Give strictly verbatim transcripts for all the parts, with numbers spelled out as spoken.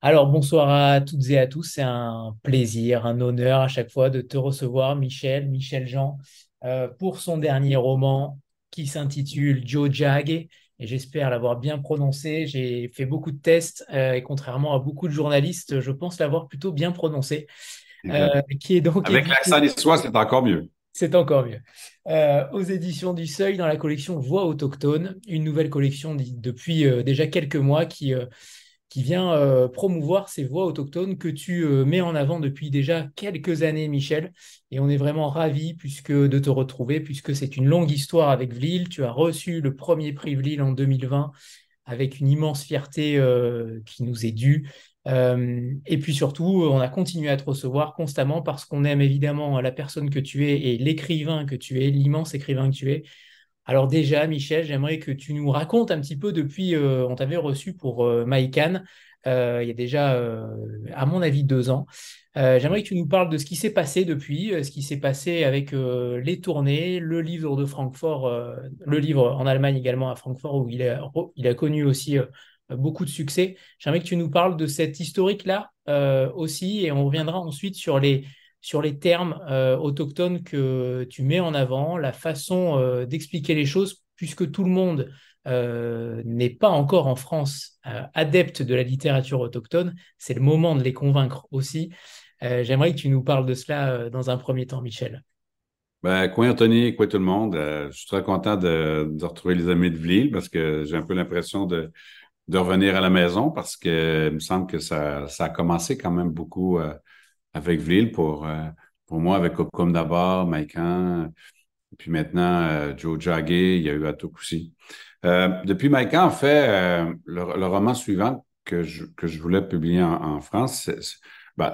Alors, bonsoir à toutes et à tous. C'est un plaisir, un honneur à chaque fois de te recevoir, Michel, Michel Jean, euh, pour son dernier roman qui s'intitule Joe Jagge. Et j'espère l'avoir bien prononcé. J'ai fait beaucoup de tests euh, et contrairement à beaucoup de journalistes, je pense l'avoir plutôt bien prononcé, euh, Exact. qui est donc Avec l'accent édité. niçois, c'est encore mieux. C'est encore mieux. Euh, aux éditions du Seuil, dans la collection Voix autochtones, une nouvelle collection d- depuis euh, déjà quelques mois qui, euh, qui vient euh, promouvoir ces voix autochtones que tu euh, mets en avant depuis déjà quelques années, Michel. Et on est vraiment ravis puisque, de te retrouver, puisque c'est une longue histoire avec Vlil. Tu as reçu le premier prix Vlil en deux mille vingt avec une immense fierté euh, qui nous est due. Euh, et puis surtout, on a continué à te recevoir constamment parce qu'on aime évidemment la personne que tu es et l'écrivain que tu es, l'immense écrivain que tu es. Alors déjà, Michel, j'aimerais que tu nous racontes un petit peu depuis, euh, on t'avait reçu pour euh, Maïkan, euh, il y a déjà, euh, à mon avis, deux ans. Euh, j'aimerais que tu nous parles de ce qui s'est passé depuis, euh, ce qui s'est passé avec euh, les tournées, le livre de Francfort, euh, le livre en Allemagne également à Francfort, où il a, il a connu aussi euh, beaucoup de succès. J'aimerais que tu nous parles de cette historique-là euh, aussi, et on reviendra ensuite sur les sur les termes euh, autochtones que tu mets en avant, la façon euh, d'expliquer les choses, puisque tout le monde euh, n'est pas encore en France euh, adepte de la littérature autochtone. C'est le moment de les convaincre aussi. Euh, j'aimerais que tu nous parles de cela euh, dans un premier temps, Michel. Ben, quoi Anthony, quoi tout le monde, euh, je suis très content de, de retrouver les amis de Vlil parce que j'ai un peu l'impression de, de revenir à la maison parce que il me semble que ça, ça a commencé quand même beaucoup euh, avec Vlil pour, euh, pour moi, avec Kokum d'abord, Maïkan, puis maintenant euh, Joe Jagge, il y a eu Atok aussi. Euh, depuis Maïkan, en fait, euh, le, le roman suivant que je, que je voulais publier en, en France, c'est, c'est- ben,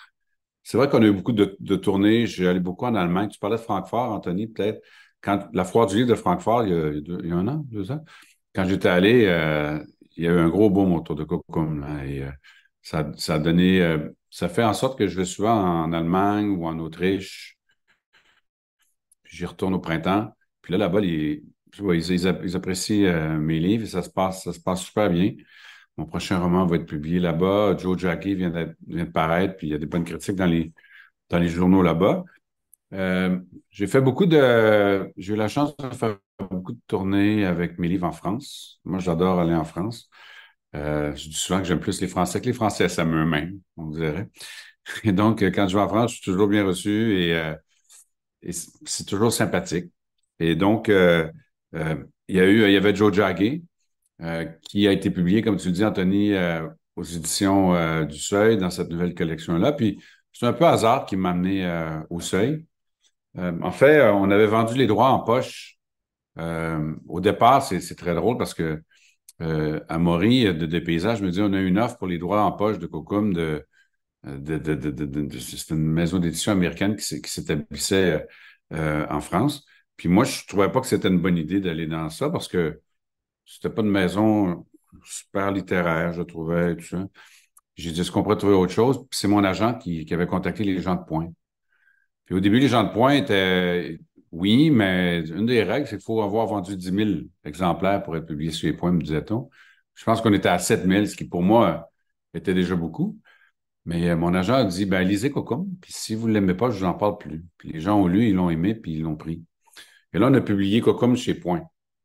c'est vrai qu'on a eu beaucoup de, de tournées. J'ai allé beaucoup en Allemagne. Tu parlais de Francfort, Anthony, peut-être. Quand la foire du livre de Francfort, il y a, il y a deux- il y a un an, deux ans, quand j'étais allé, euh, il y a eu un gros boom autour de Cocoum, là, et euh, ça, ça a donné, euh, ça fait en sorte que je vais souvent en Allemagne ou en Autriche, puis j'y retourne au printemps. Puis là, là-bas, les- tu vois, ils, ils, ils apprécient euh, mes livres et ça se passe, ça se passe super bien. Mon prochain roman va être publié là-bas. Joe Jackie vient, d'être- vient de paraître, puis il y a des bonnes critiques dans les, dans les journaux là-bas. Euh, j'ai fait beaucoup de. J'ai eu la chance de faire beaucoup de tournées avec mes livres en France. Moi, j'adore aller en France. Euh, je dis souvent que j'aime plus les Français que les Français, ça me même, on dirait. Et donc, euh, quand je vais en France, je suis toujours bien reçu et, euh, et c- c'est toujours sympathique. Et donc, euh, euh, il y a eu, il y avait Joe Jagge, euh, qui a été publié, comme tu le dis, Anthony, euh, aux éditions euh, du Seuil, dans cette nouvelle collection-là. Puis, c'est un peu hasard qui m'a amené euh, au Seuil. Euh, en fait, euh, on avait vendu les droits en poche. Euh, au départ, c'est c'est très drôle parce que euh, à Maury, de Des Paysages, me dit on a une offre pour les droits en poche de Cocum de, de, de, de, de, de- de- c'est une maison d'édition américaine qui, s'est- qui s'établissait euh, en France. Puis moi, je trouvais pas que c'était une bonne idée d'aller dans ça parce que c'était pas une maison super littéraire, je trouvais, et tout ça. J'ai dit, est-ce qu'on pourrait trouver autre chose? Puis c'est mon agent qui, qui avait contacté les gens de Point. Puis au début, les gens de point étaient oui, mais une des règles, c'est qu'il faut avoir vendu dix mille exemplaires pour être publié sur les points, me disait-on. Je pense qu'on était à sept mille, ce qui pour moi était déjà beaucoup. Mais euh, mon agent a dit, ben, lisez Cocum, puis si vous ne l'aimez pas, je vous en parle plus. Puis les gens ont lu, ils l'ont aimé, puis ils l'ont pris. Et là, on a publié Cocum chez Point.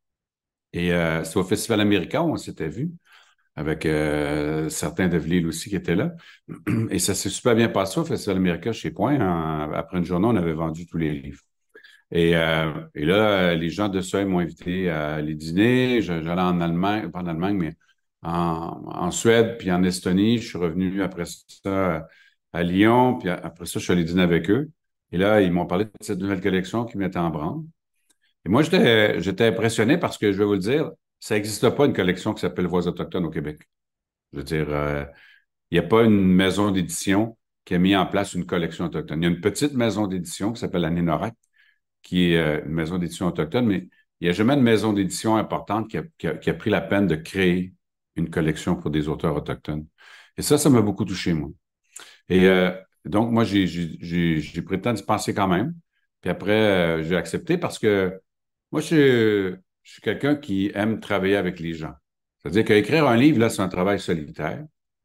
Et euh, c'est au Festival américain où on s'était vu, avec euh, certains de Vlil aussi qui étaient là. Et ça s'est super bien passé au Festival américain chez Point. En- après une journée, on avait vendu tous les livres. Et, euh, et là, euh, les gens de Seuil m'ont invité à aller dîner. Je- J'allais en Allemagne, pas en Allemagne, mais en, en Suède, puis en Estonie. Je suis revenu après ça à Lyon, puis après ça, je suis allé dîner avec eux. Et là, ils m'ont parlé de cette nouvelle collection qui mettait en branle. Et moi, j'étais, j'étais impressionné parce que, je vais vous le dire, ça n'existe pas une collection qui s'appelle Voix autochtones au Québec. Je veux dire, euh, il n'y a pas une maison d'édition qui a mis en place une collection autochtone. Il y a une petite maison d'édition qui s'appelle la Nénorac, qui est euh, une maison d'édition autochtone, mais il n'y a jamais une maison d'édition importante qui a, qui a- qui a pris la peine de créer une collection pour des auteurs autochtones. Et ça, ça m'a beaucoup touché, moi. Et euh, donc, moi, j'ai j'ai- j'ai- j'ai pris le temps d'y penser quand même. Puis après, euh, j'ai accepté parce que moi, je, suis- je suis quelqu'un qui aime travailler avec les gens. C'est-à-dire qu'écrire un livre, là, c'est un travail solitaire.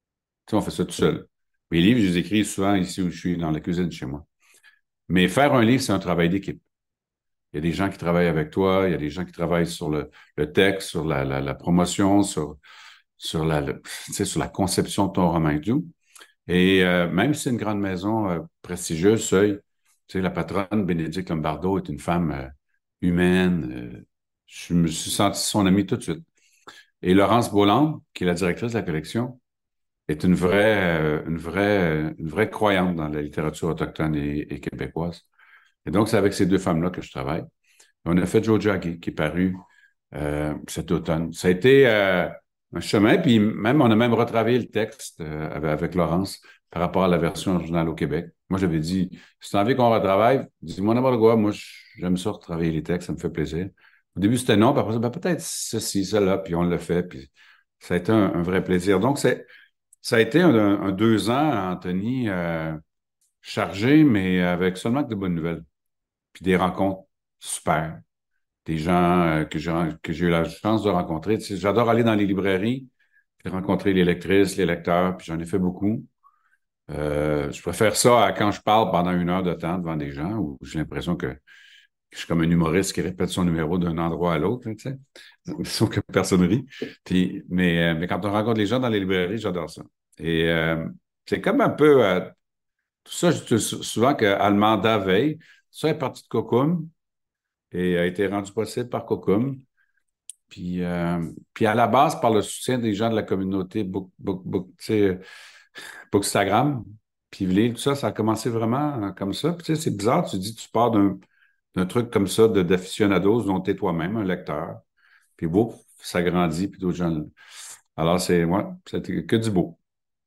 Tu sais, on fait ça tout seul. Mes livres, je les écris souvent ici où je suis, dans la cuisine chez moi. Mais faire un livre, c'est un travail d'équipe. Il y a des gens qui travaillent avec toi, il y a des gens qui travaillent sur le, le texte, sur la, la, la promotion, sur, sur la, le- tu sais, sur la conception de ton roman et tout. Et euh, même si c'est une grande maison euh, prestigieuse, Seuil, tu sais, la patronne, Bénédicte Lombardo, est une femme euh, humaine. euh, je me suis senti son amie tout de suite. Et Laurence Bolland, qui est la directrice de la collection, est une vraie, euh, une vraie, une vraie croyante dans la littérature autochtone et, et québécoise. Et donc, c'est avec ces deux femmes-là que je travaille. On a fait Joe Jaggi, qui est paru euh, cet automne. Ça a été euh, un chemin, puis même on a même retravaillé le texte euh, avec, avec Laurence par rapport à la version originale au Québec. Moi, j'avais dit, si tu as envie qu'on retravaille, dis-moi n'importe quoi. Moi, j'aime ça retravailler les textes, ça me fait plaisir. Au début, c'était non, puis après, ben, peut-être ceci, cela, puis on l'a fait, puis ça a été un, un vrai plaisir. Donc, c'est, ça a été un, un deux ans, Anthony, euh, chargé, mais avec seulement que de bonnes nouvelles, puis des rencontres super, des gens euh, que j'ai que j'ai eu la chance de rencontrer. Tu sais, j'adore aller dans les librairies, puis rencontrer les lectrices, les lecteurs, puis j'en ai fait beaucoup. Euh, je préfère ça à quand je parle pendant une heure de temps devant des gens où j'ai l'impression que, que je suis comme un humoriste qui répète son numéro d'un endroit à l'autre, tu sais, sauf que personne rit. Puis, mais, euh, mais quand on rencontre les gens dans les librairies, j'adore ça. Et euh, c'est comme un peu euh, tout ça, je dis souvent que Almanda Veil, ça est parti de Cocum et a été rendu possible par Cocum. Puis, euh, puis à la base, par le soutien des gens de la communauté Book, Book, Book, tu sais, Bookstagram, puis Vlé, tout ça, ça a commencé vraiment euh, comme ça. Puis tu sais, c'est bizarre, tu dis, tu pars d'un d'un truc comme ça de d'aficionados dont tu es toi-même un lecteur. Puis bouf, ça grandit, puis d'autres gens. Alors, c'est, ouais, c'était que du beau.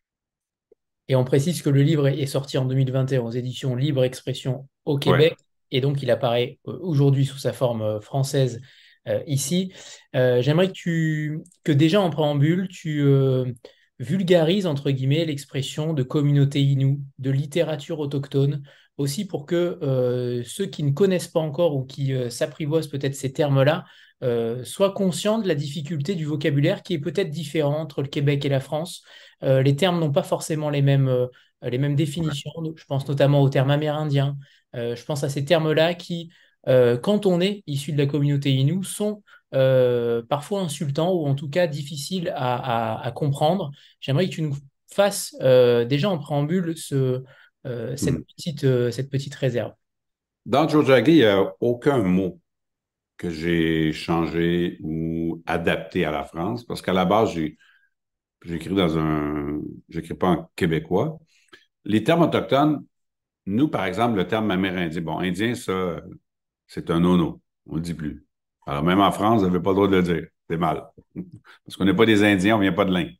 Et on précise que le livre est sorti en deux mille vingt et un aux éditions Libre Expression au Ouais. Québec, et donc il apparaît euh, aujourd'hui sous sa forme euh, française euh, ici. Euh, j'aimerais que tu, que déjà en préambule, tu euh, vulgarises entre guillemets l'expression de communauté inoue, de littérature autochtone, aussi pour que euh, ceux qui ne connaissent pas encore ou qui euh, s'apprivoisent peut-être ces termes-là euh, soient conscients de la difficulté du vocabulaire qui est peut-être différent entre le Québec et la France. Euh, les termes n'ont pas forcément les mêmes, euh, les mêmes définitions. Je pense notamment aux termes amérindiens. Euh, je pense à ces termes-là qui, euh, quand on est issu de la communauté Innu, sont euh, parfois insultants ou en tout cas difficiles à, à- à comprendre. J'aimerais que tu nous fasses euh, déjà en préambule ce, euh, cette Hmm. petite, euh, cette petite réserve. Dans Jojagi, il n'y a aucun mot que j'ai changé ou adapté à la France, parce qu'à la base, j'ai j'écris dans un. J'écris pas en québécois. Les termes autochtones, nous, par exemple, le terme amérindien, bon, indien, ça, c'est un no-no. On le dit plus. Alors, même en France, vous n'avez pas le droit de le dire. C'est mal. Parce qu'on n'est pas des Indiens, on vient pas de l'Inde.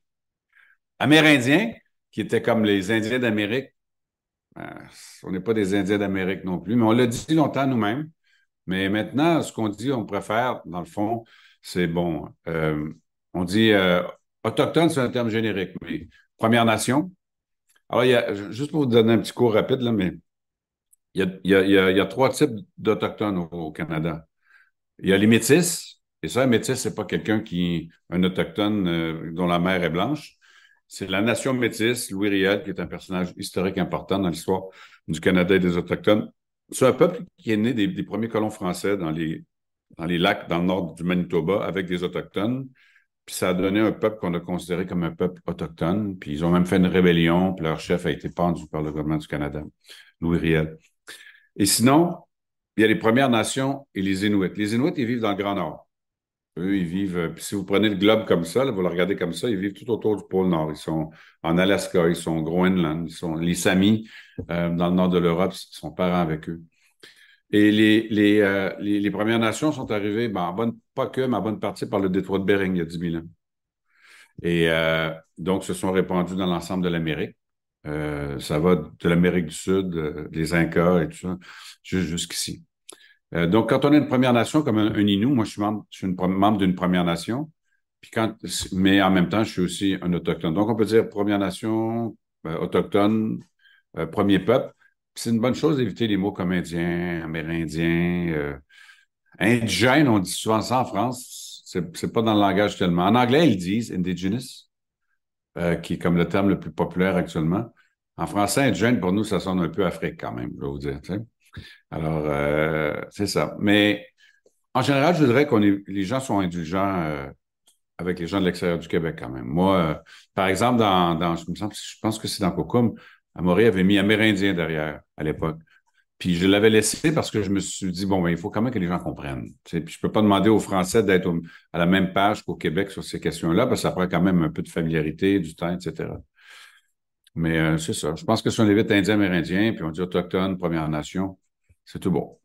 Amérindiens, qui étaient comme les Indiens d'Amérique, euh, on n'est pas des Indiens d'Amérique non plus, mais on l'a dit longtemps nous-mêmes. Mais maintenant, ce qu'on dit, on préfère, dans le fond, c'est bon. euh, on dit euh, autochtone, c'est un terme générique, mais Première Nation. Alors, il y a, juste pour vous donner un petit cours rapide, là, mais il y a, il y a, il y a, il y a trois types d'Autochtones au, au Canada. Il y a les Métis, et ça, un Métis, c'est pas quelqu'un qui, un Autochtone euh, dont la mère est blanche. C'est la nation métisse, Louis Riel, qui est un personnage historique important dans l'histoire du Canada et des Autochtones. C'est un peuple qui est né des, des premiers colons français dans les, dans les lacs dans le nord du Manitoba avec des Autochtones. Puis ça a donné un peuple qu'on a considéré comme un peuple autochtone. Puis ils ont même fait une rébellion, puis leur chef a été pendu par le gouvernement du Canada, Louis Riel. Et sinon, il y a les Premières Nations et les Inuits. Les Inuits, ils vivent dans le Grand Nord. Eux, ils vivent. euh, Puis si vous prenez le globe comme ça, là, vous le regardez comme ça, ils vivent tout autour du pôle Nord. Ils sont en Alaska, ils sont au Groenland, ils sont les Samis euh, dans le nord de l'Europe, ils sont parents avec eux. Et les, les, euh, les, les Premières Nations sont arrivées, ben, en bonne, pas que, mais en bonne partie par le détroit de Bering il y a dix mille ans. Et euh, donc, se sont répandus dans l'ensemble de l'Amérique. Euh, ça va de l'Amérique du Sud, euh, les Incas et tout ça, juste jusqu'ici. Euh, donc, quand on est une Première Nation comme un, un Innu, moi, je suis membre, je suis une, membre d'une Première Nation, puis quand, mais en même temps, je suis aussi un Autochtone. Donc, on peut dire Première Nation, euh, Autochtone, euh, Premier Peuple. Puis c'est une bonne chose d'éviter les mots comme Indien, Amérindien, euh, Indigène, on dit souvent ça en France. C'est, c'est pas dans le langage tellement. En anglais, ils disent Indigenous. euh, qui est comme le terme le plus populaire actuellement. En français, indigène, pour nous, ça sonne un peu Afrique quand même, je vais vous dire. Tu sais. Alors, euh, c'est ça. Mais en général, je dirais qu'on est, les gens sont indulgents euh, avec les gens de l'extérieur du Québec quand même. Moi, euh, par exemple, dans, dans je me semble, je pense que c'est dans Cocum, Amaury avait mis Amérindien derrière à l'époque. Puis je l'avais laissé parce que je me suis dit, bon, ben, il faut quand même que les gens comprennent. Tu sais. Puis je peux pas demander aux Français d'être au- à la même page qu'au Québec sur ces questions-là, parce que ça prend quand même un peu de familiarité, du temps, et cetera. Mais euh, c'est ça. Je pense que si on évite Indiens, Amérindiens, puis on dit Autochtones, Premières Nations, c'est tout bon.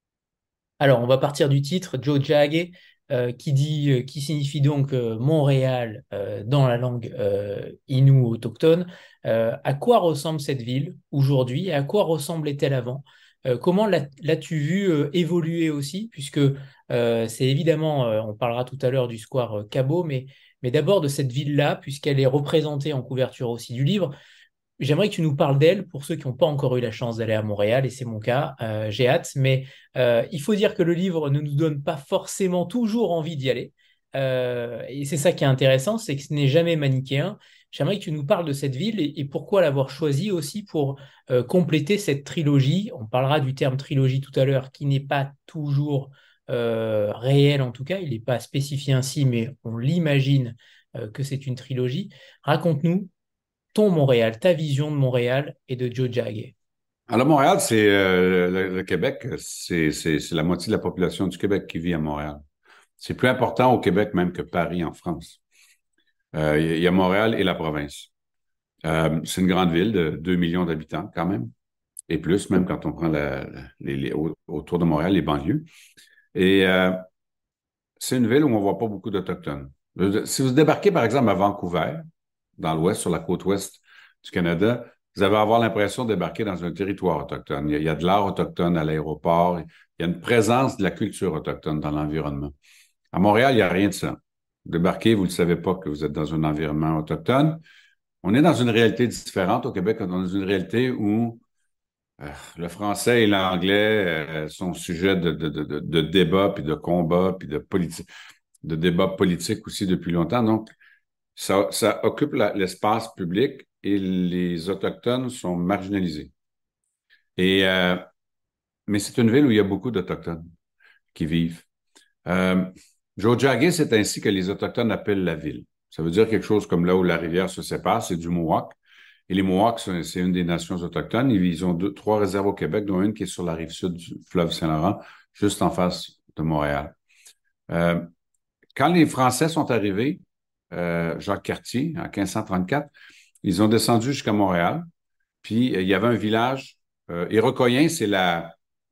Alors, on va partir du titre, Joe Jagge, euh, qui dit, euh, qui signifie donc euh, Montréal euh, dans la langue euh, Innu autochtone. Euh, à quoi ressemble cette ville aujourd'hui et à quoi ressemblait-elle avant? Euh, comment l'as- l'as-tu vu euh, évoluer aussi? Puisque euh, c'est évidemment, euh, on parlera tout à l'heure du square euh, Cabot, mais, mais d'abord de cette ville-là, puisqu'elle est représentée en couverture aussi du livre. J'aimerais que tu nous parles d'elle pour ceux qui n'ont pas encore eu la chance d'aller à Montréal, et c'est mon cas, euh, j'ai hâte, mais euh, il faut dire que le livre ne nous donne pas forcément toujours envie d'y aller. Euh, et c'est ça qui est intéressant, c'est que ce n'est jamais manichéen. J'aimerais que tu nous parles de cette ville et, et pourquoi l'avoir choisie aussi pour euh, compléter cette trilogie. On parlera du terme trilogie tout à l'heure, qui n'est pas toujours euh, réel en tout cas, il n'est pas spécifié ainsi, mais on l'imagine euh, que c'est une trilogie. Raconte-nous ton Montréal, ta vision de Montréal et de Joe Jagge. Alors, Montréal, c'est euh, le, le Québec, c'est c'est- c'est la moitié de la population du Québec qui vit à Montréal. C'est plus important au Québec même que Paris en France. Euh, Il y a Montréal et la province. Euh, c'est une grande ville de deux millions d'habitants quand même, et plus même quand on prend la- les, les- autour de Montréal, les banlieues. Et euh, c'est une ville où on ne voit pas beaucoup d'Autochtones. Si vous débarquez, par exemple, à Vancouver, dans l'ouest, sur la côte ouest du Canada, vous allez avoir l'impression de débarquer dans un territoire autochtone. Il y a, il y a de l'art autochtone à l'aéroport. Il y a une présence de la culture autochtone dans l'environnement. À Montréal, il n'y a rien de ça. Vous débarquez, vous ne savez pas que vous êtes dans un environnement autochtone. On est dans une réalité différente au Québec. On est dans une réalité où euh, le français et l'anglais euh, sont sujets de, de, de, de, de débats, puis de combats, puis de politique, de débats politiques aussi depuis longtemps. Donc, ça, ça occupe la- l'espace public et les Autochtones sont marginalisés. Et, euh, mais c'est une ville où il y a beaucoup d'Autochtones qui vivent. Euh, Jojage, c'est ainsi que les Autochtones appellent la ville. Ça veut dire quelque chose comme là où la rivière se sépare, c'est du Mohawk. Et les Mohawks, c'est c'est une des nations autochtones. Ils ont deux, trois réserves au Québec, dont une qui est sur la rive sud du fleuve Saint-Laurent, juste en face de Montréal. Euh, Quand les Français sont arrivés, euh, Jacques Cartier, en quinze cent trente-quatre, ils ont descendu jusqu'à Montréal. Puis euh, il y avait un village. Euh, Iroquoien, c'est la,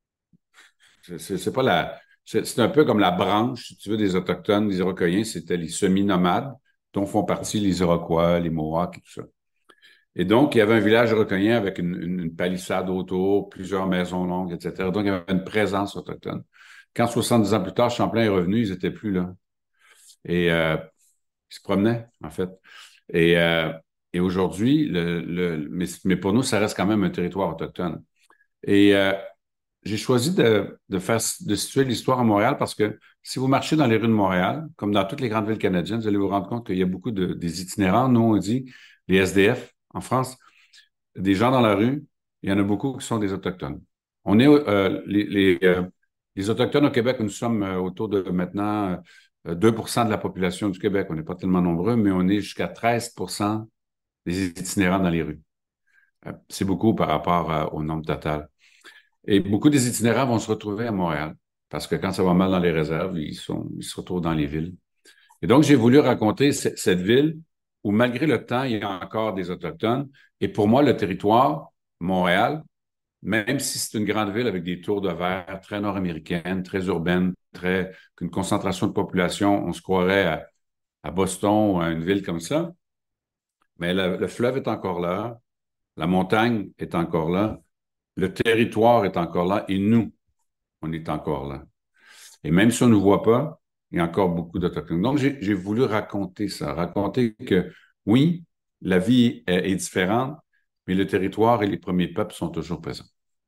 c'est c'est pas la, c'est c'est un peu comme la branche, si tu veux, des Autochtones. Les Iroquoiens, c'était les semi-nomades, dont font partie les Iroquois, les Mohawks et tout ça. Et donc, il y avait un village iroquoien avec une, une, une palissade autour, plusieurs maisons longues, et cetera. Donc, il y avait une présence autochtone. Quand soixante-dix ans plus tard, Champlain est revenu, ils n'étaient plus là. Et euh, ils se promenaient, en fait. Et, euh, et aujourd'hui, le, le, mais, mais pour nous, ça reste quand même un territoire autochtone. Et euh, j'ai choisi de, de faire, de situer l'histoire à Montréal parce que si vous marchez dans les rues de Montréal, comme dans toutes les grandes villes canadiennes, vous allez vous rendre compte qu'il y a beaucoup de, des itinérants. Nous, on dit les S D F en France, des gens dans la rue, il y en a beaucoup qui sont des Autochtones. On est, euh, les, les, euh, les Autochtones au Québec, nous sommes euh, autour de maintenant euh, deux pour cent de la population du Québec. On n'est pas tellement nombreux, mais on est jusqu'à treize pour cent des itinérants dans les rues. Euh, c'est beaucoup par rapport euh, au nombre total. Et beaucoup des itinérants vont se retrouver à Montréal parce que quand ça va mal dans les réserves, ils, sont, ils se retrouvent dans les villes. Et donc, j'ai voulu raconter c- cette ville où, malgré le temps, il y a encore des Autochtones. Et pour moi, le territoire, Montréal, même si c'est une grande ville avec des tours de verre très nord-américaines, très urbaines, très, qu'une concentration de population, on se croirait à, à Boston ou à une ville comme ça, mais le, le fleuve est encore là, la montagne est encore là, le territoire est encore là et nous, on est encore là. Et même si on ne nous voit pas, il y a encore beaucoup d'Autochtones. Donc, j'ai j'ai voulu raconter ça, raconter que oui, la vie est, est différente, mais le territoire et les premiers peuples sont toujours présents.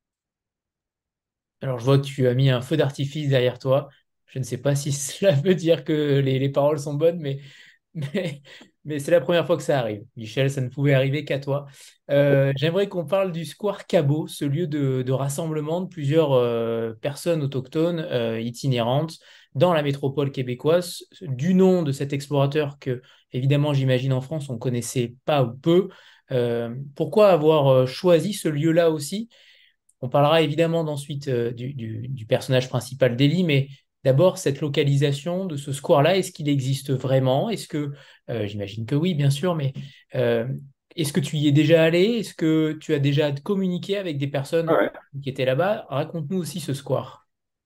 Alors, je vois que tu as mis un feu d'artifice derrière toi. Je ne sais pas si cela veut dire que les, les paroles sont bonnes, mais, mais, Mais c'est la première fois que ça arrive. Michel, ça ne pouvait arriver qu'à toi. Euh, j'aimerais qu'on parle du Square Cabot, ce lieu de, de rassemblement de plusieurs euh, personnes autochtones euh, itinérantes dans la métropole québécoise, du nom de cet explorateur que, évidemment, j'imagine en France, on connaissait pas ou peu. Euh, pourquoi avoir euh, choisi ce lieu-là aussi? On parlera évidemment ensuite euh, du, du- du personnage principal d'Ellie, mais d'abord cette localisation de ce square-là, est-ce qu'il existe vraiment? Est-ce que, euh, j'imagine que oui, bien sûr, mais euh, est-ce que tu y es déjà allé? Est-ce que tu as déjà communiqué avec des personnes Ouais. qui étaient là-bas? Raconte-nous aussi ce square.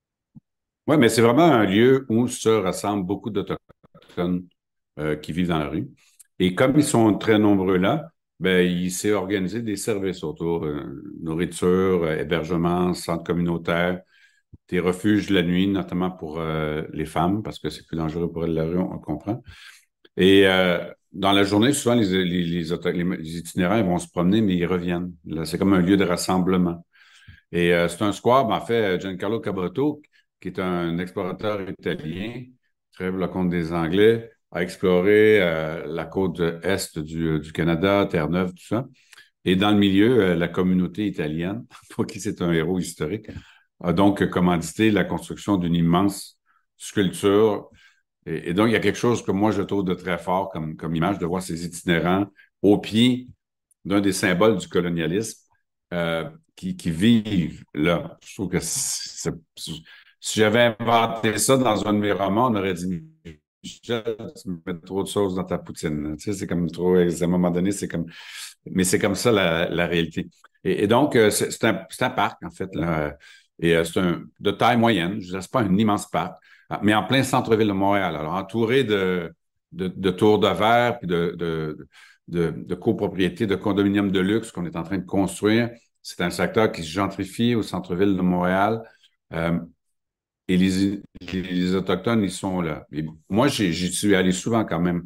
Oui, mais c'est vraiment un lieu où se rassemblent beaucoup d'Autochtones euh, qui vivent dans la rue. Et comme ils sont très nombreux là, ben, il s'est organisé des services autour, euh, nourriture, euh, hébergement, centre communautaire, des refuges la nuit, notamment pour euh, les femmes, parce que c'est plus dangereux pour elles la rue, on le comprend. Et euh, dans la journée, souvent, les, les, les, auto- les- les itinérants ils vont se promener, mais ils reviennent. Là, c'est comme un lieu de rassemblement. Et euh, c'est un square, ben, en fait, Giancarlo Cabrotto, qui est un explorateur italien, très le compte des Anglais, a exploré euh, la côte est du, du Canada, Terre-Neuve, tout ça. Et dans le milieu, euh, la communauté italienne, pour qui c'est un héros historique, a donc commandité la construction d'une immense sculpture. Et, et donc, il y a quelque chose que moi, je trouve de très fort comme, comme image, de voir ces itinérants au pied d'un des symboles du colonialisme euh, qui, qui vivent là. Je trouve que c'est- c'est- si j'avais inventé ça dans un de mes romans, on aurait dit Michel, tu mets trop de choses dans ta poutine. Tu sais, c'est comme trop, à un moment donné, c'est comme, mais c'est comme ça la, la réalité. Et, et donc, euh, c'est c'est un, c'est un parc, en fait, là. Et euh, c'est un de taille moyenne. Je dirais, c'est pas un immense parc, ah, mais en plein centre-ville de Montréal. Alors, entouré de, de, de tours de verre, puis de, de, de, de copropriétés, de condominiums de luxe qu'on est en train de construire. C'est un secteur qui se gentrifie au centre-ville de Montréal. Euh, et les, les, les Autochtones, ils sont là. Et moi, j'y j'y suis allé souvent quand même.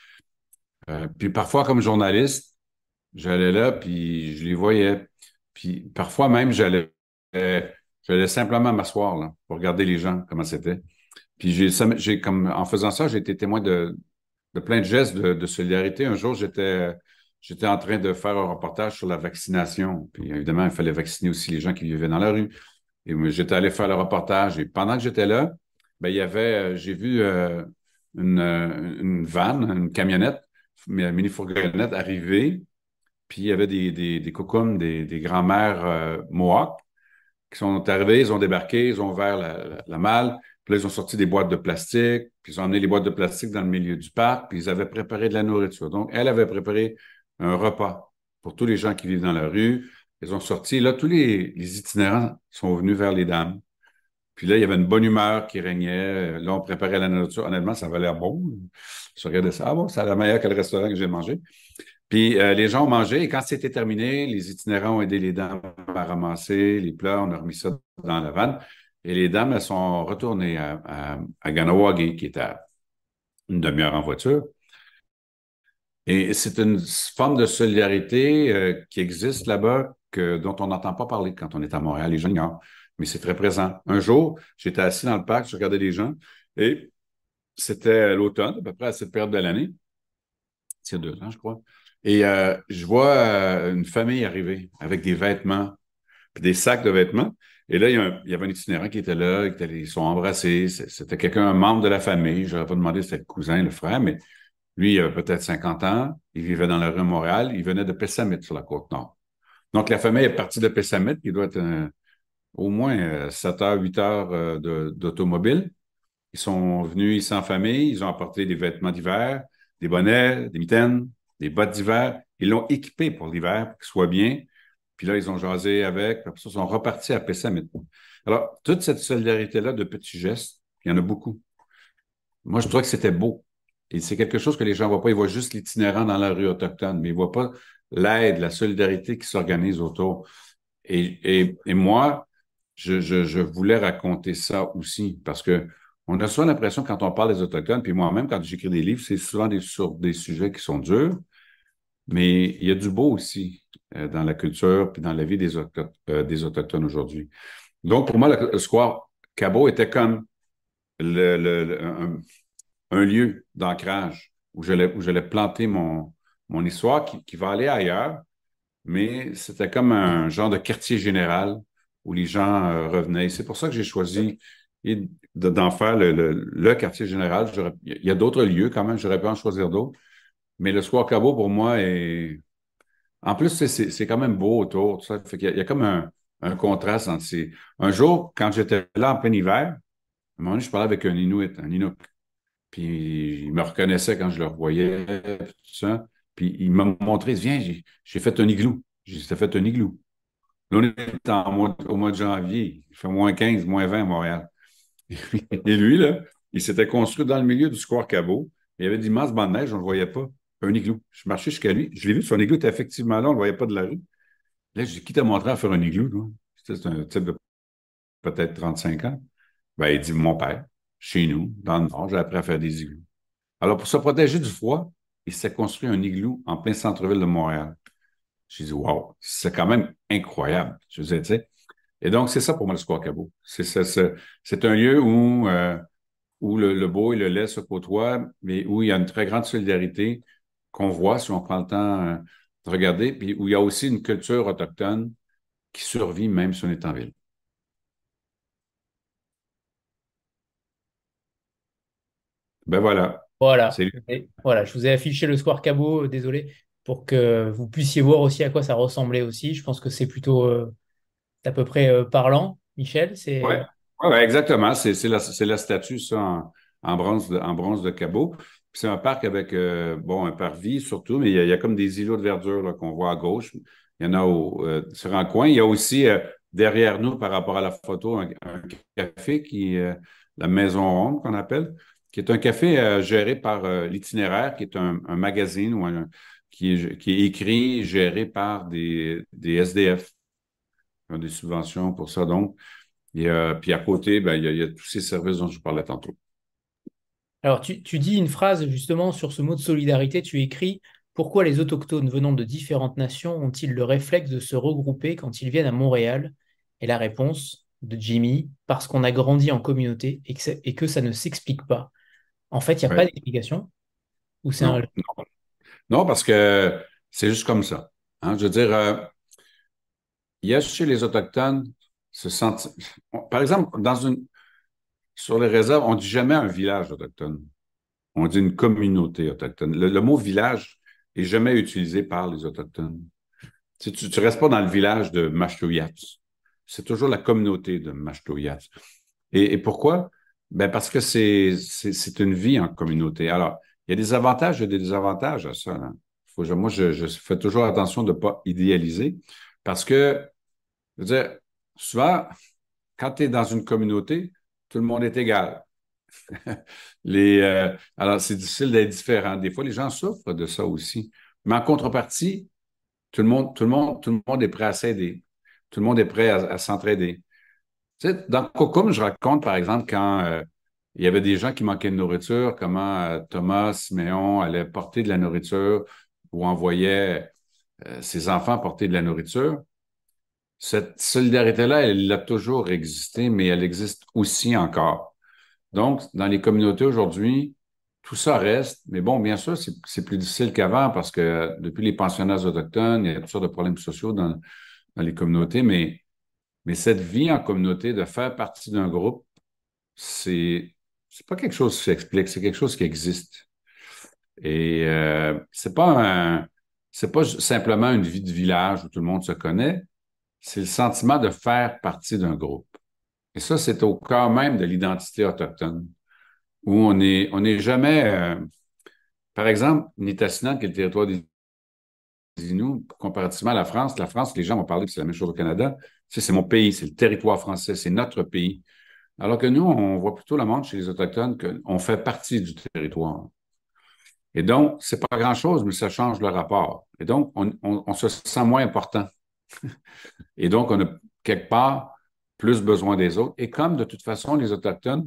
Euh, puis parfois, comme journaliste, j'allais là, puis je les voyais. Puis parfois même, j'allais euh, j'allais simplement m'asseoir là, pour regarder les gens, comment c'était. Puis j'ai, ça- j'ai comme en faisant ça, j'ai été témoin de, de plein de gestes de, de solidarité. Un jour, j'étais j'étais en train de faire un reportage sur la vaccination. Puis évidemment, il fallait vacciner aussi les gens qui vivaient dans la rue. Et moi, j'étais allé faire le reportage. Et pendant que j'étais là, ben, il y avait, euh, j'ai vu euh, une, euh, une vanne, une camionnette, une mini-fourgonnette arriver. Puis il y avait des, des, des cocons, des, des grands-mères euh, Mohawks qui sont arrivés, ils ont débarqué, ils ont ouvert la, la, la malle. Puis là, ils ont sorti des boîtes de plastique, puis ils ont emmené les boîtes de plastique dans le milieu du parc, puis ils avaient préparé de la nourriture. Donc, elle avait préparé un repas pour tous les gens qui vivent dans la rue. Ils ont sorti. Là, tous les, les itinérants sont venus vers les dames. Puis là, il y avait une bonne humeur qui régnait. Là, on préparait la nourriture. Honnêtement, ça avait l'air bon. Je regardais ça. Ah bon, ça a l'air meilleur que le restaurant que j'ai mangé. Puis euh, les gens ont mangé et quand c'était terminé, les itinérants ont aidé les dames à ramasser les plats. On a remis ça dans la vanne. Et les dames, elles sont retournées à, à, à Ganawagi, qui est à une demi-heure en voiture. Et c'est une forme de solidarité euh, qui existe là-bas que, dont on n'entend pas parler quand on est à Montréal. Les gens ignorent, mais c'est très présent. Un jour, j'étais assis dans le parc, je regardais les gens et c'était l'automne, à peu près à cette période de l'année. C'est il y a deux ans, je crois. Et euh, je vois euh, une famille arriver avec des vêtements, puis des sacs de vêtements. Et là, il y, a un- il y avait un itinérant qui était là, qui était- ils sont embrassés. C'est- C'était quelqu'un, un membre de la famille. Je n'aurais pas demandé si c'était le cousin, le frère, mais lui, il avait peut-être cinquante ans. Il vivait dans la rue Montréal. Il venait de Pessamit, sur la Côte-Nord. Donc, la famille est partie de Pessamit, qui doit être euh, au moins euh, sept heures, huit heures euh, de- d'automobile. Ils sont venus ici en famille, ils ont apporté des vêtements d'hiver, des bonnets, des mitaines, des bottes d'hiver. Ils l'ont équipé pour l'hiver, pour qu'il soit bien. Puis là, ils ont jasé avec, puis après ça, ils sont repartis à Pessamit. Alors, toute cette solidarité-là de petits gestes, il y en a beaucoup. Moi, je trouvais que c'était beau. Et c'est quelque chose que les gens ne voient pas. Ils voient juste l'itinérant dans la rue autochtone, mais ils ne voient pas l'aide, la solidarité qui s'organise autour. Et, et, et moi, je, je, je voulais raconter ça aussi parce que on a souvent l'impression quand on parle des Autochtones, puis moi-même, quand j'écris des livres, c'est souvent des, sur des sujets qui sont durs, mais il y a du beau aussi euh, dans la culture puis dans la vie des, Auto- euh, des Autochtones aujourd'hui. Donc, pour moi, le, le Square Cabot était comme le, le- le- un, un lieu d'ancrage où j'allais, où j'allais planter mon, mon histoire qui, qui va aller ailleurs, mais c'était comme un genre de quartier général où les gens euh, revenaient. C'est pour ça que j'ai choisi et de- d'en faire le, le, le quartier général. J'aurais- Il y a d'autres lieux quand même, j'aurais pu en choisir d'autres, mais le Square Cabot, pour moi, est... En plus, c'est c'est- c'est quand même beau autour, tout ça. Fait qu'il y a, il y a comme un, un contraste entre ces... Un jour, quand j'étais là en plein hiver, à un moment donné, je parlais avec un Inuit, un Inuk. Puis il me reconnaissait quand je le revoyais, tout ça. Puis il m'a montré, il dit, viens, j'ai j'ai fait un igloo. J'ai dit, t'as fait un igloo. Là, on est en mois- au mois de janvier. Il fait moins quinze, moins vingt à Montréal. Et lui, là, il s'était construit dans le milieu du Square Cabot. Il y avait d'immenses bancs de neige, on ne le voyait pas. Un igloo. Je marchais jusqu'à lui. Je l'ai vu, son igloo était effectivement là, on ne le voyait pas de la rue. Là, j'ai dit, qui t'a montré à faire un igloo, là? C'était un type de peut-être trente-cinq ans. Ben, il dit, mon père, chez nous, dans le Nord, j'ai appris à faire des igloos. Alors, pour se protéger du froid, il s'est construit un igloo en plein centre-ville de Montréal. J'ai dit, wow, c'est quand même incroyable. Je veux dire, tu sais. Et donc, c'est ça pour moi le Square Cabot. C'est c'est- c'est- c'est un lieu où, euh, où le, le beau et le laid se côtoient, mais où il y a une très grande solidarité qu'on voit si on prend le temps euh, de regarder, puis où il y a aussi une culture autochtone qui survit même si on est en ville. Ben voilà. Voilà. C'est Et voilà, je vous ai affiché le Square Cabot, euh, désolé, pour que vous puissiez voir aussi à quoi ça ressemblait aussi. Je pense que c'est plutôt euh, à peu près euh, parlant. Michel, c'est Ouais, euh, ouais, ouais, exactement. C'est c'est la, c'est la statue, ça, en, en bronze de, en bronze de Cabot. Puis c'est un parc avec, euh, bon, un parvis surtout, mais il y a, il y a comme des îlots de verdure là, qu'on voit à gauche. Il y en a au, euh, sur un coin. Il y a aussi, euh, derrière nous, par rapport à la photo, un, un café qui, euh, la Maison Ronde qu'on appelle, qui est un café euh, géré par euh, l'Itinéraire, qui est un, un magazine ou un- qui est, qui est écrit, géré par des, des S D F. Ils ont des subventions pour ça. Donc, et euh, puis à côté, ben, il y a, il y a tous ces services dont je vous parlais tantôt. Alors, tu, tu dis une phrase justement sur ce mot de solidarité. Tu écris: Pourquoi les autochtones venant de différentes nations ont-ils le réflexe de se regrouper quand ils viennent à Montréal? Et la réponse de Jimmy: Parce qu'on a grandi en communauté et que, c'est- et que ça ne s'explique pas. En fait, il n'y a pas Ouais. d'explication. Ou c'est un... Non, non, non, parce que c'est juste comme ça. Hein. Je veux dire, euh, il y a chez les Autochtones ce sentiment. Par exemple, dans une, sur les réserves, on ne dit jamais un village autochtone. On dit une communauté autochtone. Le, le mot village est jamais utilisé par les Autochtones. Tu ne restes pas dans le village de Mashtoyats. C'est toujours la communauté de Mashtoyats. Et, et pourquoi? Ben parce que c'est, c'est, c'est une vie en communauté. Alors, il y a des avantages et des désavantages à ça. Là. Faut, je- moi, je, je fais toujours attention de ne pas idéaliser parce que, je veux dire, souvent, quand tu es dans une communauté, tout le monde est égal. Les, euh, alors, c'est difficile d'être différent. Des fois, les gens souffrent de ça aussi. Mais en contrepartie, tout le monde, tout le monde, tout le monde est prêt à s'aider. Tout le monde est prêt à, à s'entraider. Tu sais, dans Cocum, je raconte, par exemple, quand euh, il y avait des gens qui manquaient de nourriture, comment euh, Thomas Siméon allait porter de la nourriture ou envoyait euh, ses enfants porter de la nourriture. Cette solidarité-là, elle a toujours existé, mais elle existe aussi encore. Donc, dans les communautés aujourd'hui, tout ça reste, mais bon, bien sûr, c'est c'est plus difficile qu'avant parce que depuis les pensionnats autochtones, il y a toutes sortes de problèmes sociaux dans, dans les communautés, mais, mais cette vie en communauté, de faire partie d'un groupe, c'est c'est pas quelque chose qui s'explique, c'est quelque chose qui existe. Et euh, c'est pas un, c'est pas simplement une vie de village où tout le monde se connaît, c'est le sentiment de faire partie d'un groupe. Et ça, c'est au cœur même de l'identité autochtone, où on est, on n'est jamais, euh, par exemple, Nitassinan, qui est le territoire des Inuits, comparativement à la France, la France, les gens vont parler, puis c'est la même chose au Canada, tu sais, c'est mon pays, c'est le territoire français, c'est notre pays. Alors que nous, on voit plutôt le monde chez les Autochtones qu'on fait partie du territoire. Et donc, c'est pas grand-chose, mais ça change le rapport. Et donc, on, on, on se sent moins important. Et donc, on a quelque part plus besoin des autres. Et comme de toute façon, les Autochtones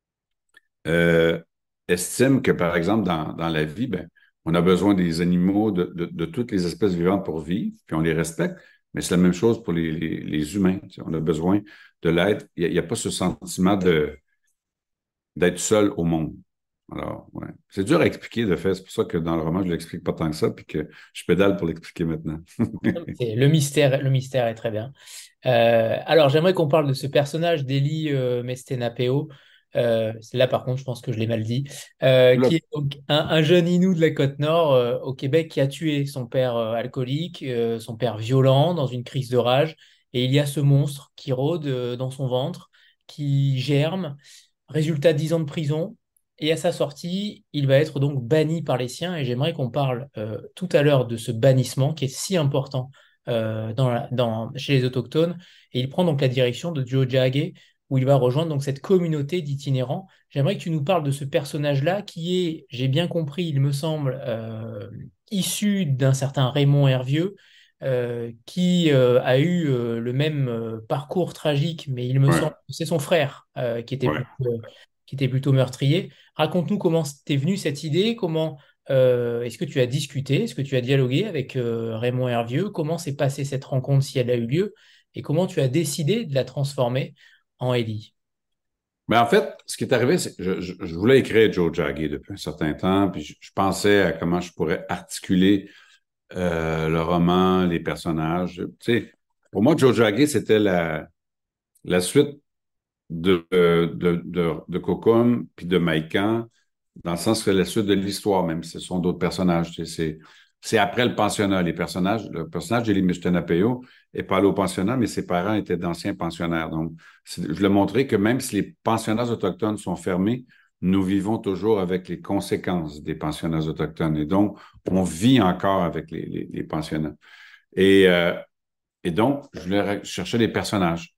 euh, estiment que, par exemple, dans, dans la vie, ben, on a besoin des animaux, de, de, de toutes les espèces vivantes pour vivre, puis on les respecte, mais c'est la même chose pour les, les, les humains. Tu sais, on a besoin de l'aide. Il n'y a, il y a pas ce sentiment de, d'être seul au monde. Alors, ouais. C'est dur à expliquer, de fait. C'est pour ça que dans le roman, je ne l'explique pas tant que ça, puis que je pédale pour l'expliquer maintenant. C'est- Le mystère, le mystère est très bien. Euh, alors, j'aimerais qu'on parle de ce personnage d'Eli euh, Mestiennapeo. Euh, c'est là, par contre, je pense que je l'ai mal dit. Euh, Là, qui est donc un, un jeune Inou de la Côte-Nord euh, au Québec qui a tué son père euh, alcoolique, euh, son père violent, dans une crise de rage. Et il y a ce monstre qui rôde euh, dans son ventre, qui germe. Résultat, dix ans de prison. Et à sa sortie, il va être donc banni par les siens. Et j'aimerais qu'on parle euh, tout à l'heure de ce bannissement qui est si important euh, dans la- dans- chez les autochtones. Et il prend donc la direction de Tiohtià:ke, où il va rejoindre donc cette communauté d'itinérants. J'aimerais que tu nous parles de ce personnage-là qui est, j'ai bien compris, il me semble, euh, issu d'un certain Raymond Hervieux, euh, qui euh, a eu euh, le même euh, parcours tragique, mais il me semble ouais, que c'est son frère euh, qui était ouais. plutôt, qui était plutôt meurtrier. Raconte-nous comment t'es venue cette idée, comment euh, est-ce que tu as discuté, est-ce que tu as dialogué avec euh, Raymond Hervieux, comment s'est passée cette rencontre si elle a eu lieu, et comment tu as décidé de la transformer en Ellie. Mais en fait, ce qui est arrivé, c'est que je, je- je voulais écrire Joe Jagger depuis un certain temps, puis je, je pensais à comment je pourrais articuler euh, le roman, les personnages. Tu sais, pour moi, Joe Jagger, c'était la, la suite de, de, de, de Kokum puis de Maïkan, dans le sens que c'est la suite de l'histoire, même si ce sont d'autres personnages. Tu sais, c'est, c'est après le pensionnat. Les personnages, le personnage d'Élie Mishtenapeo est pas allé au pensionnat, mais ses parents étaient d'anciens pensionnaires. Donc, c'est- je voulais montrer que même si les pensionnats autochtones sont fermés, nous vivons toujours avec les conséquences des pensionnats autochtones. Et donc, on vit encore avec les, les, les pensionnats. Et, euh, et donc, je voulais chercher des personnages.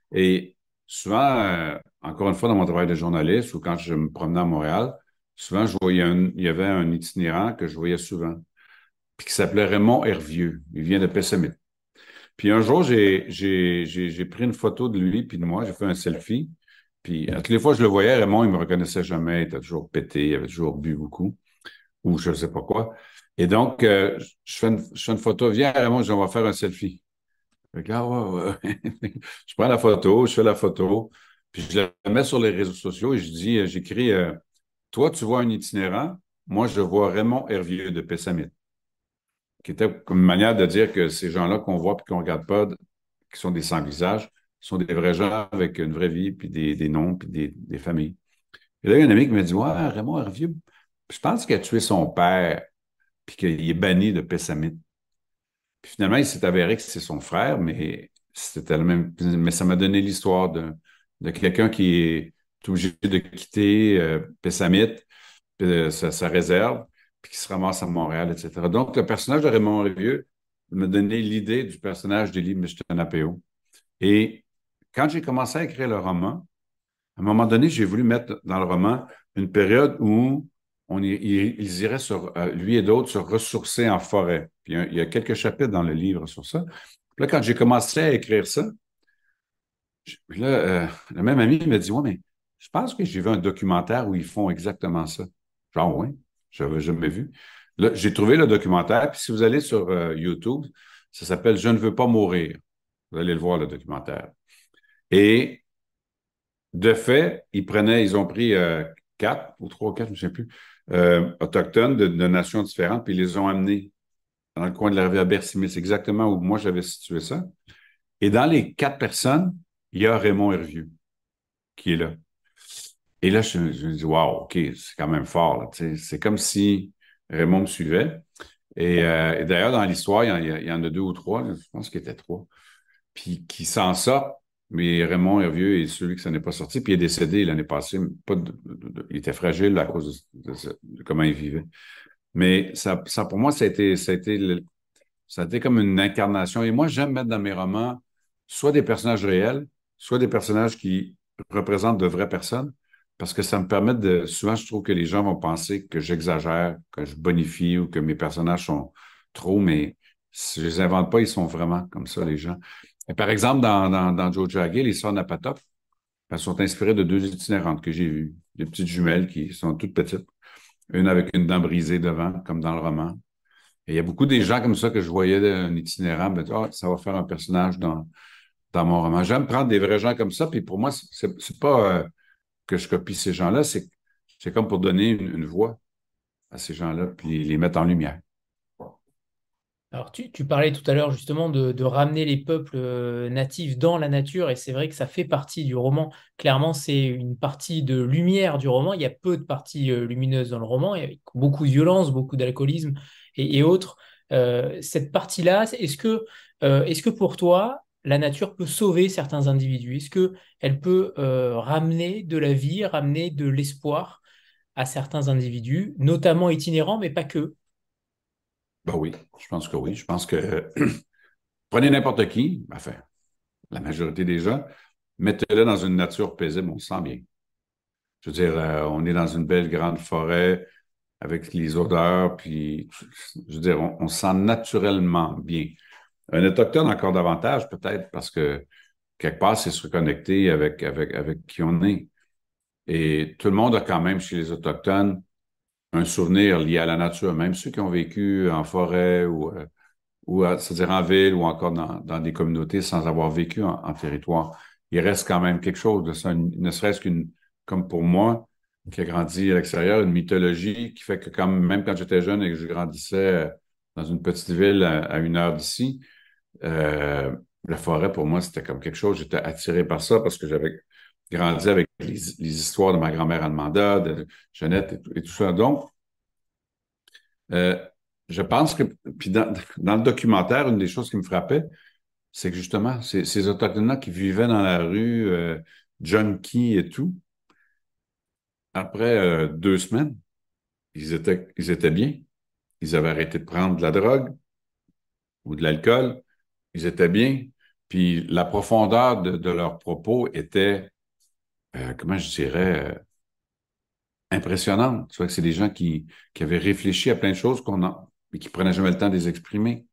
Et souvent, euh, encore une fois, dans mon travail de journaliste ou quand je me promenais à Montréal, souvent, je voyais un- il y avait un itinérant que je voyais souvent, puis qui s'appelait Raymond Hervieux. Il vient de Pessamit. Puis un jour, j'ai, j'ai, j'ai, j'ai pris une photo de lui puis de moi, j'ai fait un selfie. Puis à toutes les fois que je le voyais, Raymond, il me reconnaissait jamais, il était toujours pété, il avait toujours bu beaucoup, ou je ne sais pas quoi. Et donc, euh, je fais une, je fais une photo, viens Raymond, je dis, on va faire un selfie. Fait que, ah, ouais, ouais. Je prends la photo, je fais la photo, puis je la mets sur les réseaux sociaux et je dis, euh, j'écris, euh, toi, tu vois un itinérant, moi, je vois Raymond Hervieux de Pessamit, qui était comme une manière de dire que ces gens-là qu'on voit puis qu'on ne regarde pas, qui sont des sans-visage, sont des vrais gens avec une vraie vie, puis des, des noms, puis des, des familles. Et là, il y a un ami qui me dit, ouais, Raymond Hervieux, je pense qu'il a tué son père, puis qu'il est banni de Pessamit. Puis finalement, il s'est avéré que c'est son frère, mais c'était le même. Mais ça m'a donné l'histoire de, de quelqu'un qui est obligé de quitter euh, Pessamit, euh, sa, sa réserve, puis qui se ramasse à Montréal, et cetera. Donc, le personnage de Raymond Rivieux m'a donné l'idée du personnage d'Élie Mishtenapeo. Et quand j'ai commencé à écrire le roman, à un moment donné, j'ai voulu mettre dans le roman une période où on y- y- ils iraient sur, euh, lui et d'autres, se ressourcer en forêt. Puis, il y a il y a quelques chapitres dans le livre sur ça. Puis là, quand j'ai commencé à écrire ça, je- puis là, euh, le même ami m'a dit, ouais, mais je pense que j'ai vu un documentaire où ils font exactement ça. Genre, oui, je n'avais jamais vu. Là, j'ai trouvé le documentaire, puis si vous allez sur euh, YouTube, ça s'appelle Je ne veux pas mourir. Vous allez le voir, le documentaire. Et de fait, ils prenaient, ils ont pris euh, quatre ou trois ou quatre, je ne sais plus, euh, autochtones de, de nations différentes, puis ils les ont amenés dans le coin de la rivière Bersimie. C'est exactement où moi j'avais situé ça. Et dans les quatre personnes, il y a Raymond Hervieux qui est là. Et là, je, je me dis, wow, OK, c'est quand même fort. Là, tu sais. C'est comme si Raymond me suivait. Et, euh, et d'ailleurs, dans l'histoire, il y, en, il y en a deux ou trois, je pense qu'il y était trois, puis qui s'en sortent. Mais Raymond Hervieux est celui que ça n'est pas sorti, puis il est décédé l'année passée. Pas de- de- de- il était fragile à cause de, de- de comment il vivait. Mais ça, ça, pour moi, ça a été, ça a été, le- ça a été comme une incarnation. Et moi, j'aime mettre dans mes romans soit des personnages réels, soit des personnages qui représentent de vraies personnes, parce que ça me permet de... Souvent, je trouve que les gens vont penser que j'exagère, que je bonifie ou que mes personnages sont trop, mais je les invente pas, ils sont vraiment comme ça, les gens. Et par exemple, dans, dans, dans Joe Jagger, les sœurs Napatop, elles sont inspirées de deux itinérantes que j'ai vues, des petites jumelles qui sont toutes petites, une avec une dent brisée devant, comme dans le roman. Et il y a beaucoup des gens comme ça que je voyais un itinérant, ben, ah, ça va faire un personnage dans, dans mon roman. J'aime prendre des vrais gens comme ça, puis pour moi, c'est c'est pas euh, que je copie ces gens-là, c'est C'est comme pour donner une, une voix à ces gens-là, puis les, les mettre en lumière. Alors, tu, tu parlais tout à l'heure justement de, de ramener les peuples euh, natifs dans la nature, et c'est vrai que ça fait partie du roman. Clairement, c'est une partie de lumière du roman. Il y a peu de parties euh, lumineuses dans le roman, et avec beaucoup de violence, beaucoup d'alcoolisme et, et autres. Euh, cette partie-là, est-ce que, euh, est-ce que pour toi, la nature peut sauver certains individus? Est-ce que elle peut euh, ramener de la vie, ramener de l'espoir à certains individus, notamment itinérants, mais pas que? Ben oui, je pense que oui. Je pense que prenez n'importe qui, enfin, la majorité des gens, mettez-le dans une nature paisible, on se sent bien. Je veux dire, euh, on est dans une belle grande forêt avec les odeurs, puis, je veux dire, on, on se sent naturellement bien. Un autochtone encore davantage, peut-être, parce que quelque part, c'est se reconnecter avec, avec, avec qui on est. Et tout le monde a quand même, chez les Autochtones, un souvenir lié à la nature, même ceux qui ont vécu en forêt ou, euh, ou à- c'est-à-dire en ville ou encore dans, dans des communautés sans avoir vécu en, en territoire. Il reste quand même quelque chose de ça, une- ne serait-ce qu'une, comme pour moi, qui a grandi à l'extérieur, une mythologie qui fait que quand, même quand j'étais jeune et que je grandissais euh, dans une petite ville à, à une heure d'ici, euh, la forêt, pour moi, c'était comme quelque chose. J'étais attiré par ça parce que j'avais grandi avec les, les histoires de ma grand-mère Almanda, de Jeannette et, tout et tout ça. Donc, euh, je pense que, puis dans, dans le documentaire, une des choses qui me frappait, c'est que justement, ces, ces Autochtones-là qui vivaient dans la rue, euh, junkies et tout, après euh, deux semaines, ils étaient, ils étaient bien. Ils avaient arrêté de prendre de la drogue ou de l'alcool. Ils étaient bien. Puis la profondeur de, de leurs propos était, euh, comment je dirais, euh, impressionnante. Tu vois que c'est des gens qui, qui avaient réfléchi à plein de choses qu'on a, mais qui prenaient jamais le temps de les exprimer.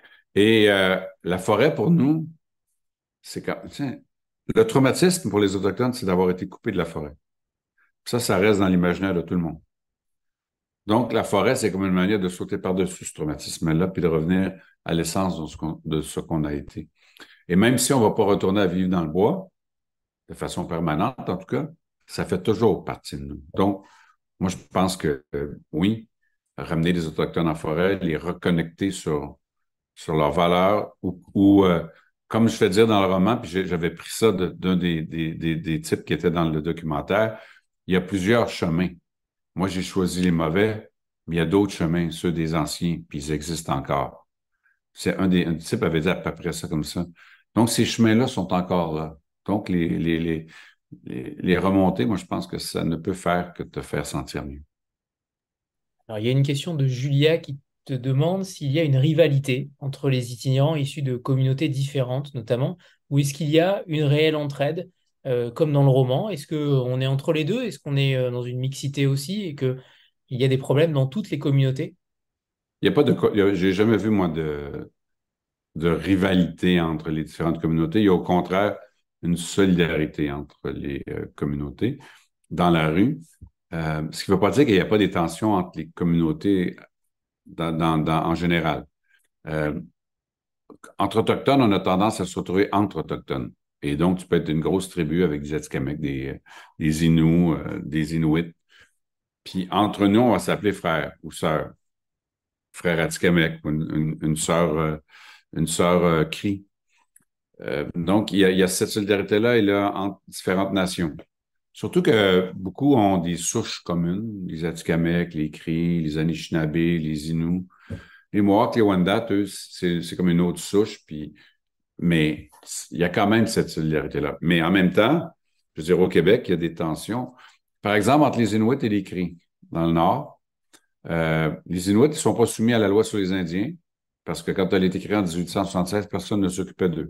Et euh, la forêt, pour nous, c'est quand, tiens, le traumatisme pour les Autochtones, c'est d'avoir été coupé de la forêt. Ça, ça reste dans l'imaginaire de tout le monde. Donc, la forêt, c'est comme une manière de sauter par-dessus ce traumatisme-là, puis de revenir à l'essence de ce qu'on, de ce qu'on a été. Et même si on ne va pas retourner à vivre dans le bois, de façon permanente, en tout cas, ça fait toujours partie de nous. Donc, moi, je pense que euh, oui, ramener les Autochtones en forêt, les reconnecter sur, sur leurs valeurs, ou, ou euh, comme je fais dire dans le roman, puis j'avais pris ça de- d'un des, des, des, des types qui étaient dans le documentaire, il y a plusieurs chemins. Moi, j'ai choisi les mauvais, mais il y a d'autres chemins, ceux des anciens, puis ils existent encore. C'est un des un type avait dit à peu près ça comme ça. Donc, ces chemins-là sont encore là. Donc, les, les, les, les, les remonter, moi, je pense que ça ne peut faire que te faire sentir mieux. Alors, il y a une question de Julia qui te demande s'il y a une rivalité entre les itinérants issus de communautés différentes, notamment, ou est-ce qu'il y a une réelle entraide, euh, comme dans le roman? Est-ce qu'on est entre les deux? Est-ce qu'on est euh, dans une mixité aussi et qu'il y a des problèmes dans toutes les communautés? Il y a pas de, co- il y a- j'ai jamais vu, moi, de, de rivalité entre les différentes communautés. Il y a au contraire une solidarité entre les euh, communautés dans la rue. Euh, ce qui ne veut pas dire qu'il n'y a pas des tensions entre les communautés dans, dans- dans- en général. Euh, Entre autochtones, on a tendance à se retrouver entre autochtones. Et donc, tu peux être une grosse tribu avec des Atikamekw, des, euh, des Inuits, euh, des Inuits. Puis entre nous, on va s'appeler frères ou sœurs. Frère Atikamekw, une, une, une sœur, euh, une sœur euh, Cri. Euh, donc, il y a, il y a cette solidarité-là et là entre différentes nations. Surtout que beaucoup ont des souches communes, les Atikamekw, les Cris, les Anishinaabe, les Inuits. Les Mohawks, les Wendat, eux, c'est c'est comme une autre souche, puis, mais il y a quand même cette solidarité-là. Mais en même temps, je veux dire, au Québec, il y a des tensions. Par exemple, entre les Inuits et les Cris, dans le Nord, euh, les Inuits ne sont pas soumis à la loi sur les Indiens, parce que quand elle a été créée en dix-huit cent soixante-seize, personne ne s'occupait d'eux.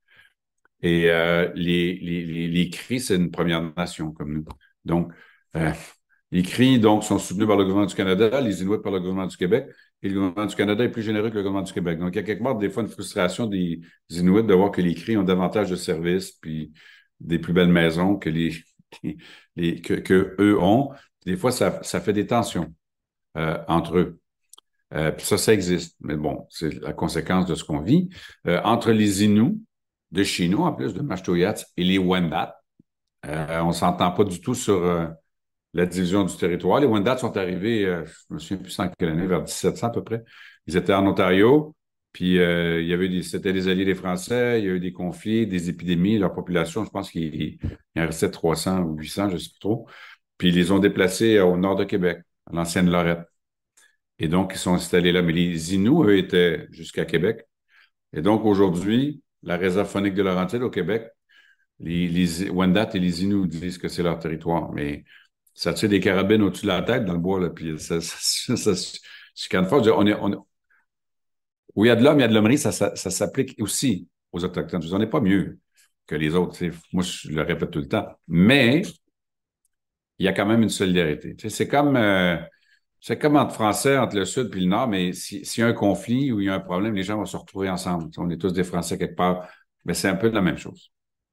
Et euh, les, les, les, les Cris, c'est une Première Nation comme nous. Donc, euh, les Cris donc, sont soutenus par le gouvernement du Canada, les Inuits par le gouvernement du Québec, et le gouvernement du Canada est plus généreux que le gouvernement du Québec. Donc, il y a quelque part, des fois, une frustration des Inuits de voir que les Cris ont davantage de services, puis des plus belles maisons que les, les que, que eux ont. Des fois, ça, ça fait des tensions euh, entre eux. Euh, puis ça, ça existe. Mais bon, c'est la conséquence de ce qu'on vit. Euh, entre les Inuits de chez nous, en plus de Mashtouillats, et les Wendat, euh, on s'entend pas du tout sur, euh, la division du territoire. Les Wendat sont arrivés, euh, je me souviens plus en quelle année, vers dix-sept cents à peu près. Ils étaient en Ontario, puis euh, il y avait des, c'était des alliés des Français, il y a eu des conflits, des épidémies. Leur population, je pense qu'il il en restait trois cents ou huit cents, je ne sais plus trop. Puis ils les ont déplacés euh, au nord de Québec, à l'ancienne Lorette. Et donc, ils sont installés là. Mais les Inuits, eux, étaient jusqu'à Québec. Et donc, aujourd'hui, la réserve phonique de Laurentide au Québec, les, les Wendat et les Inuits disent que c'est leur territoire. Mais ça tire des carabines au-dessus de la tête dans le bois, là, puis ça, ça, ça, ça chicane fort. On est, on est- où il y a de l'homme, il y a de l'hommerie, ça, ça, ça s'applique aussi aux Autochtones. On n'est pas mieux que les autres. Tu sais. Moi, je le répète tout le temps. Mais il y a quand même une solidarité. Tu sais, c'est comme, euh, c'est comme entre Français, entre le Sud et le Nord, mais si- s'il y a un conflit ou il y a un problème, les gens vont se retrouver ensemble. Tu sais, on est tous des Français quelque part. Mais c'est un peu la même chose.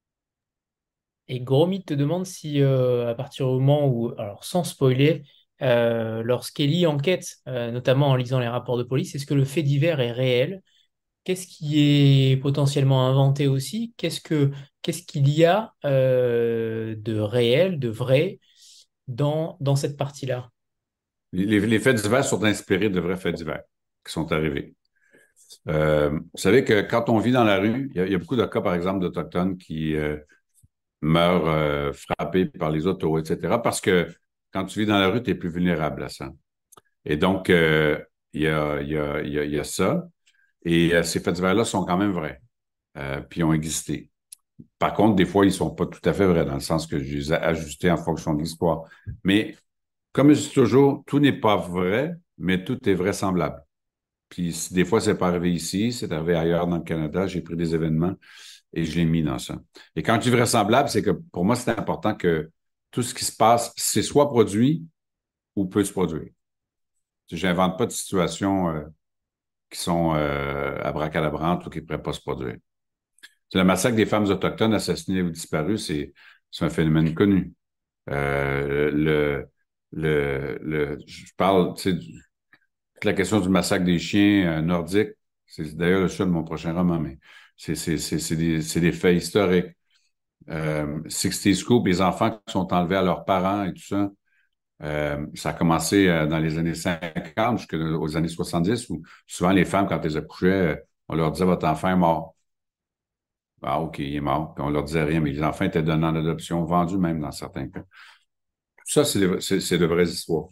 Et Gromit te demande si, euh, à partir du moment où, alors sans spoiler, euh, lorsqu'Ellie enquête, euh, notamment en lisant les rapports de police, est-ce que le fait divers est réel? Qu'est-ce qui est potentiellement inventé aussi? Qu'est-ce que, qu'est-ce qu'il y a euh, de réel, de vrai dans, dans cette partie-là? Les, les faits divers sont inspirés de vrais faits divers qui sont arrivés. Euh, vous savez que quand on vit dans la rue, il y a, il y a beaucoup de cas, par exemple, d'Autochtones qui euh, meurent euh, frappés par les autos, et cetera, parce que quand tu vis dans la rue, tu es plus vulnérable à ça. Et donc, euh, il y a, il y a, il y a, il y a ça. Et euh, ces faits divers-là sont quand même vrais, euh, puis ont existé. Par contre, des fois, ils sont pas tout à fait vrais, dans le sens que je les ai ajustés en fonction de l'histoire. Mais comme je dis toujours, tout n'est pas vrai, mais tout est vraisemblable. Puis si des fois, c'est pas arrivé ici, c'est arrivé ailleurs dans le Canada, j'ai pris des événements et je l'ai mis dans ça. Et quand je dis vraisemblable, c'est que pour moi, c'est important que tout ce qui se passe, c'est soit produit ou peut se produire. Je n'invente pas de situations euh, qui sont euh, abracadabrantes ou qui ne pourraient pas se produire. Le massacre des femmes autochtones assassinées ou disparues, c'est, c'est un phénomène connu. Euh, le, le, le, je parle, tu sais, du- la question du massacre des chiens euh, nordiques, c'est d'ailleurs le choix de mon prochain roman, mais c'est, c'est, c'est, c'est des, c'est des faits historiques. Euh, sixty Scoop, les enfants qui sont enlevés à leurs parents et tout ça, euh, ça a commencé euh, dans les années cinquante jusqu'aux années soixante-dix, où souvent les femmes, quand elles accouchaient, on leur disait votre enfant est mort. Ah, OK, il est mort. Puis on leur disait rien, mais les enfants étaient donnés en adoption, vendus même dans certains cas. Tout ça, c'est de, c'est, c'est de vraies histoires.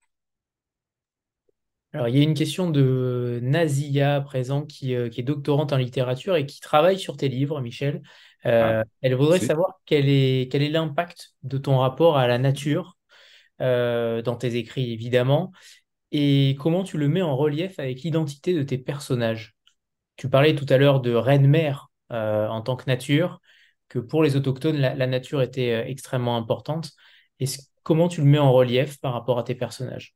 Alors, il y a une question de Nazia à présent qui, euh, qui est doctorante en littérature et qui travaille sur tes livres, Michel. Ah, Euh, elle voudrait si. savoir quel est, quel est l'impact de ton rapport à la nature euh, dans tes écrits, évidemment, et comment tu le mets en relief avec l'identité de tes personnages. Tu parlais tout à l'heure de reine-mère euh, en tant que nature, que pour les autochtones, la, la nature était euh, extrêmement importante. Et comment tu le mets en relief par rapport à tes personnages?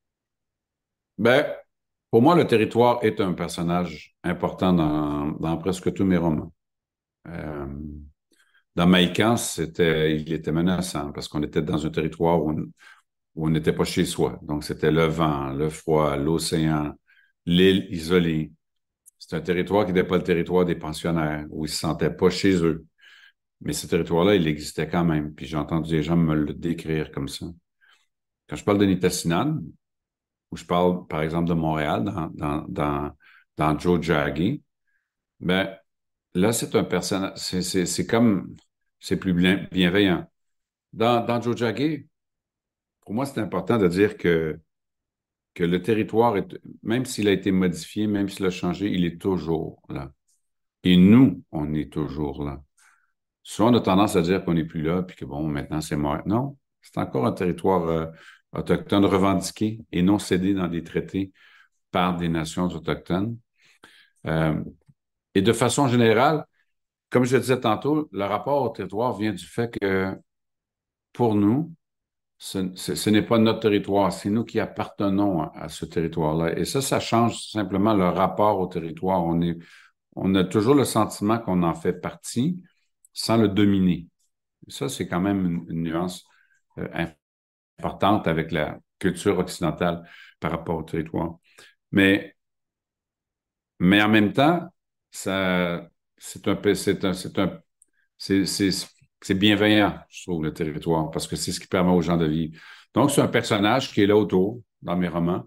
Ben, pour moi, le territoire est un personnage important dans, dans presque tous mes romans. Euh, dans Maïkan, c'était, il était menaçant parce qu'on était dans un territoire où on où on n'était pas chez soi. Donc, c'était le vent, le froid, l'océan, l'île isolée. C'est un territoire qui n'était pas le territoire des pensionnaires, où ils ne se sentaient pas chez eux. Mais ce territoire-là, il existait quand même. Puis j'ai entendu des gens me le décrire comme ça. Quand je parle de Nitassinan, ou je parle, par exemple, de Montréal, dans, dans, dans, dans Joe Jaggi, ben, là, c'est un personnage, c'est, c'est, c'est comme, c'est plus bien- bienveillant. Dans, dans Joe Jaggi, pour moi, c'est important de dire que, que le territoire, est, même s'il a été modifié, même s'il a changé, il est toujours là. Et nous, on est toujours là. Souvent, on a tendance à dire qu'on n'est plus là, puis que bon, maintenant, c'est mort. Non, c'est encore un territoire euh, autochtone revendiqué et non cédé dans des traités par des nations autochtones. Euh, et de façon générale, comme je le disais tantôt, le rapport au territoire vient du fait que pour nous, ce, ce- ce n'est pas notre territoire, c'est nous qui appartenons à, à ce territoire-là. Et ça, ça change simplement le rapport au territoire. On est, on a toujours le sentiment qu'on en fait partie sans le dominer. Ça, c'est quand même une, une nuance euh, importante avec la culture occidentale par rapport au territoire. Mais, mais en même temps, ça, c'est un, peu- c'est un, c'est un, c'est, c'est, c'est bienveillant, je trouve, le territoire, parce que c'est ce qui permet aux gens de vivre. Donc, c'est un personnage qui est là autour, dans mes romans,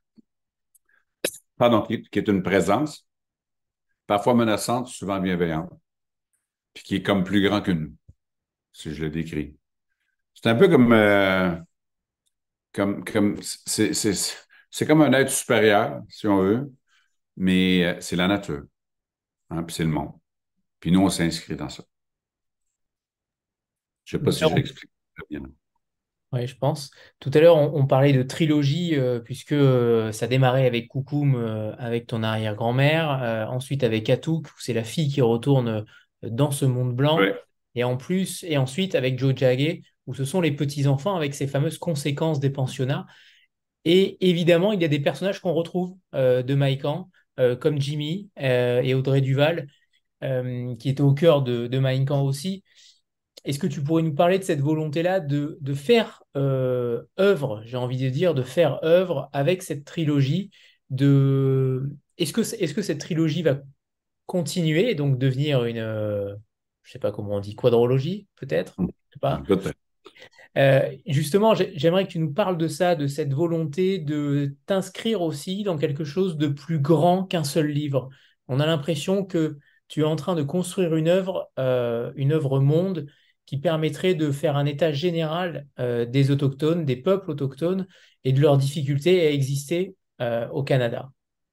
pardon, qui, qui est une présence, parfois menaçante, souvent bienveillante, puis qui est comme plus grand que nous, si je le décris. C'est un peu comme, euh, comme, comme c'est, c'est, c'est comme un être supérieur, si on veut, mais euh, c'est la nature, hein, puis c'est le monde. Puis nous, on s'inscrit dans ça. Je ne sais pas si je l'explique très bien. Oui, je pense. Tout à l'heure, on, on parlait de trilogie, euh, puisque euh, ça démarrait avec Koukoum, euh, avec ton arrière-grand-mère, euh, ensuite avec Atouk, où c'est la fille qui retourne euh, dans ce monde blanc, Oui. et en plus, et ensuite avec Joe Jagger, où ce sont les petits-enfants avec ces fameuses conséquences des pensionnats. Et évidemment, il y a des personnages qu'on retrouve euh, de Maïkan, euh, comme Jimmy euh, et Audrey Duval, euh, qui étaient au cœur de, de Maïkan aussi. Est-ce que tu pourrais nous parler de cette volonté-là de, de faire euh, œuvre, j'ai envie de dire, de faire œuvre avec cette trilogie de... Est-ce que, est-ce que cette trilogie va continuer et donc devenir une, euh, je sais pas comment on dit, quadrologie, peut-être? Je sais pas. Peut-être. Euh, justement, j'ai- j'aimerais que tu nous parles de ça, de cette volonté de t'inscrire aussi dans quelque chose de plus grand qu'un seul livre. On a l'impression que tu es en train de construire une œuvre, euh, une œuvre monde qui permettrait de faire un état général euh, des autochtones, des peuples autochtones et de leurs difficultés à exister euh, au Canada.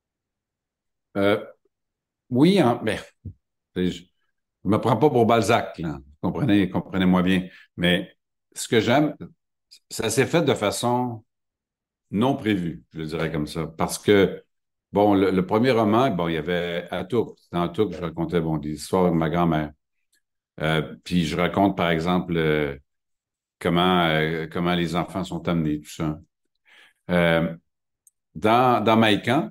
Euh, oui, hein, mais je ne me prends pas pour Balzac, là. Comprenez, comprenez-moi bien. Mais ce que j'aime, ça s'est fait de façon non prévue, je le dirais comme ça. Parce que, bon, le, le premier roman, bon, il y avait Atouk. Dans Atouk, je racontais, bon, des histoires avec ma grand-mère. Euh, puis je raconte, par exemple, euh, comment, euh, comment les enfants sont amenés, tout ça. Euh, dans, dans Maïkan,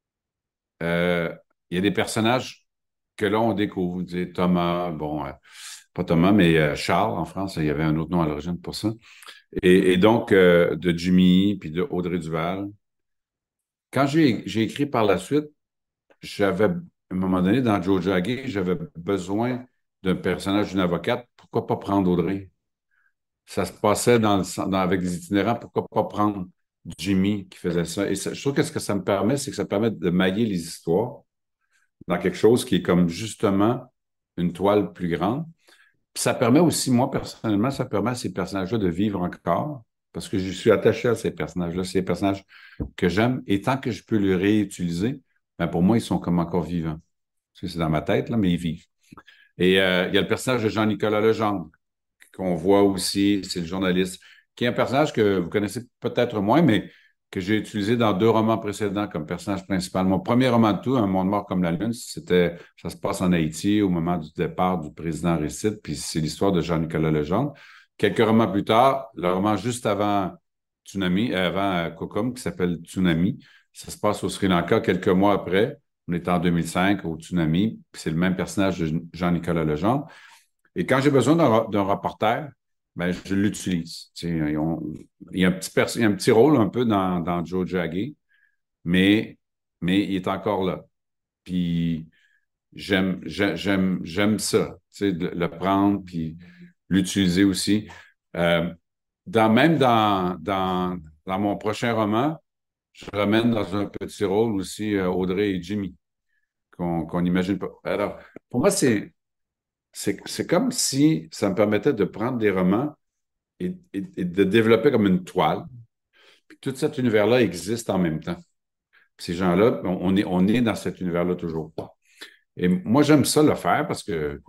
euh, il y a des personnages que là, on découvre. Vous dites Thomas, bon, euh, pas Thomas, mais euh, Charles en France, il y avait un autre nom à l'origine pour ça. Et, et donc, euh, de Jimmy, puis de Audrey Duval. Quand j'ai j'ai écrit par la suite, j'avais, à un moment donné, dans Joe Jagger, j'avais besoin d'un personnage, d'une avocate. Pourquoi pas prendre Audrey? Ça se passait dans le, sen- dans- avec des itinérants. Pourquoi pas prendre Jimmy qui faisait ça? Et ça- je trouve que ce que ça me permet, c'est que ça permet de mailler les histoires dans quelque chose qui est comme justement une toile plus grande. Puis ça permet aussi, moi, personnellement, ça permet à ces personnages-là de vivre encore parce que je suis attaché à ces personnages-là. C'est des personnages que j'aime et tant que je peux les réutiliser, ben pour moi, ils sont comme encore vivants. Tu sais, c'est dans ma tête, là, mais ils vivent. Et euh, il y a le personnage de Jean-Nicolas Legendre qu'on voit aussi, c'est le journaliste, qui est un personnage que vous connaissez peut-être moins, mais que j'ai utilisé dans deux romans précédents comme personnage principal. Mon premier roman de tout, Un monde mort comme la lune, c'était, ça se passe en Haïti au moment du départ du président Aristide, puis c'est l'histoire de Jean-Nicolas Legendre. Quelques romans plus tard, le roman juste avant Tsunami, euh, avant euh, Kokum, qui s'appelle Tsunami, ça se passe au Sri Lanka quelques mois après. On est en deux mille cinq au Tsunami, puis c'est le même personnage de Jean-Nicolas Legendre. Et quand j'ai besoin d'un d'un reporter, ben, je l'utilise. Tu sais, on- il y a un petit, pers- il y a un petit rôle un peu dans, dans Joe Jagger, mais, mais il est encore là. Puis j'aime, j'ai- j'aime, j'aime ça, tu sais, de le prendre, puis l'utiliser aussi. Euh, dans, même dans, dans, dans mon prochain roman, je ramène dans un petit rôle aussi euh, Audrey et Jimmy, qu'on qu'on n'imagine pas. Alors, pour moi, c'est c'est c'est comme si ça me permettait de prendre des romans et, et- et de développer comme une toile. Puis tout cet univers-là existe en même temps. Puis ces gens-là, on, on est, on est dans cet univers-là toujours. Et moi, j'aime ça le faire parce que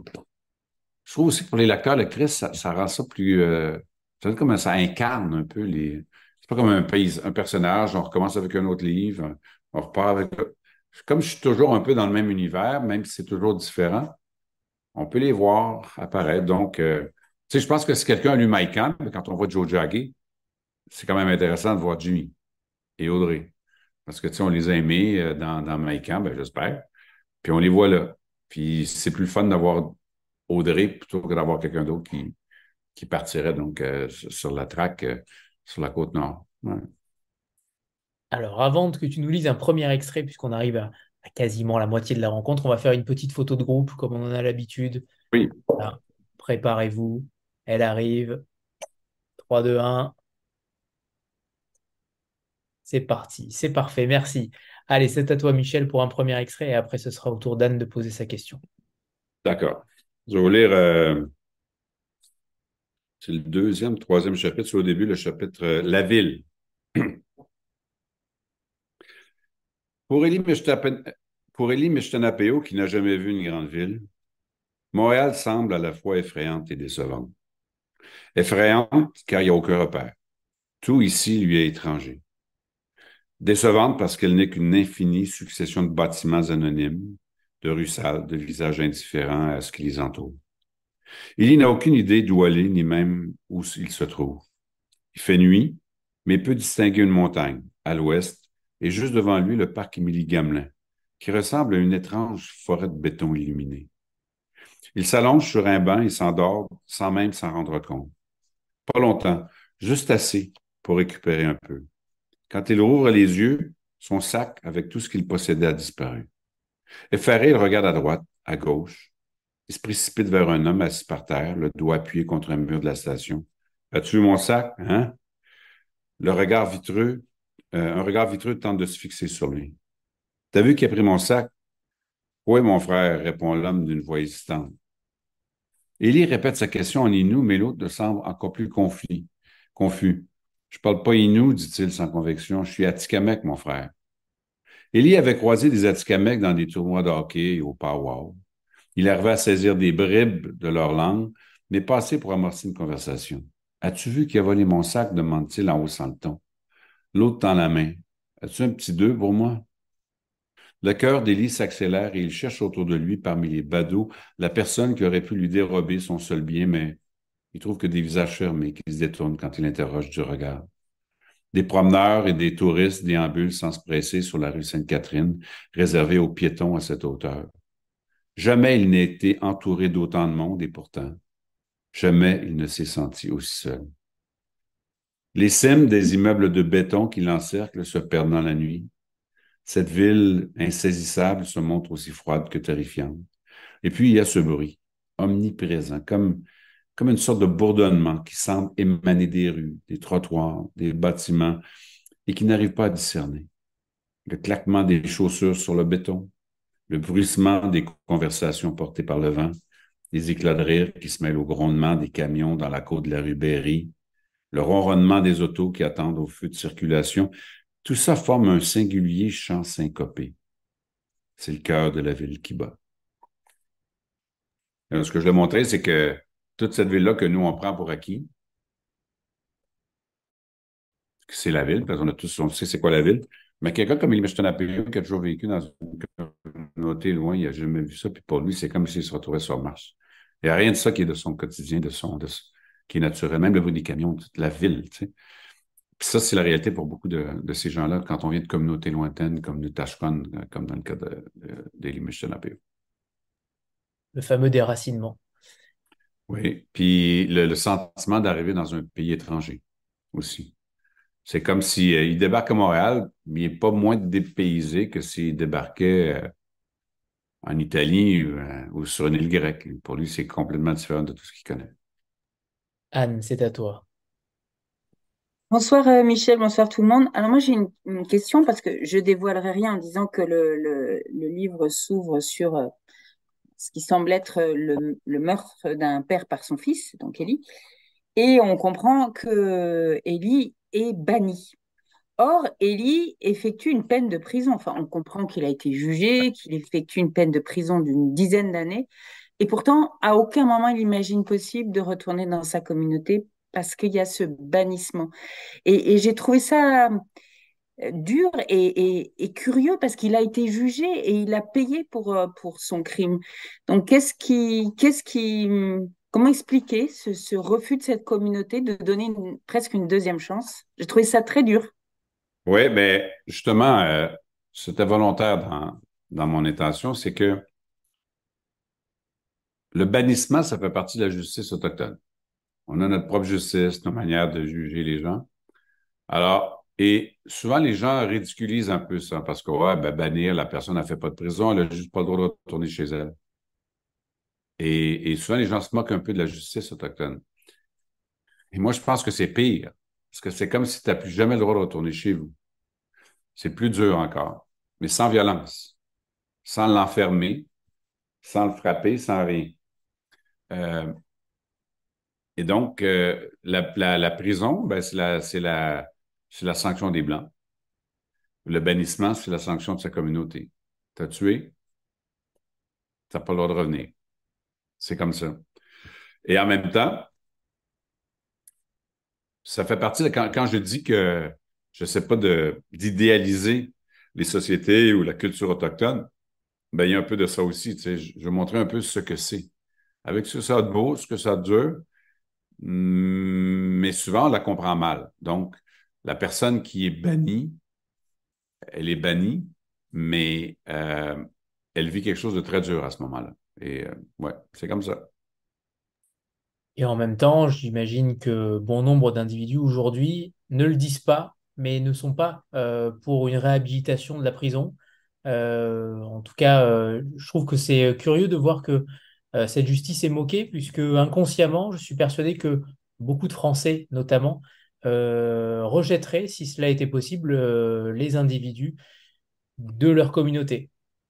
je trouve aussi que pour les lecteurs, le Christ, ça, ça rend ça plus. Euh, ça donne comme un- ça incarne un peu les. C'est pas comme un, pays, un personnage, on recommence avec un autre livre, on repart avec. Comme je suis toujours un peu dans le même univers, même si c'est toujours différent, on peut les voir apparaître. Donc, euh, tu sais, je pense que si quelqu'un a lu My Camp, quand on voit Joe Jagger, c'est quand même intéressant de voir Jimmy et Audrey. Parce que, tu sais, on les a aimés euh, dans, dans My Camp, ben, j'espère. Puis on les voit là. Puis c'est plus fun d'avoir Audrey plutôt que d'avoir quelqu'un d'autre qui, qui partirait donc euh, sur la traque euh, sur la côte nord. Ouais. Alors, avant que tu nous lises un premier extrait, puisqu'on arrive à, à quasiment la moitié de la rencontre, on va faire une petite photo de groupe, comme on en a l'habitude. Oui. Voilà. Préparez-vous. Elle arrive. Trois, deux, un. C'est parti. C'est parfait. Merci. Allez, c'est à toi, Michel, pour un premier extrait et après, ce sera au tour d'Anne de poser sa question. D'accord. Je vais vous lire, euh, c'est le deuxième, troisième chapitre, c'est au début, le chapitre euh, La ville. Pour Élie Meshtapen- pour Élie Meshtanapéo, qui n'a jamais vu une grande ville, Montréal semble à la fois effrayante et décevante. Effrayante, car il n'y a aucun repère. Tout ici lui est étranger. Décevante parce qu'elle n'est qu'une infinie succession de bâtiments anonymes, de rues sales, de visages indifférents à ce qui les entoure. Élie n'a aucune idée d'où aller, ni même où il se trouve. Il fait nuit, mais peut distinguer une montagne, à l'ouest, et juste devant lui, le parc Émilie-Gamelin, qui ressemble à une étrange forêt de béton illuminée. Il s'allonge sur un banc et s'endort sans même s'en rendre compte. Pas longtemps, juste assez pour récupérer un peu. Quand il rouvre les yeux, son sac avec tout ce qu'il possédait a disparu. Effaré, il regarde à droite, à gauche. Il se précipite vers un homme assis par terre, le doigt appuyé contre un mur de la station. As-tu vu mon sac, hein? Le regard vitreux, euh, un regard vitreux tente de se fixer sur lui. T'as vu qui a pris mon sac? Oui, mon frère, répond l'homme d'une voix hésitante. Élie répète sa question en inou, mais l'autre semble encore plus conflit, confus. Je parle pas inou, dit-il sans conviction. Je suis Atikamekw, mon frère. Élie avait croisé des Atikamekw dans des tournois de hockey et au powwow. Il arrivait à saisir des bribes de leur langue, mais pas assez pour amorcer une conversation. As-tu vu qui a volé mon sac? Demande-t-il en haussant le ton. L'autre tend la main. As-tu un petit deux pour moi? Le cœur d'Élie s'accélère et il cherche autour de lui, parmi les badauds, la personne qui aurait pu lui dérober son seul bien, mais il trouve que des visages fermés qui se détournent quand il interroge du regard. Des promeneurs et des touristes déambulent sans se presser sur la rue Sainte-Catherine, réservée aux piétons à cette hauteur. Jamais il n'a été entouré d'autant de monde et pourtant, jamais il ne s'est senti aussi seul. Les cimes des immeubles de béton qui l'encerclent se perdent dans la nuit. Cette ville insaisissable se montre aussi froide que terrifiante. Et puis, il y a ce bruit, omniprésent, comme, comme une sorte de bourdonnement qui semble émaner des rues, des trottoirs, des bâtiments, et qui n'arrive pas à discerner. Le claquement des chaussures sur le béton, le bruissement des conversations portées par le vent, les éclats de rire qui se mêlent au grondement des camions dans la cour de la rue Berry, le ronronnement des autos qui attendent au feu de circulation, tout ça forme un singulier chant syncopé. C'est le cœur de la ville qui bat. Alors, ce que je voulais montrer, c'est que toute cette ville-là que nous, on prend pour acquis, c'est la ville, parce qu'on a tous, on sait c'est quoi la ville, mais quelqu'un comme Élie Meshtonapéo qui a toujours vécu dans une communauté loin, il n'a jamais vu ça, puis pour lui, c'est comme s'il se retrouvait sur Mars. Il n'y a rien de ça qui est de son quotidien, de son, de, qui est naturel, même le bruit des camions, toute la ville, tu sais. Puis ça, c'est la réalité pour beaucoup de, de ces gens-là, quand on vient de communautés lointaines, comme nous Tashkon, comme dans le cas de, de, d'Élie Meshtonapéo. Le fameux déracinement. Oui, puis le, le sentiment d'arriver dans un pays étranger aussi. C'est comme si euh, il débarque à Montréal, mais il n'est pas moins dépaysé que s'il débarquait euh, en Italie ou, euh, ou sur une île grecque. Pour lui, c'est complètement différent de tout ce qu'il connaît. Anne, c'est à toi. Bonsoir euh, Michel, bonsoir tout le monde. Alors moi j'ai une, une question parce que je dévoilerai rien en disant que le, le, le livre s'ouvre sur euh, ce qui semble être euh, le, le meurtre d'un père par son fils, donc Élie, et on comprend que Élie est banni. Or, Élie effectue une peine de prison. Enfin, on comprend qu'il a été jugé, qu'il effectue une peine de prison d'une dizaine d'années, et pourtant, à aucun moment il imagine possible de retourner dans sa communauté parce qu'il y a ce bannissement. Et, et j'ai trouvé ça euh, dur et, et- et curieux parce qu'il a été jugé et il a payé pour, euh, pour son crime. Donc, qu'est-ce qui, qu'est-ce qui, comment expliquer ce, ce refus de cette communauté de donner une- presque une deuxième chance? J'ai trouvé ça très dur. Oui, mais justement, euh, c'était volontaire dans, dans mon intention, c'est que le bannissement, ça fait partie de la justice autochtone. On a notre propre justice, nos manières de juger les gens. Alors, et souvent, les gens ridiculisent un peu ça parce que, ouais, ben, bannir, la personne n'a fait pas de prison, elle n'a juste pas le droit de retourner chez elle. Et, et souvent, les gens se moquent un peu de la justice autochtone. Et moi, je pense que c'est pire, parce que c'est comme si tu n'as plus jamais le droit de retourner chez vous. C'est plus dur encore, mais sans violence, sans l'enfermer, sans le frapper, sans rien. Euh, et donc, euh, la, la, la prison, ben, c'est la, c'est la, c'est la sanction des Blancs. Le bannissement, c'est la sanction de sa communauté. T'as tué, t'as pas le droit de revenir. C'est comme ça. Et en même temps, ça fait partie de quand, quand je dis que je ne sais pas de, d'idéaliser les sociétés ou la culture autochtone, ben, il y a un peu de ça aussi. Tu sais. Je, je vais montrer un peu ce que c'est. Avec ce que ça a de beau, ce que ça a de dur, mais souvent on la comprend mal. Donc, la personne qui est bannie, elle est bannie, mais euh, elle vit quelque chose de très dur à ce moment-là. Et euh, ouais, c'est comme ça. Et en même temps, j'imagine que bon nombre d'individus aujourd'hui ne le disent pas, mais ne sont pas euh, pour une réhabilitation de la prison. Euh, en tout cas, euh, je trouve que c'est curieux de voir que euh, cette justice est moquée, puisque inconsciemment, je suis persuadé que beaucoup de Français, notamment, euh, rejetteraient, si cela était possible, euh, les individus de leur communauté.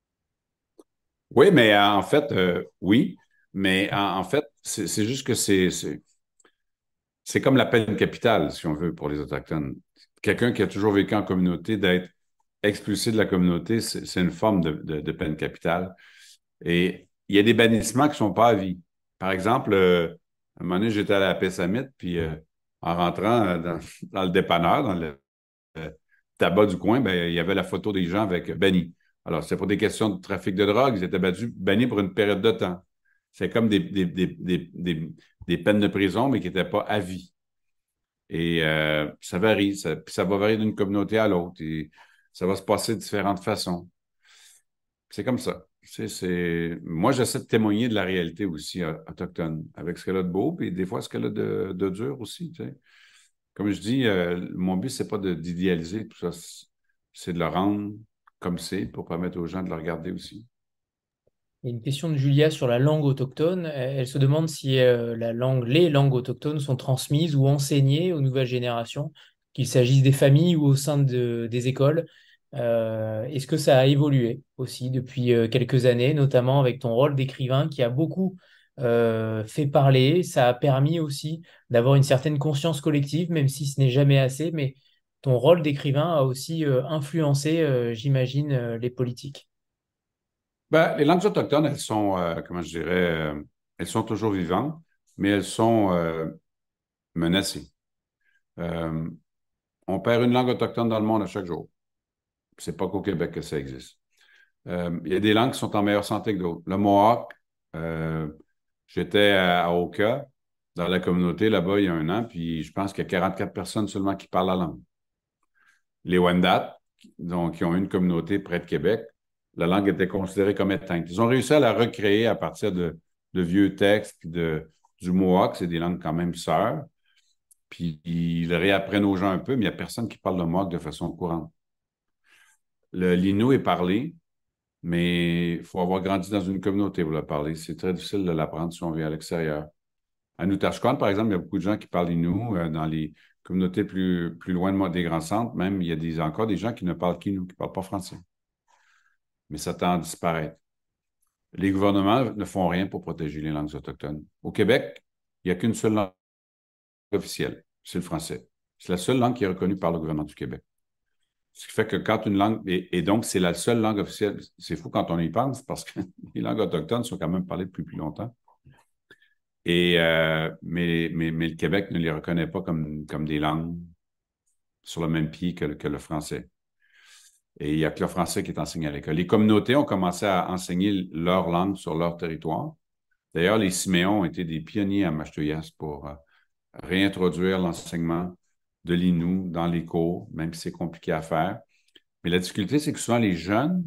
Oui, mais euh, en fait, euh, oui, mais en, en fait, c'est c'est juste que c'est c'est c'est comme la peine capitale, si on veut, pour les Autochtones. Quelqu'un qui a toujours vécu en communauté, d'être expulsé de la communauté, c'est c'est une forme de, de, de peine capitale. Et il y a des bannissements qui ne sont pas à vie. Par exemple, euh, à un moment donné, j'étais à la Pessamit, puis euh, en rentrant euh, dans, dans le dépanneur, dans le euh, tabac du coin, ben, il y avait la photo des gens avec bannis. Alors, c'est pour des questions de trafic de drogue, ils étaient battus, bannis pour une période de temps. C'est comme des, des, des, des, des, des peines de prison, mais qui n'étaient pas à vie. Et euh, ça varie, ça, puis ça va varier d'une communauté à l'autre, et ça va se passer de différentes façons. C'est comme ça. C'est, c'est... Moi, j'essaie de témoigner de la réalité aussi euh, autochtone, avec ce qu'elle a de beau, puis des fois ce qu'elle a de, de dur aussi. Tu sais. Comme je dis, euh, mon but, c'est pas de, d'idéaliser tout ça, c'est de le rendre comme c'est pour permettre aux gens de le regarder aussi. Il y a une question de Julia sur la langue autochtone. Elle elle se demande si euh, la langue, les langues autochtones sont transmises ou enseignées aux nouvelles générations, qu'il s'agisse des familles ou au sein de- des écoles. Euh, est-ce que ça a évolué aussi depuis euh, quelques années, notamment avec ton rôle d'écrivain qui a beaucoup euh, fait parler. Ça a permis aussi d'avoir une certaine conscience collective, même si ce n'est jamais assez, mais ton rôle d'écrivain a aussi euh, influencé, euh, j'imagine, euh, les politiques. Ben, les langues autochtones, elles sont, euh, comment je dirais, euh, elles sont toujours vivantes, mais elles sont euh, menacées. Euh, on perd une langue autochtone dans le monde à chaque jour. C'est pas qu'au Québec que ça existe. Euh, il y a des langues qui sont en meilleure santé que d'autres. Le Mohawk, euh, j'étais à, à Oka, dans la communauté là-bas il y a un an, puis je pense qu'il y a quarante-quatre personnes seulement qui parlent la langue. Les Wendat, donc, qui ont une communauté près de Québec, la langue était considérée comme éteinte. Ils ont réussi à la recréer à partir de, de vieux textes, puis de, du Mohawk, c'est des langues quand même sœurs, puis ils réapprennent aux gens un peu, mais il n'y a personne qui parle le Mohawk de façon courante. Le Lino est parlé, mais il faut avoir grandi dans une communauté pour le parler. C'est très difficile de l'apprendre si on vit à l'extérieur. À Noutashquan, par exemple, il y a beaucoup de gens qui parlent Innu. Euh, dans les communautés plus, plus loin de moi des grands centres, même, il y a des, encore des gens qui ne parlent qu'Innu, qui ne parlent pas français. Mais ça tend à disparaître. Les gouvernements ne font rien pour protéger les langues autochtones. Au Québec, il n'y a qu'une seule langue officielle, c'est le français. C'est la seule langue qui est reconnue par le gouvernement du Québec. Ce qui fait que quand une langue, et, et donc c'est la seule langue officielle, c'est fou quand on y pense, parce que les langues autochtones sont quand même parlées depuis plus longtemps. Et, euh, mais, mais, mais le Québec ne les reconnaît pas comme, comme des langues sur le même pied que le, que le français. Et il n'y a que le français qui est enseigné à l'école. Les communautés ont commencé à enseigner leur langue sur leur territoire. D'ailleurs, les Siméons ont été des pionniers à Machteuillasse pour euh, réintroduire l'enseignement de l'Innu dans les cours, même si c'est compliqué à faire. Mais la difficulté, c'est que souvent les jeunes,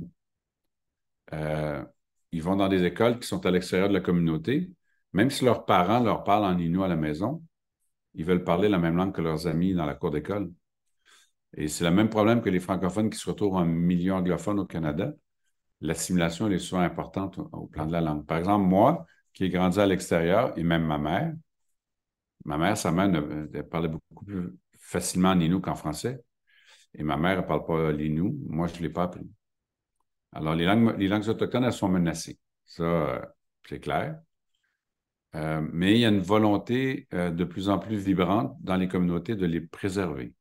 euh, ils vont dans des écoles qui sont à l'extérieur de la communauté. Même si leurs parents leur parlent en Innu à la maison, ils veulent parler la même langue que leurs amis dans la cour d'école. Et c'est le même problème que les francophones qui se retrouvent en milieu anglophone au Canada. L'assimilation elle est souvent importante au, au plan de la langue. Par exemple, moi, qui est grandi à l'extérieur, et même ma mère. Ma mère, sa mère, ne, elle parlait beaucoup plus facilement en Innu qu'en français. Et ma mère, elle ne parle pas l'Innu. Moi, je ne l'ai pas appris. Alors, les langues, les langues autochtones, elles sont menacées. Ça, euh, c'est clair. Euh, mais il y a une volonté euh, de plus en plus vibrante dans les communautés de les préserver.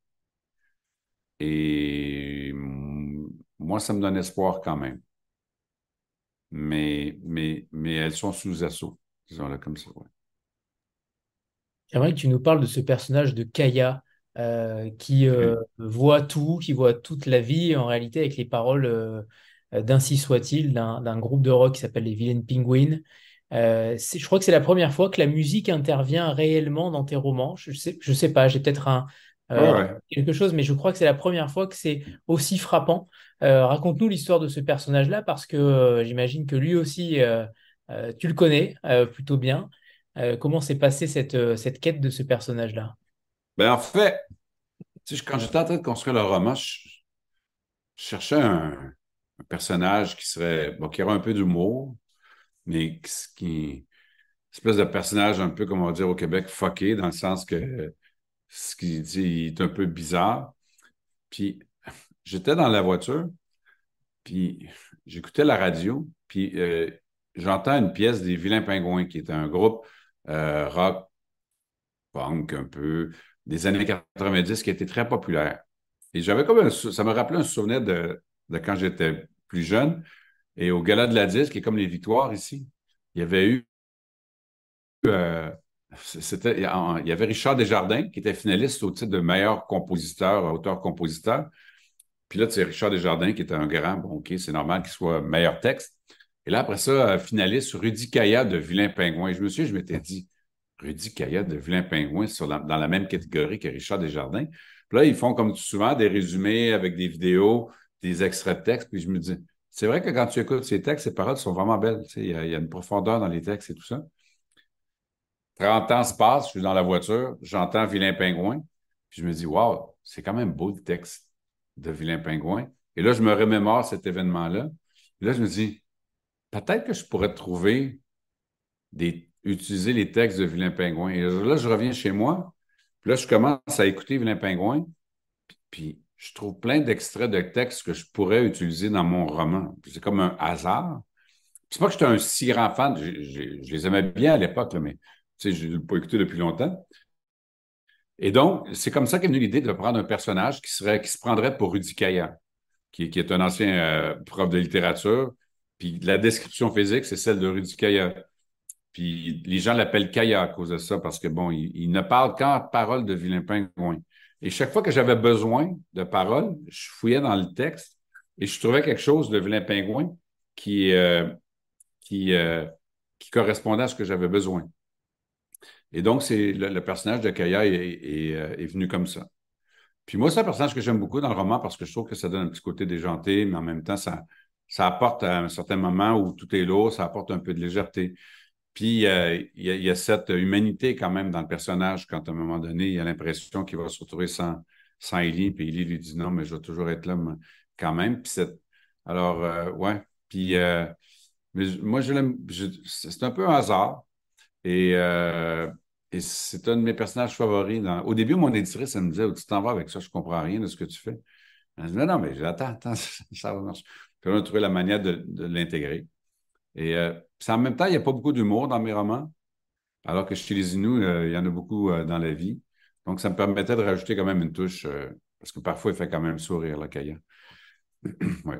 Et mm, moi, ça me donne espoir quand même. Mais, mais, mais elles sont sous assaut, disons-le comme ça. Ouais. J'aimerais que tu nous parles de ce personnage de Kaya euh, qui euh, OK. voit tout, qui voit toute la vie, en réalité, avec les paroles euh, d'Ainsi soit-il, d'un d'un groupe de rock qui s'appelle les Vilaines Penguins. Euh, c'est- je crois que c'est la première fois que la musique intervient réellement dans tes romans. Je sais, je sais pas, j'ai peut-être un, Ouais, euh, ouais. quelque chose, mais je crois que c'est la première fois que c'est aussi frappant. Euh, raconte-nous l'histoire de ce personnage-là, parce que euh, j'imagine que lui aussi, euh, euh, tu le connais euh, plutôt bien. Euh, comment s'est passée cette, euh, cette quête de ce personnage-là? Ben, en fait, tu sais, quand j'étais en train de construire le roman, je, je cherchais un, un personnage qui serait, bon, qui aurait un peu d'humour, mais qui, qui- espèce de personnage un peu, comme on va dire au Québec, fucké, dans le sens que ce qu'il dit il est un peu bizarre. Puis j'étais dans la voiture, puis j'écoutais la radio, puis euh, j'entends une pièce des Vilains Pingouins, qui est un groupe euh, rock, punk un peu, des années quatre-vingt-dix, qui était très populaire. Et j'avais comme un, sou- ça me rappelait un souvenir de, de quand j'étais plus jeune. Et au Gala de la Disque, qui est comme les Victoires ici, il y avait eu, euh, c'était, il y avait Richard Desjardins, qui était finaliste au titre de meilleur compositeur, auteur-compositeur. Puis là, tu sais, Richard Desjardins, qui était un grand, bon, OK, c'est normal qu'il soit meilleur texte. Et là, après ça, euh, finaliste, Rudy Kaya de Vilain Pingouin. Et je me suis, je m'étais dit, Rudy Kaya de Vilain Pingouin sur la- dans la même catégorie que Richard Desjardins. Puis là, ils font comme souvent des résumés avec des vidéos, des extraits de texte. Puis je me dis, c'est vrai que quand tu écoutes ces textes, ces paroles sont vraiment belles. Tu sais, il y a, il y a une profondeur dans les textes et tout ça. trente ans se passent, je suis dans la voiture, j'entends Vilain Pingouin. Puis je me dis, waouh, c'est quand même beau le texte de Vilain Pingouin. Et là, je me remémore cet événement-là. Et là, je me dis, peut-être que je pourrais trouver des, utiliser les textes de Vilain Pingouin. Et là, je reviens chez moi. Puis là, je commence à écouter Vilain Pingouin. Puis je trouve plein d'extraits de textes que je pourrais utiliser dans mon roman. Puis c'est comme un hasard. C'est pas que j'étais un si grand fan. J'ai- j'ai- je les aimais bien à l'époque, là, mais tu sais, je ne l'ai pas écouté depuis longtemps. Et donc, c'est comme ça qu'est venue l'idée de prendre un personnage qui serait, qui se prendrait pour Rudy Kaya, qui, qui est un ancien euh, prof de littérature. Puis la description physique, c'est celle de Rudy Kaya. Puis les gens l'appellent Kaya à cause de ça, parce que bon, il, il ne parle qu'en paroles de Vilain Pingouin. Et chaque fois que j'avais besoin de paroles, je fouillais dans le texte et je trouvais quelque chose de Vilain Pingouin qui, euh, qui, euh, qui correspondait à ce que j'avais besoin. Et donc, c'est le, le personnage de Kaya est, est, euh, est venu comme ça. Puis moi, c'est un personnage que j'aime beaucoup dans le roman parce que je trouve que ça donne un petit côté déjanté, mais en même temps, ça, ça apporte à un certain moment où tout est lourd, ça apporte un peu de légèreté. Puis euh, il y a, il y a cette humanité quand même dans le personnage quand à un moment donné, il a l'impression qu'il va se retrouver sans, sans Ellie, puis Ellie lui dit non, mais je vais toujours être là moi, quand même. Puis c'est, alors, euh, ouais. Puis euh, mais je- moi, je l'aime. je- C'est un peu un hasard. Et, euh, et c'est un de mes personnages favoris. Dans... Au début, mon éditrice, elle me disait, tu t'en vas avec ça, je comprends rien de ce que tu fais. Elle dit, non, non, mais attends, attends, ça va marcher. Puis on a trouvé la manière de, de l'intégrer. Et euh, puis en même temps, il n'y a pas beaucoup d'humour dans mes romans, alors que chez les Inuits, euh, il y en a beaucoup euh, dans la vie. Donc, ça me permettait de rajouter quand même une touche, euh, parce que parfois, il fait quand même sourire, le Kaya. Ouais.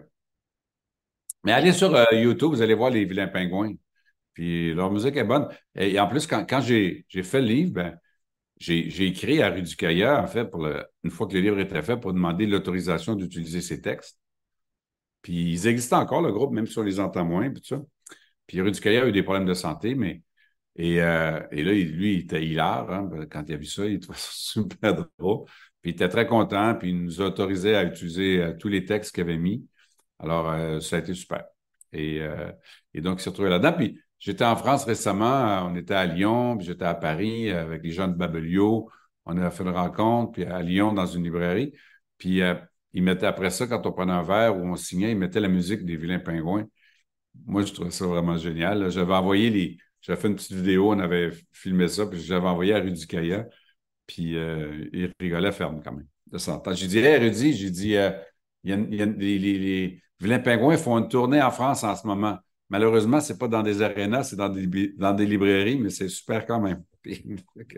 Mais allez sur euh, YouTube, vous allez voir les vilains pingouins. Puis leur musique est bonne. Et, et en plus, quand, quand j'ai, j'ai fait le livre, ben, j'ai, j'ai écrit à Rudy Kaya, en fait, pour le, une fois que le livre était fait, pour demander l'autorisation d'utiliser ses textes. Puis ils existent encore, le groupe, même si on les entend moins, puis tout ça. Puis Rudy Kaya a eu des problèmes de santé, mais Et, euh, et là, il- lui, il était hilar, hein, quand il a vu ça, il trouvait ça super drôle. Puis il était très content, puis il nous a autorisé à utiliser euh, tous les textes qu'il avait mis. Alors, euh, ça a été super. Et, euh, et donc, il s'est retrouvé là-dedans. Puis j'étais en France récemment, euh, on était à Lyon, puis j'étais à Paris euh, avec les gens de Babelio. On a fait une rencontre, puis à Lyon, dans une librairie. Puis euh, ils mettaient après ça, quand on prenait un verre ou on signait, ils mettaient la musique des Vilains Pingouins. Moi, je trouvais ça vraiment génial. Là. J'avais envoyé les, j'avais fait une petite vidéo, on avait filmé ça, puis j'avais envoyé à Rudy Kaya, puis euh, il rigolait ferme quand même. De son temps. J'ai dit, hey, Rudy, j'ai dit, euh, il y a, il y a- les, les, les Vilains Pingouins font une tournée en France en ce moment. Malheureusement, c'est pas dans des arénas, c'est dans des, bi- dans des librairies, mais c'est super quand même. Puis, ok.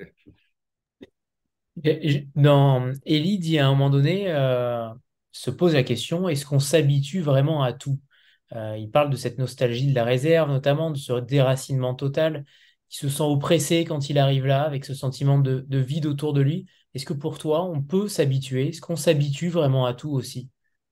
Et- et- Dans Ellie dit à un moment donné, euh, se pose la question, est-ce qu'on s'habitue vraiment à tout? Euh, il parle de cette nostalgie de la réserve, notamment de ce déracinement total. Il se sent oppressé quand il arrive là, avec ce sentiment de, de vide autour de lui. Est-ce que pour toi, on peut s'habituer? Est-ce qu'on s'habitue vraiment à tout aussi?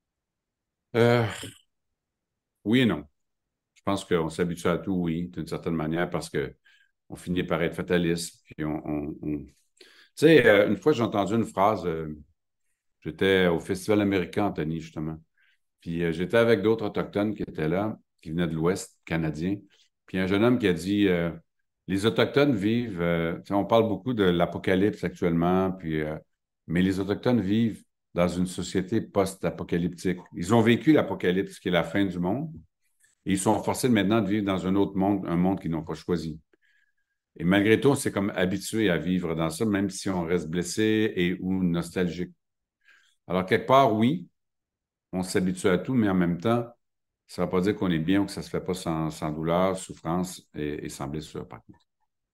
Euh, oui et non. Je pense qu'on s'habitue à tout, oui, d'une certaine manière, parce que on finit par être fataliste. Puis on, on- on- Tu sais, euh, une fois, j'ai entendu une phrase, euh, j'étais au Festival américain, Anthony, justement. Puis euh, j'étais avec d'autres Autochtones qui étaient là, qui venaient de l'Ouest canadien. Puis un jeune homme qui a dit euh, les Autochtones vivent, euh, tu sais, on parle beaucoup de l'apocalypse actuellement, puis, euh, mais les Autochtones vivent dans une société post-apocalyptique. Ils ont vécu l'apocalypse, qui est la fin du monde, et ils sont forcés maintenant de vivre dans un autre monde, un monde qu'ils n'ont pas choisi. Et malgré tout, c'est comme habitué à vivre dans ça, même si on reste blessé et ou nostalgique. Alors, quelque part, oui, on s'habitue à tout, mais en même temps, ça ne veut pas dire qu'on est bien ou que ça ne se fait pas sans, sans douleur, souffrance et, et sans blessure, par contre.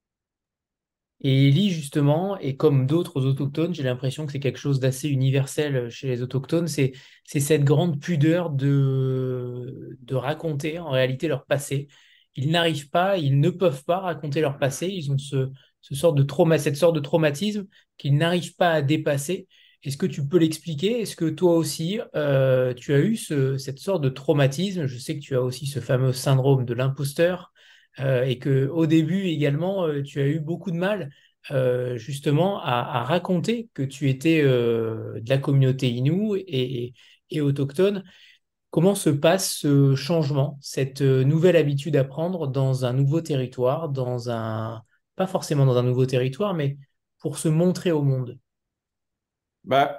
Et Ellie, justement, et comme d'autres autochtones, j'ai l'impression que c'est quelque chose d'assez universel chez les autochtones, c'est, c'est cette grande pudeur de, de raconter en réalité leur passé. Ils n'arrivent pas, ils ne peuvent pas raconter leur passé, ils ont ce, ce sorte de trauma, cette sorte de traumatisme qu'ils n'arrivent pas à dépasser. Est-ce que tu peux l'expliquer? Est-ce que toi aussi, euh, tu as eu ce- cette sorte de traumatisme? Je sais que tu as aussi ce fameux syndrome de l'imposteur. Euh, et que au début également, euh, tu as eu beaucoup de mal euh, justement à, à raconter que tu étais euh, de la communauté Innu et, et- et autochtone. Comment se passe ce changement, cette euh, nouvelle habitude à prendre dans un nouveau territoire, dans un, pas forcément dans un nouveau territoire, mais pour se montrer au monde? Ben,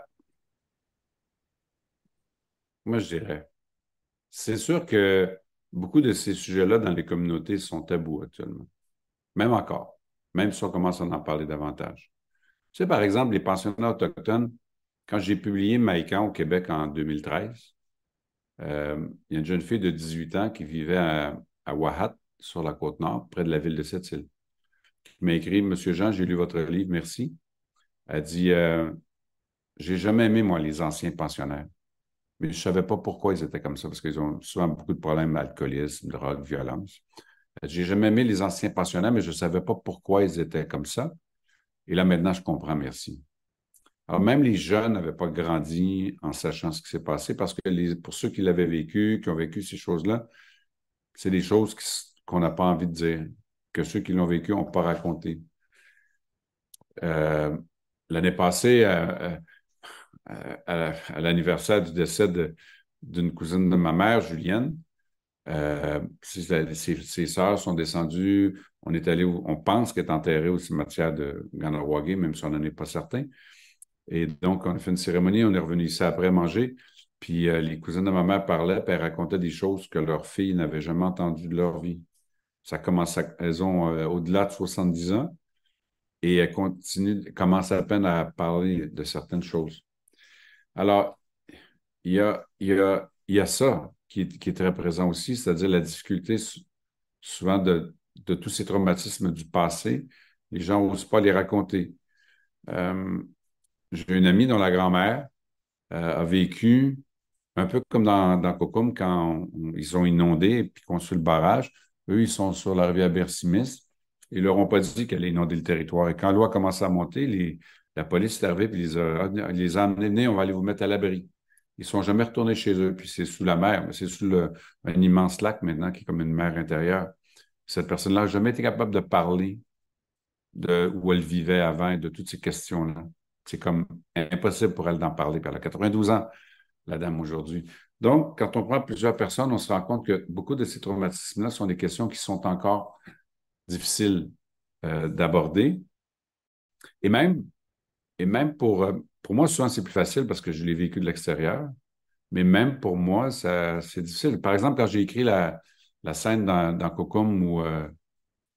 moi, je dirais, c'est sûr que beaucoup de ces sujets-là dans les communautés sont tabous actuellement, même encore, même si on commence à en parler davantage. Tu sais, par exemple, les pensionnats autochtones, quand j'ai publié Maïkan au Québec en deux mille treize, euh, il y a une jeune fille de dix-huit ans qui vivait à, à Wahat, sur la côte nord, près de la ville de Sept-Îles, qui m'a écrit, Monsieur Jean, j'ai lu votre livre, merci. Elle dit, euh, j'ai jamais aimé, moi, les anciens pensionnaires. Mais je ne savais pas pourquoi ils étaient comme ça, parce qu'ils ont souvent beaucoup de problèmes d'alcoolisme, drogue, violence. J'ai jamais aimé les anciens pensionnaires, mais je ne savais pas pourquoi ils étaient comme ça. Et là, maintenant, je comprends, merci. Alors, même les jeunes n'avaient pas grandi en sachant ce qui s'est passé, parce que les, pour ceux qui l'avaient vécu, qui ont vécu ces choses-là, c'est des choses qui, qu'on n'a pas envie de dire, que ceux qui l'ont vécu n'ont pas raconté. Euh, L'année passée, euh, euh, à, à l'anniversaire du décès de, d'une cousine de ma mère, Julienne, Euh, ses, ses, ses sœurs sont descendues. On est allé, où, on pense qu'elle est enterrée au cimetière de Ganawagé, même si on n'en est pas certain. Et donc, on a fait une cérémonie, on est revenu ici après manger. Puis euh, les cousines de ma mère parlaient, puis elles racontaient des choses que leurs filles n'avaient jamais entendues de leur vie. Ça commence à, elles ont euh, au-delà de soixante-dix ans et elles continuent, commencent à peine à parler de certaines choses. Alors, il y a, il y a, il y a ça qui est, qui est très présent aussi, c'est-à-dire la difficulté souvent de, de tous ces traumatismes du passé. Les gens n'osent pas les raconter. Euh, j'ai une amie dont la grand-mère euh, a vécu un peu comme dans, dans Cocum quand on- ils ont inondé et puis construit le barrage. Eux, ils sont sur la rivière Bersimis. Ils leur ont pas dit qu'elle allait inonder le territoire. Et quand l'eau a commencé à monter, les- la police est arrivée et les a, les a amenés, venez, on va aller vous mettre à l'abri. Ils ne sont jamais retournés chez eux. Puis c'est sous la mer, mais c'est sous le- un immense lac maintenant qui est comme une mer intérieure. Cette personne-là n'a jamais été capable de parler de où elle vivait avant et de toutes ces questions-là. C'est comme impossible pour elle d'en parler. Puis elle a quatre-vingt-douze ans, la dame, aujourd'hui. Donc, quand on prend plusieurs personnes, on se rend compte que beaucoup de ces traumatismes-là sont des questions qui sont encore difficiles euh, d'aborder. Et même, et même pour, euh, pour moi, souvent, c'est plus facile parce que je l'ai vécu de l'extérieur. Mais même pour moi, ça, c'est difficile. Par exemple, quand j'ai écrit la, la scène dans, dans Cocum où euh,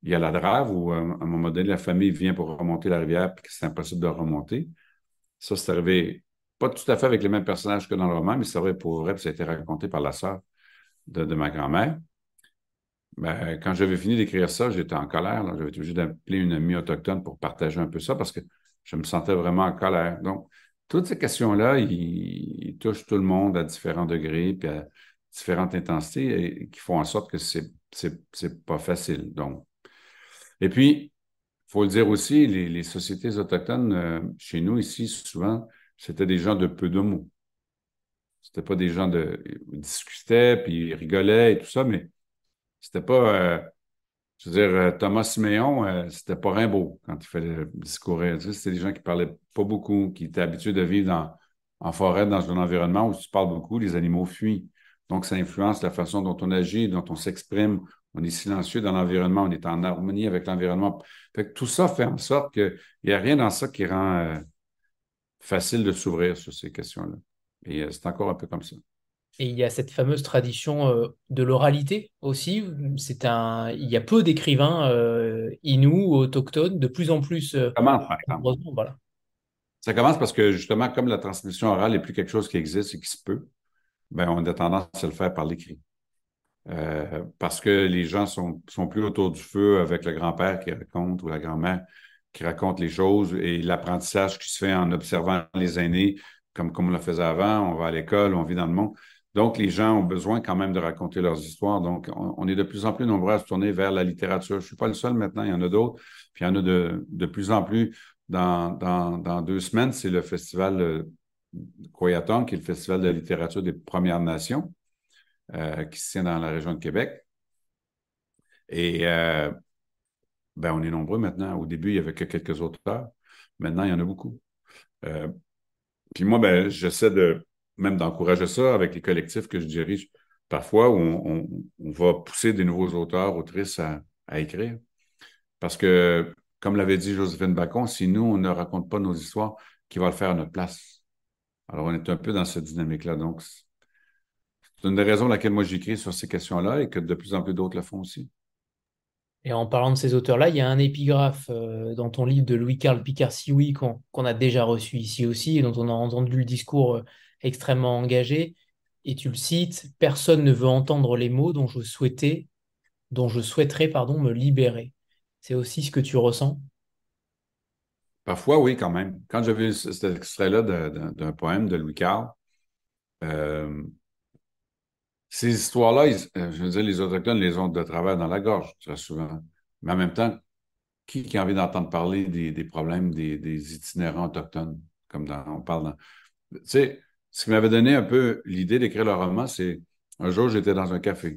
il y a la Drave où, à un moment donné, la famille vient pour remonter la rivière puis que c'est impossible de remonter. Ça, c'est arrivé pas tout à fait avec les mêmes personnages que dans le roman, mais c'est vrai pour vrai, puis ça a été raconté par la sœur de, de ma grand-mère. Ben, quand j'avais fini d'écrire ça, j'étais en colère. J'avais été obligé d'appeler une amie autochtone pour partager un peu ça parce que je me sentais vraiment en colère. Donc, toutes ces questions-là, ils, ils touchent tout le monde à différents degrés puis à différentes intensités et qui font en sorte que c'est, c'est, c'est pas facile. Donc, et puis, il faut le dire aussi, les, les sociétés autochtones, euh, chez nous ici, souvent, c'était des gens de peu de mots. C'était pas des gens de... Ils discutaient, puis ils rigolaient et tout ça, mais c'était pas... euh, je veux dire, euh, Thomas Siméon, euh, c'était pas Rimbaud quand il fallait discourir. Tu sais, c'était des gens qui parlaient pas beaucoup, qui étaient habitués de vivre dans, en forêt, dans un environnement où tu parles beaucoup, les animaux fuient. Donc, ça influence la façon dont on agit, dont on s'exprime. On est silencieux dans l'environnement, on est en harmonie avec l'environnement. Fait que tout ça fait en sorte qu'il n'y a rien dans ça qui rend euh, facile de s'ouvrir sur ces questions-là. Et euh, c'est encore un peu comme ça. Et il y a cette fameuse tradition euh, de l'oralité aussi. C'est un, il y a peu d'écrivains euh, inuits ou autochtones, de plus en plus, euh, Comment, par exemple? heureusement, voilà. Ça commence parce que, justement, comme la transmission orale n'est plus quelque chose qui existe et qui se peut, ben, on a tendance à le faire par l'écrit. Euh, parce que les gens sont, sont plus autour du feu avec le grand-père qui raconte ou la grand-mère qui raconte les choses et l'apprentissage qui se fait en observant les aînés, comme, comme on le faisait avant, on va à l'école, on vit dans le monde. Donc, les gens ont besoin quand même de raconter leurs histoires. Donc, on, on est de plus en plus nombreux à se tourner vers la littérature. Je ne suis pas le seul maintenant, il y en a d'autres. Puis il y en a de, de plus en plus. Dans, dans, dans deux semaines, c'est le festival euh, Koyatong, qui est le festival de la littérature des Premières Nations, euh, qui se tient dans la région de Québec. Et euh, ben, on est nombreux maintenant. Au début, il n'y avait que quelques auteurs. Maintenant, il y en a beaucoup. Euh, puis moi, ben, j'essaie de même d'encourager ça avec les collectifs que je dirige parfois, où on, on, on va pousser des nouveaux auteurs, autrices à, à écrire. Parce que, comme l'avait dit Joséphine Bacon, si nous, on ne raconte pas nos histoires, qui va le faire à notre place? Alors, on est un peu dans cette dynamique-là. Donc, c'est une des raisons pour laquelle moi j'écris sur ces questions-là et que de plus en plus d'autres le font aussi. Et en parlant de ces auteurs-là, il y a un épigraphe euh, dans ton livre de Louis-Carl Picard-Sioui qu'on qu'on a déjà reçu ici aussi et dont on a entendu le discours euh, extrêmement engagé. Et tu le cites, personne ne veut entendre les mots dont je souhaitais, dont je souhaiterais, pardon, me libérer. C'est aussi ce que tu ressens. Parfois, oui, quand même. Quand j'ai vu ce- cet extrait-là de- de- d'un poème de Louis Carle, euh, ces histoires-là, ils- euh, je veux dire, les Autochtones les ont de travers dans la gorge, très souvent. Mais en même temps, qui, qui a envie d'entendre parler des, des problèmes des, des itinérants autochtones, comme dans, on parle dans... Tu sais, ce qui m'avait donné un peu l'idée d'écrire le roman, c'est un jour, j'étais dans un café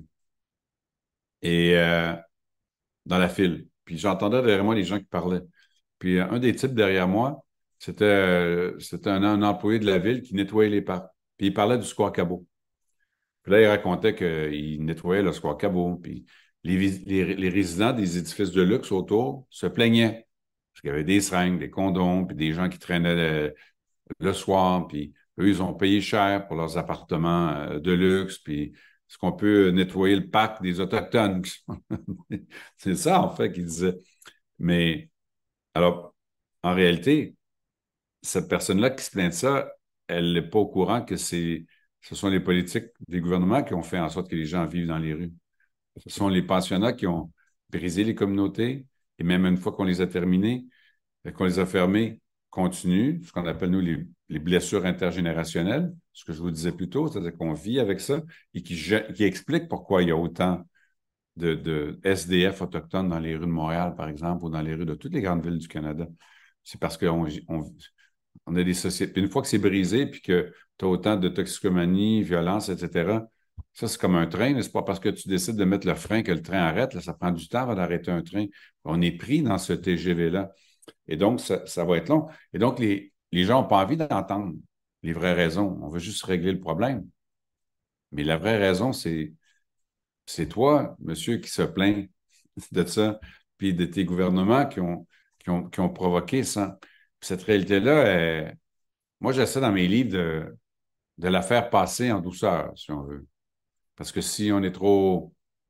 et euh, dans la file, puis j'entendais derrière moi les gens qui parlaient. Puis euh, un des types derrière moi, c'était euh, c'était un, un employé de la ville qui nettoyait les parcs. Puis il parlait du square Cabot. Puis là, il racontait qu'il nettoyait le square Cabot. Puis les, vis- les, les résidents des édifices de luxe autour se plaignaient. Parce qu'il y avait des seringues, des condoms, puis des gens qui traînaient le, le soir. Puis eux, ils ont payé cher pour leurs appartements euh, de luxe. Puis est-ce qu'on peut nettoyer le parc des Autochtones? C'est ça, en fait, qu'il disait. Mais alors, en réalité, cette personne-là qui se plaint de ça, elle n'est pas au courant que c'est, ce sont les politiques des gouvernements qui ont fait en sorte que les gens vivent dans les rues. Ce sont les pensionnats qui ont brisé les communautés, et même une fois qu'on les a terminés, et qu'on les a fermés, continuent, ce qu'on appelle, nous, les, les blessures intergénérationnelles, ce que je vous disais plus tôt, c'est-à-dire qu'on vit avec ça, et qui, qui explique pourquoi il y a autant de, de S D F autochtones dans les rues de Montréal, par exemple, ou dans les rues de toutes les grandes villes du Canada. C'est parce qu'on on, on a des sociétés. Puis une fois que c'est brisé, puis que tu as autant de toxicomanie, violence, et cetera, ça, c'est comme un train. Mais c'est pas parce que tu décides de mettre le frein que le train arrête. Là, ça prend du temps avant d'arrêter un train. On est pris dans ce T G V-là. Et donc, ça, ça va être long. Et donc, les, les gens n'ont pas envie d'entendre les vraies raisons. On veut juste régler le problème. Mais la vraie raison, c'est c'est toi, monsieur, qui se plaint de ça, puis de tes gouvernements qui ont, qui ont, qui ont provoqué ça. Puis cette réalité-là, elle, moi, j'essaie dans mes livres de, de la faire passer en douceur, si on veut. Parce que si on est trop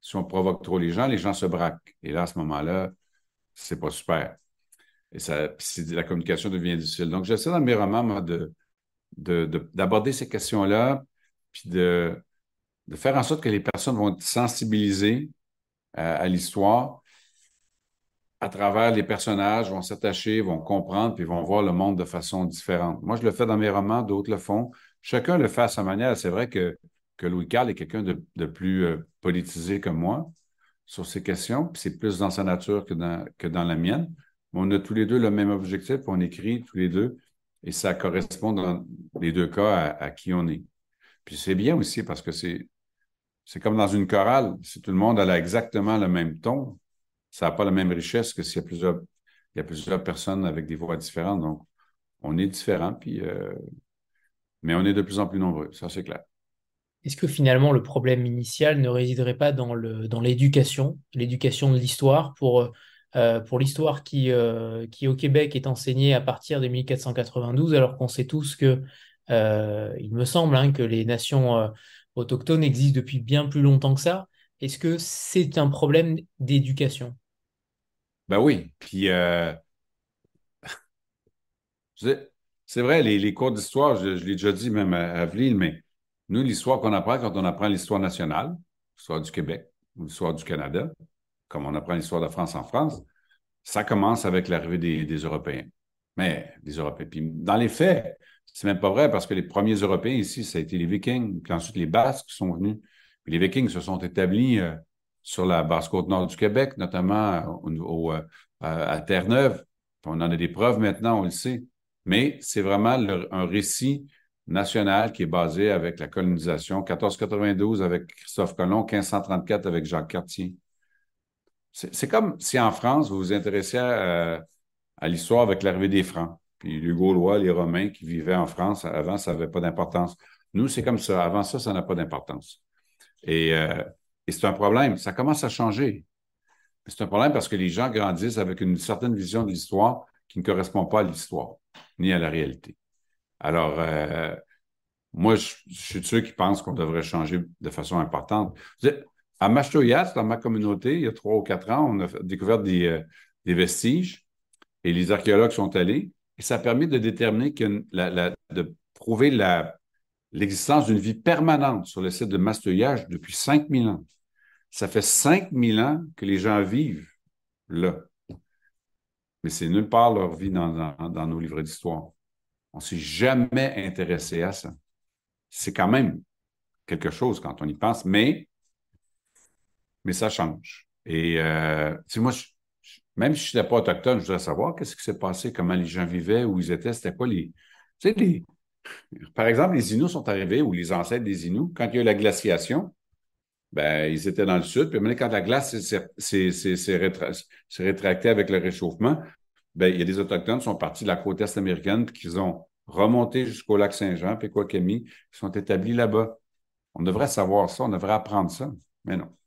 Si on provoque trop les gens, les gens se braquent. Et là, à ce moment-là, c'est pas super. Et ça, puis la communication devient difficile. Donc, j'essaie dans mes romans, moi, de, de, de- d'aborder ces questions-là, puis de, de faire en sorte que les personnes vont être sensibilisées à, à l'histoire à travers les personnages, vont s'attacher, vont comprendre, puis vont voir le monde de façon différente. Moi, je le fais dans mes romans, d'autres le font. Chacun le fait à sa manière. C'est vrai que, que Louis Carle est quelqu'un de, de plus euh, politisé que moi sur ces questions, puis c'est plus dans sa nature que dans, que dans la mienne. Mais on a tous les deux le même objectif, on écrit tous les deux, et ça correspond dans les deux cas à, à qui on est. Puis c'est bien aussi parce que c'est, c'est comme dans une chorale. Si tout le monde a exactement le même ton, ça n'a pas la même richesse que s'il y a plusieurs, il y a plusieurs personnes avec des voix différentes. Donc, on est différents, puis, euh, mais on est de plus en plus nombreux, ça c'est clair. Est-ce que finalement le problème initial ne résiderait pas dans le, dans l'éducation, l'éducation de l'histoire pour, euh, pour l'histoire qui, euh, qui au Québec est enseignée à partir de mille quatre cent quatre-vingt-douze, alors qu'on sait tous que, euh, il me semble, hein, que les nations euh, autochtones existent depuis bien plus longtemps que ça. Est-ce que c'est un problème d'éducation? Ben oui, puis euh, c'est c'est vrai, les, les cours d'histoire, je, je l'ai déjà dit même à, à Vlil, mais nous, l'histoire qu'on apprend quand on apprend l'histoire nationale, l'histoire du Québec ou l'histoire du Canada, comme on apprend l'histoire de France en France, ça commence avec l'arrivée des, des Européens. Mais les Européens. Puis dans les faits, c'est même pas vrai parce que les premiers Européens ici, ça a été les Vikings, puis ensuite les Basques qui sont venus. Puis les Vikings se sont établis euh, sur la basse-côte nord du Québec, notamment euh, au, au, euh, à Terre-Neuve. Puis on en a des preuves maintenant, on le sait. Mais c'est vraiment le- un récit national qui est basé avec la colonisation, quatorze quatre-vingt-douze avec Christophe Colomb, quinze cent trente-quatre avec Jacques Cartier. C'est c'est comme si en France, vous vous intéressiez à, à l'histoire avec l'arrivée des Francs. Puis les Gaulois, les Romains qui vivaient en France, avant, ça n'avait pas d'importance. Nous, c'est comme ça. Avant ça, ça n'a pas d'importance. Et, euh, et c'est un problème. Ça commence à changer. C'est un problème parce que les gens grandissent avec une certaine vision de l'histoire qui ne correspond pas à l'histoire, ni à la réalité. Alors, euh, moi, je, je suis de ceux qui pensent qu'on devrait changer de façon importante. À Machoyas, dans ma communauté, il y a trois ou quatre ans, on a découvert des, euh, des vestiges et les archéologues sont allés et ça a permis de déterminer que la, la, de prouver la, l'existence d'une vie permanente sur le site de Mastoyage depuis cinq mille ans. Ça fait cinq mille ans que les gens vivent là. Mais c'est nulle part leur vie dans, dans, dans nos livres d'histoire. On ne s'est jamais intéressé à ça. C'est quand même quelque chose quand on y pense, mais, mais ça change. Et euh, tu sais, moi, je, je, même si je n'étais pas autochtone, je voudrais savoir qu'est-ce qui s'est passé, comment les gens vivaient, où ils étaient, c'était quoi les. Tu sais, les, par exemple, les Inuits sont arrivés, ou les ancêtres des Inuits, quand il y a eu la glaciation, ben, ils étaient dans le sud, puis quand la glace s'est rétractée avec le réchauffement, ben, il y a des Autochtones qui sont partis de la côte est américaine, puis qui ont remonté jusqu'au lac Saint-Jean, puis Quakemi, qui sont établis là-bas. On devrait savoir ça, on devrait apprendre ça, mais non.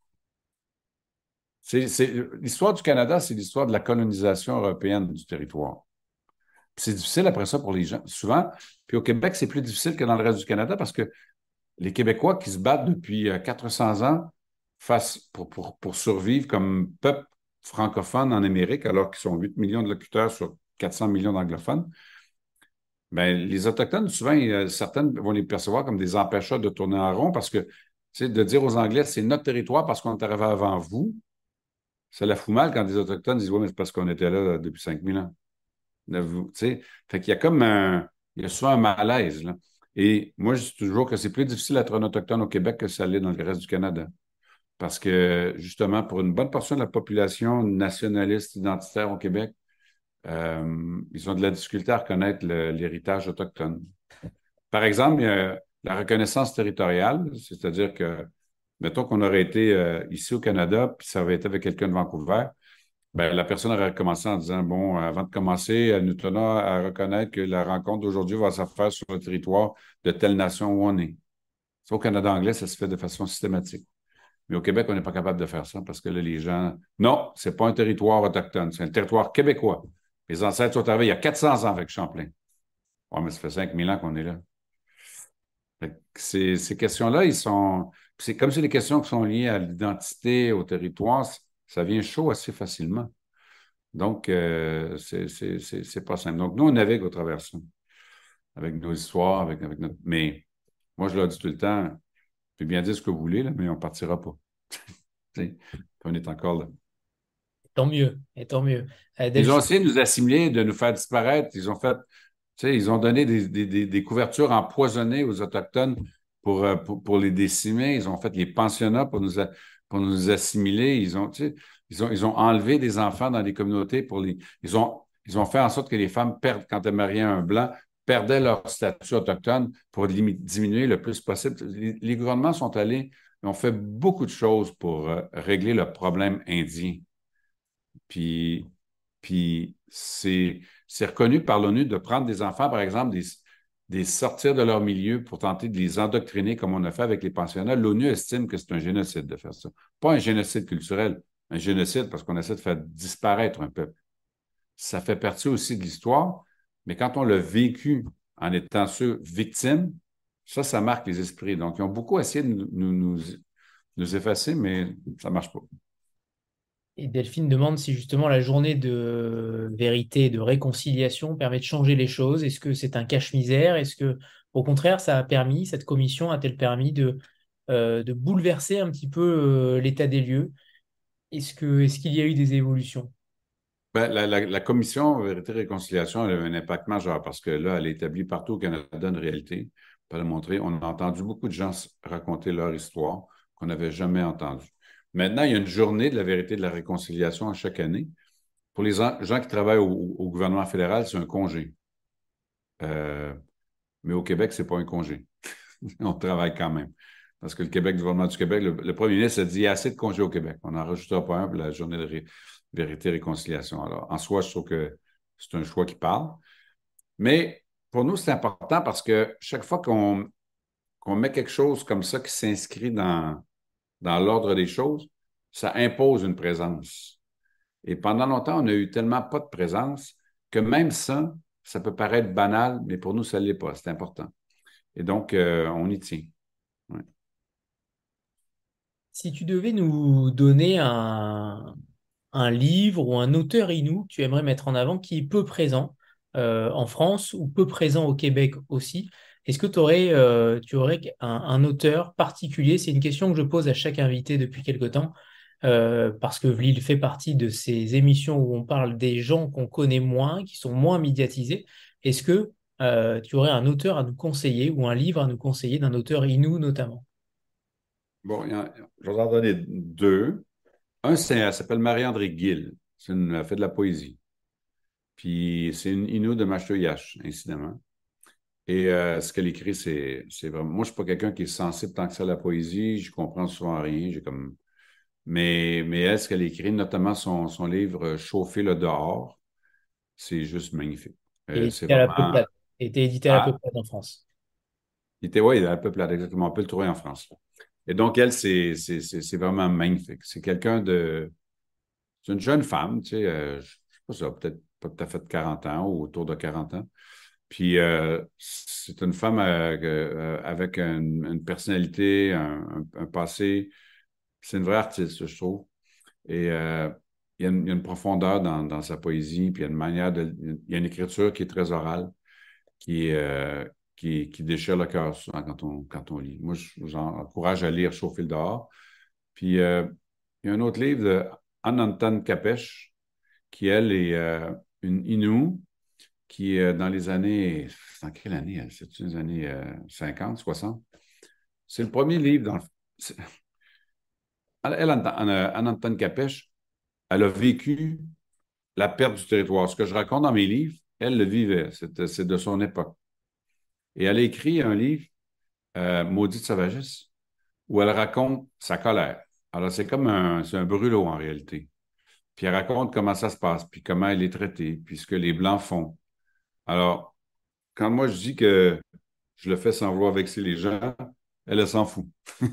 C'est, c'est, l'histoire du Canada, c'est l'histoire de la colonisation européenne du territoire. C'est difficile après ça pour les gens, souvent. Puis au Québec, c'est plus difficile que dans le reste du Canada parce que les Québécois qui se battent depuis quatre cents ans face, pour, pour, pour survivre comme peuple francophone en Amérique, alors qu'ils sont huit millions de locuteurs sur quatre cents millions d'anglophones, ben, les Autochtones, souvent, euh, certaines vont les percevoir comme des empêcheurs de tourner en rond parce que, tu sais, de dire aux Anglais, c'est notre territoire parce qu'on est arrivé avant vous, ça la fout mal quand des Autochtones disent, oui, mais c'est parce qu'on était là depuis cinq mille ans. Tu sais, fait qu'il y a comme un, il y a souvent un malaise, là. Et moi, je dis toujours que c'est plus difficile d'être un Autochtone au Québec que ça l'est dans le reste du Canada. Parce que, justement, pour une bonne portion de la population nationaliste, identitaire au Québec, euh, ils ont de la difficulté à reconnaître le, l'héritage autochtone. Par exemple, il y a la reconnaissance territoriale, c'est-à-dire que, mettons qu'on aurait été euh, ici au Canada, puis ça avait été avec quelqu'un de Vancouver, ben, la personne aurait commencé en disant, bon, avant de commencer, elle nous tenait à reconnaître que la rencontre d'aujourd'hui va se faire sur le territoire de telle nation où on est. Ça, au Canada anglais, ça se fait de façon systématique. Mais au Québec, on n'est pas capable de faire ça parce que là, les gens, non, c'est pas un territoire autochtone, c'est un territoire québécois. Les ancêtres sont arrivés il y a quatre cents ans avec Champlain. Ouais, mais ça fait cinq mille ans qu'on est là. Ces, ces questions-là, ils sont. c'est comme c'est des questions qui sont liées à l'identité, au territoire, ça vient chaud assez facilement. Donc, euh, c'est, c'est, c'est, c'est pas simple. Donc, nous, on navigue au travers ça, avec nos histoires, avec, avec notre. Mais moi, je leur dis tout le temps, vous pouvez bien dire ce que vous voulez, là, mais on partira pas. On est encore là. Tant mieux, et tant mieux. Euh, Ils ont Delphine, essayé de nous assimiler, de nous faire disparaître. Ils ont fait, tu sais, ils ont donné des, des, des, des couvertures empoisonnées aux Autochtones pour, euh, pour, pour les décimer. Ils ont fait les pensionnats pour nous, a- pour nous assimiler. Ils ont, tu sais, ils ont, ils ont enlevé des enfants dans les communautés pour les. Ils ont, ils ont fait en sorte que les femmes perdent, quand elles mariaient un blanc, perdaient leur statut autochtone pour limi- diminuer le plus possible. Les, les gouvernements sont allés, ils ont fait beaucoup de choses pour euh, régler le problème indien. Puis, puis c'est, c'est reconnu par l'ONU de prendre des enfants, par exemple, des, des sortir de leur milieu pour tenter de les endoctriner comme on a fait avec les pensionnats. L'ONU estime que c'est un génocide de faire ça. Pas un génocide culturel, un génocide parce qu'on essaie de faire disparaître un peuple. Ça fait partie aussi de l'histoire, mais quand on l'a vécu en étant ceux victimes, ça, ça marque les esprits. Donc, ils ont beaucoup essayé de nous, nous, nous, nous effacer, mais ça ne marche pas. et Delphine demande si justement la journée de vérité et de réconciliation permet de changer les choses. Est-ce que c'est un cache-misère? Est-ce que, au contraire, ça a permis, cette commission a-t-elle permis de, euh, de bouleverser un petit peu euh, l'état des lieux? Est-ce que, est-ce qu'il y a eu des évolutions? Ben, la, la, la commission Vérité et Réconciliation elle a eu un impact majeur parce que là, elle est établie partout au Canada une réalité. Pour le montrer, on a entendu beaucoup de gens raconter leur histoire qu'on n'avait jamais entendue. Maintenant, il y a une journée de la vérité et de la réconciliation à chaque année. Pour les gens qui travaillent au, au gouvernement fédéral, c'est un congé. Euh, mais au Québec, c'est pas un congé. On travaille quand même. Parce que le Québec, le gouvernement du Québec, le, le premier ministre a dit il y a assez de congés au Québec. On n'en rajoutera pas un pour la journée de ré, vérité et réconciliation. Alors, en soi, je trouve que c'est un choix qui parle. Mais pour nous, c'est important parce que chaque fois qu'on qu'on met quelque chose comme ça qui s'inscrit dans, dans l'ordre des choses, ça impose une présence. Et pendant longtemps, on a eu tellement pas de présence que même ça, ça peut paraître banal, mais pour nous, ça ne l'est pas. C'est important. Et donc, euh, on y tient. Ouais. Si tu devais nous donner un, un livre ou un auteur inou que tu aimerais mettre en avant qui est peu présent euh, en France ou peu présent au Québec aussi, est-ce que t'aurais, euh, tu aurais un, un auteur particulier? C'est une question que je pose à chaque invité depuis quelque temps, euh, parce que Vlil fait partie de ces émissions où on parle des gens qu'on connaît moins, qui sont moins médiatisés. Est-ce que euh, tu aurais un auteur à nous conseiller ou un livre à nous conseiller d'un auteur inou notamment? Bon, il y en- je vais en donner deux. Un, c'est, elle s'appelle Marie-André Gill. C'est une, elle fait de la poésie. Puis c'est une Innu de Machoyash, incidemment. Et euh, ce qu'elle écrit, c'est, c'est vraiment. Moi, je ne suis pas quelqu'un qui est sensible tant que ça à la poésie. Je comprends souvent rien. J'ai comme. Mais, mais elle, ce qu'elle écrit, notamment son, son livre Chauffer le dehors, c'est juste magnifique. Et Euh, c'est édité à la vraiment. Peuplade. Et été édité à la Ah, Peuplade en France. il était, ouais, il est un peu plate, exactement. On peut le trouver en France. Et donc, elle, c'est, c'est, c'est, c'est vraiment magnifique. C'est quelqu'un de. C'est une jeune femme, tu sais, euh, je sais pas ça, peut-être pas tout à fait quarante ans ou autour de quarante ans. Puis euh, c'est une femme euh, euh, avec une, une personnalité, un, un- un passé. C'est une vraie artiste, je trouve. Et euh, il y a une, il y a une profondeur dans, dans sa poésie, puis il y a une manière de. Il y a une écriture qui est très orale, qui, est, euh, qui, qui déchire le cœur souvent quand on, quand on lit. Moi, je vous encourage à lire Chauffer le dehors. Puis euh, il y a un autre livre de Anantan Kapesh, qui, elle, est euh, une Innu, qui, euh, dans les années. C'est en quelle année? Elle? C'est les années euh, cinquante, soixante? C'est le premier livre dans le. c'est- Elle, Anantan Kapesh, elle a vécu la perte du territoire. Ce que je raconte dans mes livres, elle le vivait. C'est c'est de son époque. Et elle a écrit un livre, euh, Maudite sauvagesse, où elle raconte sa colère. Alors, c'est comme un, c'est un brûlot en réalité. Puis elle raconte comment ça se passe, puis comment elle est traitée, puis ce que les Blancs font. Alors, quand moi je dis que je le fais sans vouloir vexer les gens, elle, elle s'en fout.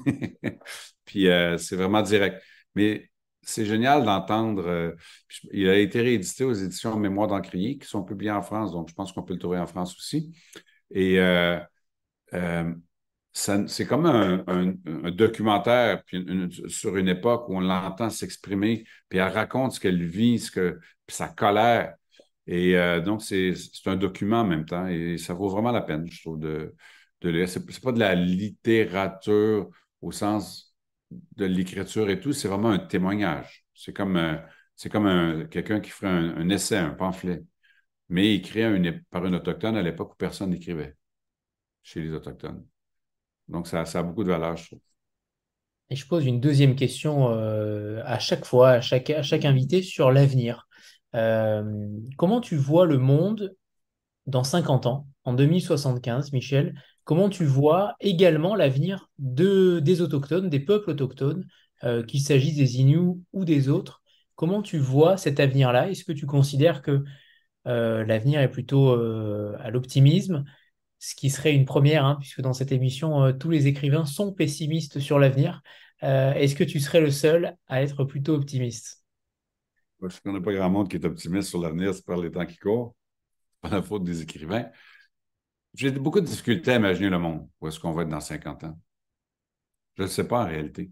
Puis euh, c'est vraiment direct. Mais c'est génial d'entendre. Euh, il a été réédité aux éditions Mémoire d'Encrier, qui sont publiées en France, donc je pense qu'on peut le trouver en France aussi. Et euh, euh, ça, c'est comme un, un- un documentaire puis une- une- sur une époque où on l'entend s'exprimer, puis elle raconte ce qu'elle vit, ce que, puis sa colère. Et euh, donc, c'est, c'est un document en même temps, et ça vaut vraiment la peine, je trouve, de, de lire. C'est, c'est pas de la littérature au sens de l'écriture et tout, c'est vraiment un témoignage. C'est comme, euh, c'est comme un- quelqu'un qui ferait un, un essai, un pamphlet, mais écrit à une- par une autochtone à l'époque où personne n'écrivait chez les Autochtones. Donc, ça, ça a beaucoup de valeur, je trouve. Et je pose une deuxième question euh, à chaque fois, à chaque, à chaque invité sur l'avenir. Euh, comment tu vois le monde dans cinquante ans, en deux mille soixante-quinze, Michel? Comment tu vois également l'avenir de, des autochtones, des peuples autochtones, euh, qu'il s'agisse des Inuits ou des autres? Comment tu vois cet avenir-là? Est-ce que tu considères que euh, l'avenir est plutôt euh, à l'optimisme, ce qui serait une première, hein, puisque dans cette émission, euh, tous les écrivains sont pessimistes sur l'avenir. Euh, est-ce que tu serais le seul à être plutôt optimiste? Moi, je ne connais pas grand monde qui est optimiste sur l'avenir, c'est par les temps qui courent, pas la faute des écrivains. J'ai beaucoup de difficultés à imaginer le monde, où est-ce qu'on va être dans cinquante ans. Je ne sais pas en réalité.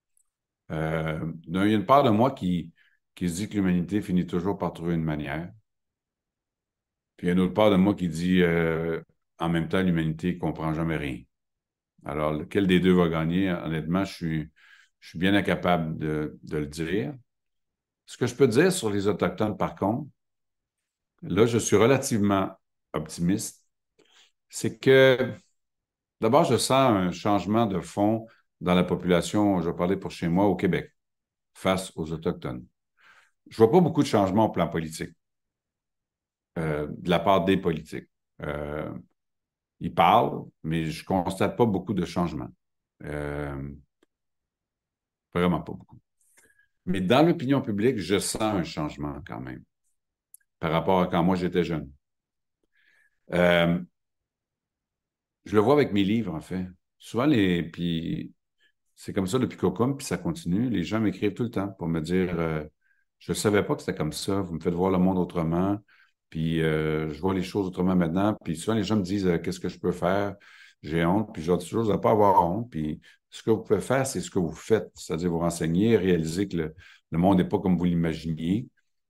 Euh, il y a une part de moi qui, qui se dit que l'humanité finit toujours par trouver une manière. Puis il y a une autre part de moi qui dit euh, en même temps, l'humanité ne comprend jamais rien. Alors, lequel des deux va gagner? Honnêtement, je suis, je suis bien incapable de, de le dire. Ce que je peux dire sur les Autochtones, par contre, là, je suis relativement optimiste. C'est que, d'abord, je sens un changement de fond dans la population, je vais parler pour chez moi, au Québec, face aux Autochtones. Je ne vois pas beaucoup de changements au plan politique, euh, de la part des politiques. Euh, ils parlent, mais je ne constate pas beaucoup de changements. Euh, vraiment pas beaucoup. Mais dans l'opinion publique, je sens un changement quand même par rapport à quand moi j'étais jeune. Euh, je le vois avec mes livres, en fait. Souvent, les, puis c'est comme ça depuis Cocum, puis ça continue. Les gens m'écrivent tout le temps pour me dire euh, je ne savais pas que c'était comme ça, vous me faites voir le monde autrement, puis euh, je vois les choses autrement maintenant. Puis souvent, les gens me disent euh, qu'est-ce que je peux faire? J'ai honte, puis je leur dis toujours de ne pas avoir honte. Puis ce que vous pouvez faire, c'est ce que vous faites, c'est-à-dire vous renseigner, réaliser que le, le monde n'est pas comme vous l'imaginiez.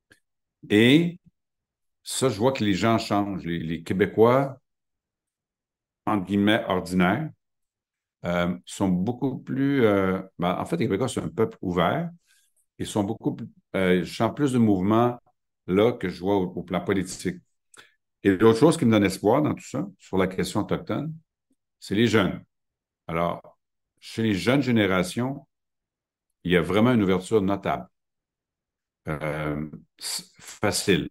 Et ça, je vois que les gens changent. Les, les Québécois, entre guillemets, ordinaires, euh, sont beaucoup plus. Euh, ben, en fait, les Québécois sont un peuple ouvert. Ils sont beaucoup plus. Euh, je sens plus de mouvement là que je vois au, au plan politique. Et l'autre chose qui me donne espoir dans tout ça, sur la question autochtone, c'est les jeunes. Alors, chez les jeunes générations, il y a vraiment une ouverture notable, euh, facile.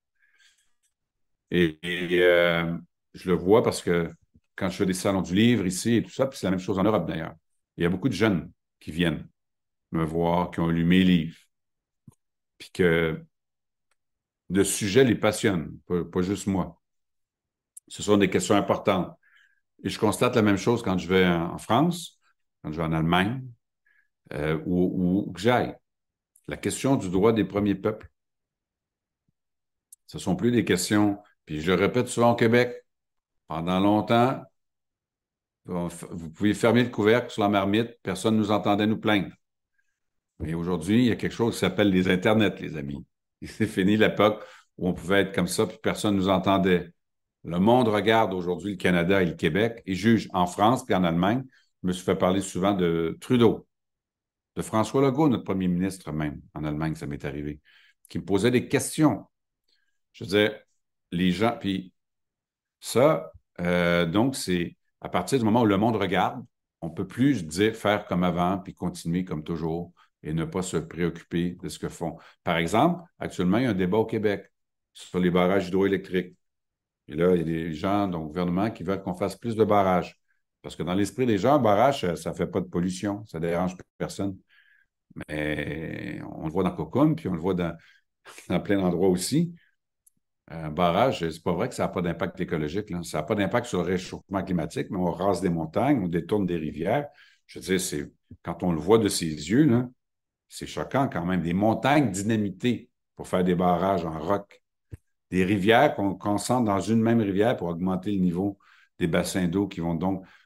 Et, et, euh, je le vois parce que quand je fais des salons du livre ici et tout ça, puis c'est la même chose en Europe d'ailleurs. Il y a beaucoup de jeunes qui viennent me voir, qui ont lu mes livres, puis que le sujet les passionne, pas, pas juste moi. Ce sont des questions importantes. Et je constate la même chose quand je vais en, en France, quand je vais en Allemagne, euh, ou, ou que j'aille. La question du droit des premiers peuples, ce ne sont plus des questions, puis je le répète souvent au Québec, pendant longtemps, vous pouviez fermer le couvercle sur la marmite, personne ne nous entendait nous plaindre. Mais aujourd'hui, il y a quelque chose qui s'appelle les Internets, les amis. C'est fini l'époque où on pouvait être comme ça, puis personne ne nous entendait. Le monde regarde aujourd'hui le Canada et le Québec et juge en France puis en Allemagne. Je me suis fait parler souvent de Trudeau, de François Legault, notre premier ministre même, en Allemagne, ça m'est arrivé, qui me posait des questions. Je disais, les gens, puis ça, euh, donc, c'est à partir du moment où le monde regarde, on ne peut plus dire faire comme avant puis continuer comme toujours et ne pas se préoccuper de ce que font. Par exemple, actuellement, il y a un débat au Québec sur les barrages hydroélectriques. Et là, il y a des gens, donc, gouvernement, qui veulent qu'on fasse plus de barrages. Parce que dans l'esprit des gens, un barrage, ça ne fait pas de pollution, ça ne dérange personne. Mais on le voit dans Cocum, puis on le voit dans, dans plein d'endroits aussi. Un barrage, c'est pas vrai que ça n'a pas d'impact écologique, là. Ça n'a pas d'impact sur le réchauffement climatique, mais on rase des montagnes, on détourne des rivières. Je veux dire, c'est, quand on le voit de ses yeux, là, c'est choquant quand même. Des montagnes dynamitées pour faire des barrages en roc. Des rivières qu'on concentre dans une même rivière pour augmenter le niveau des bassins d'eau qui vont donc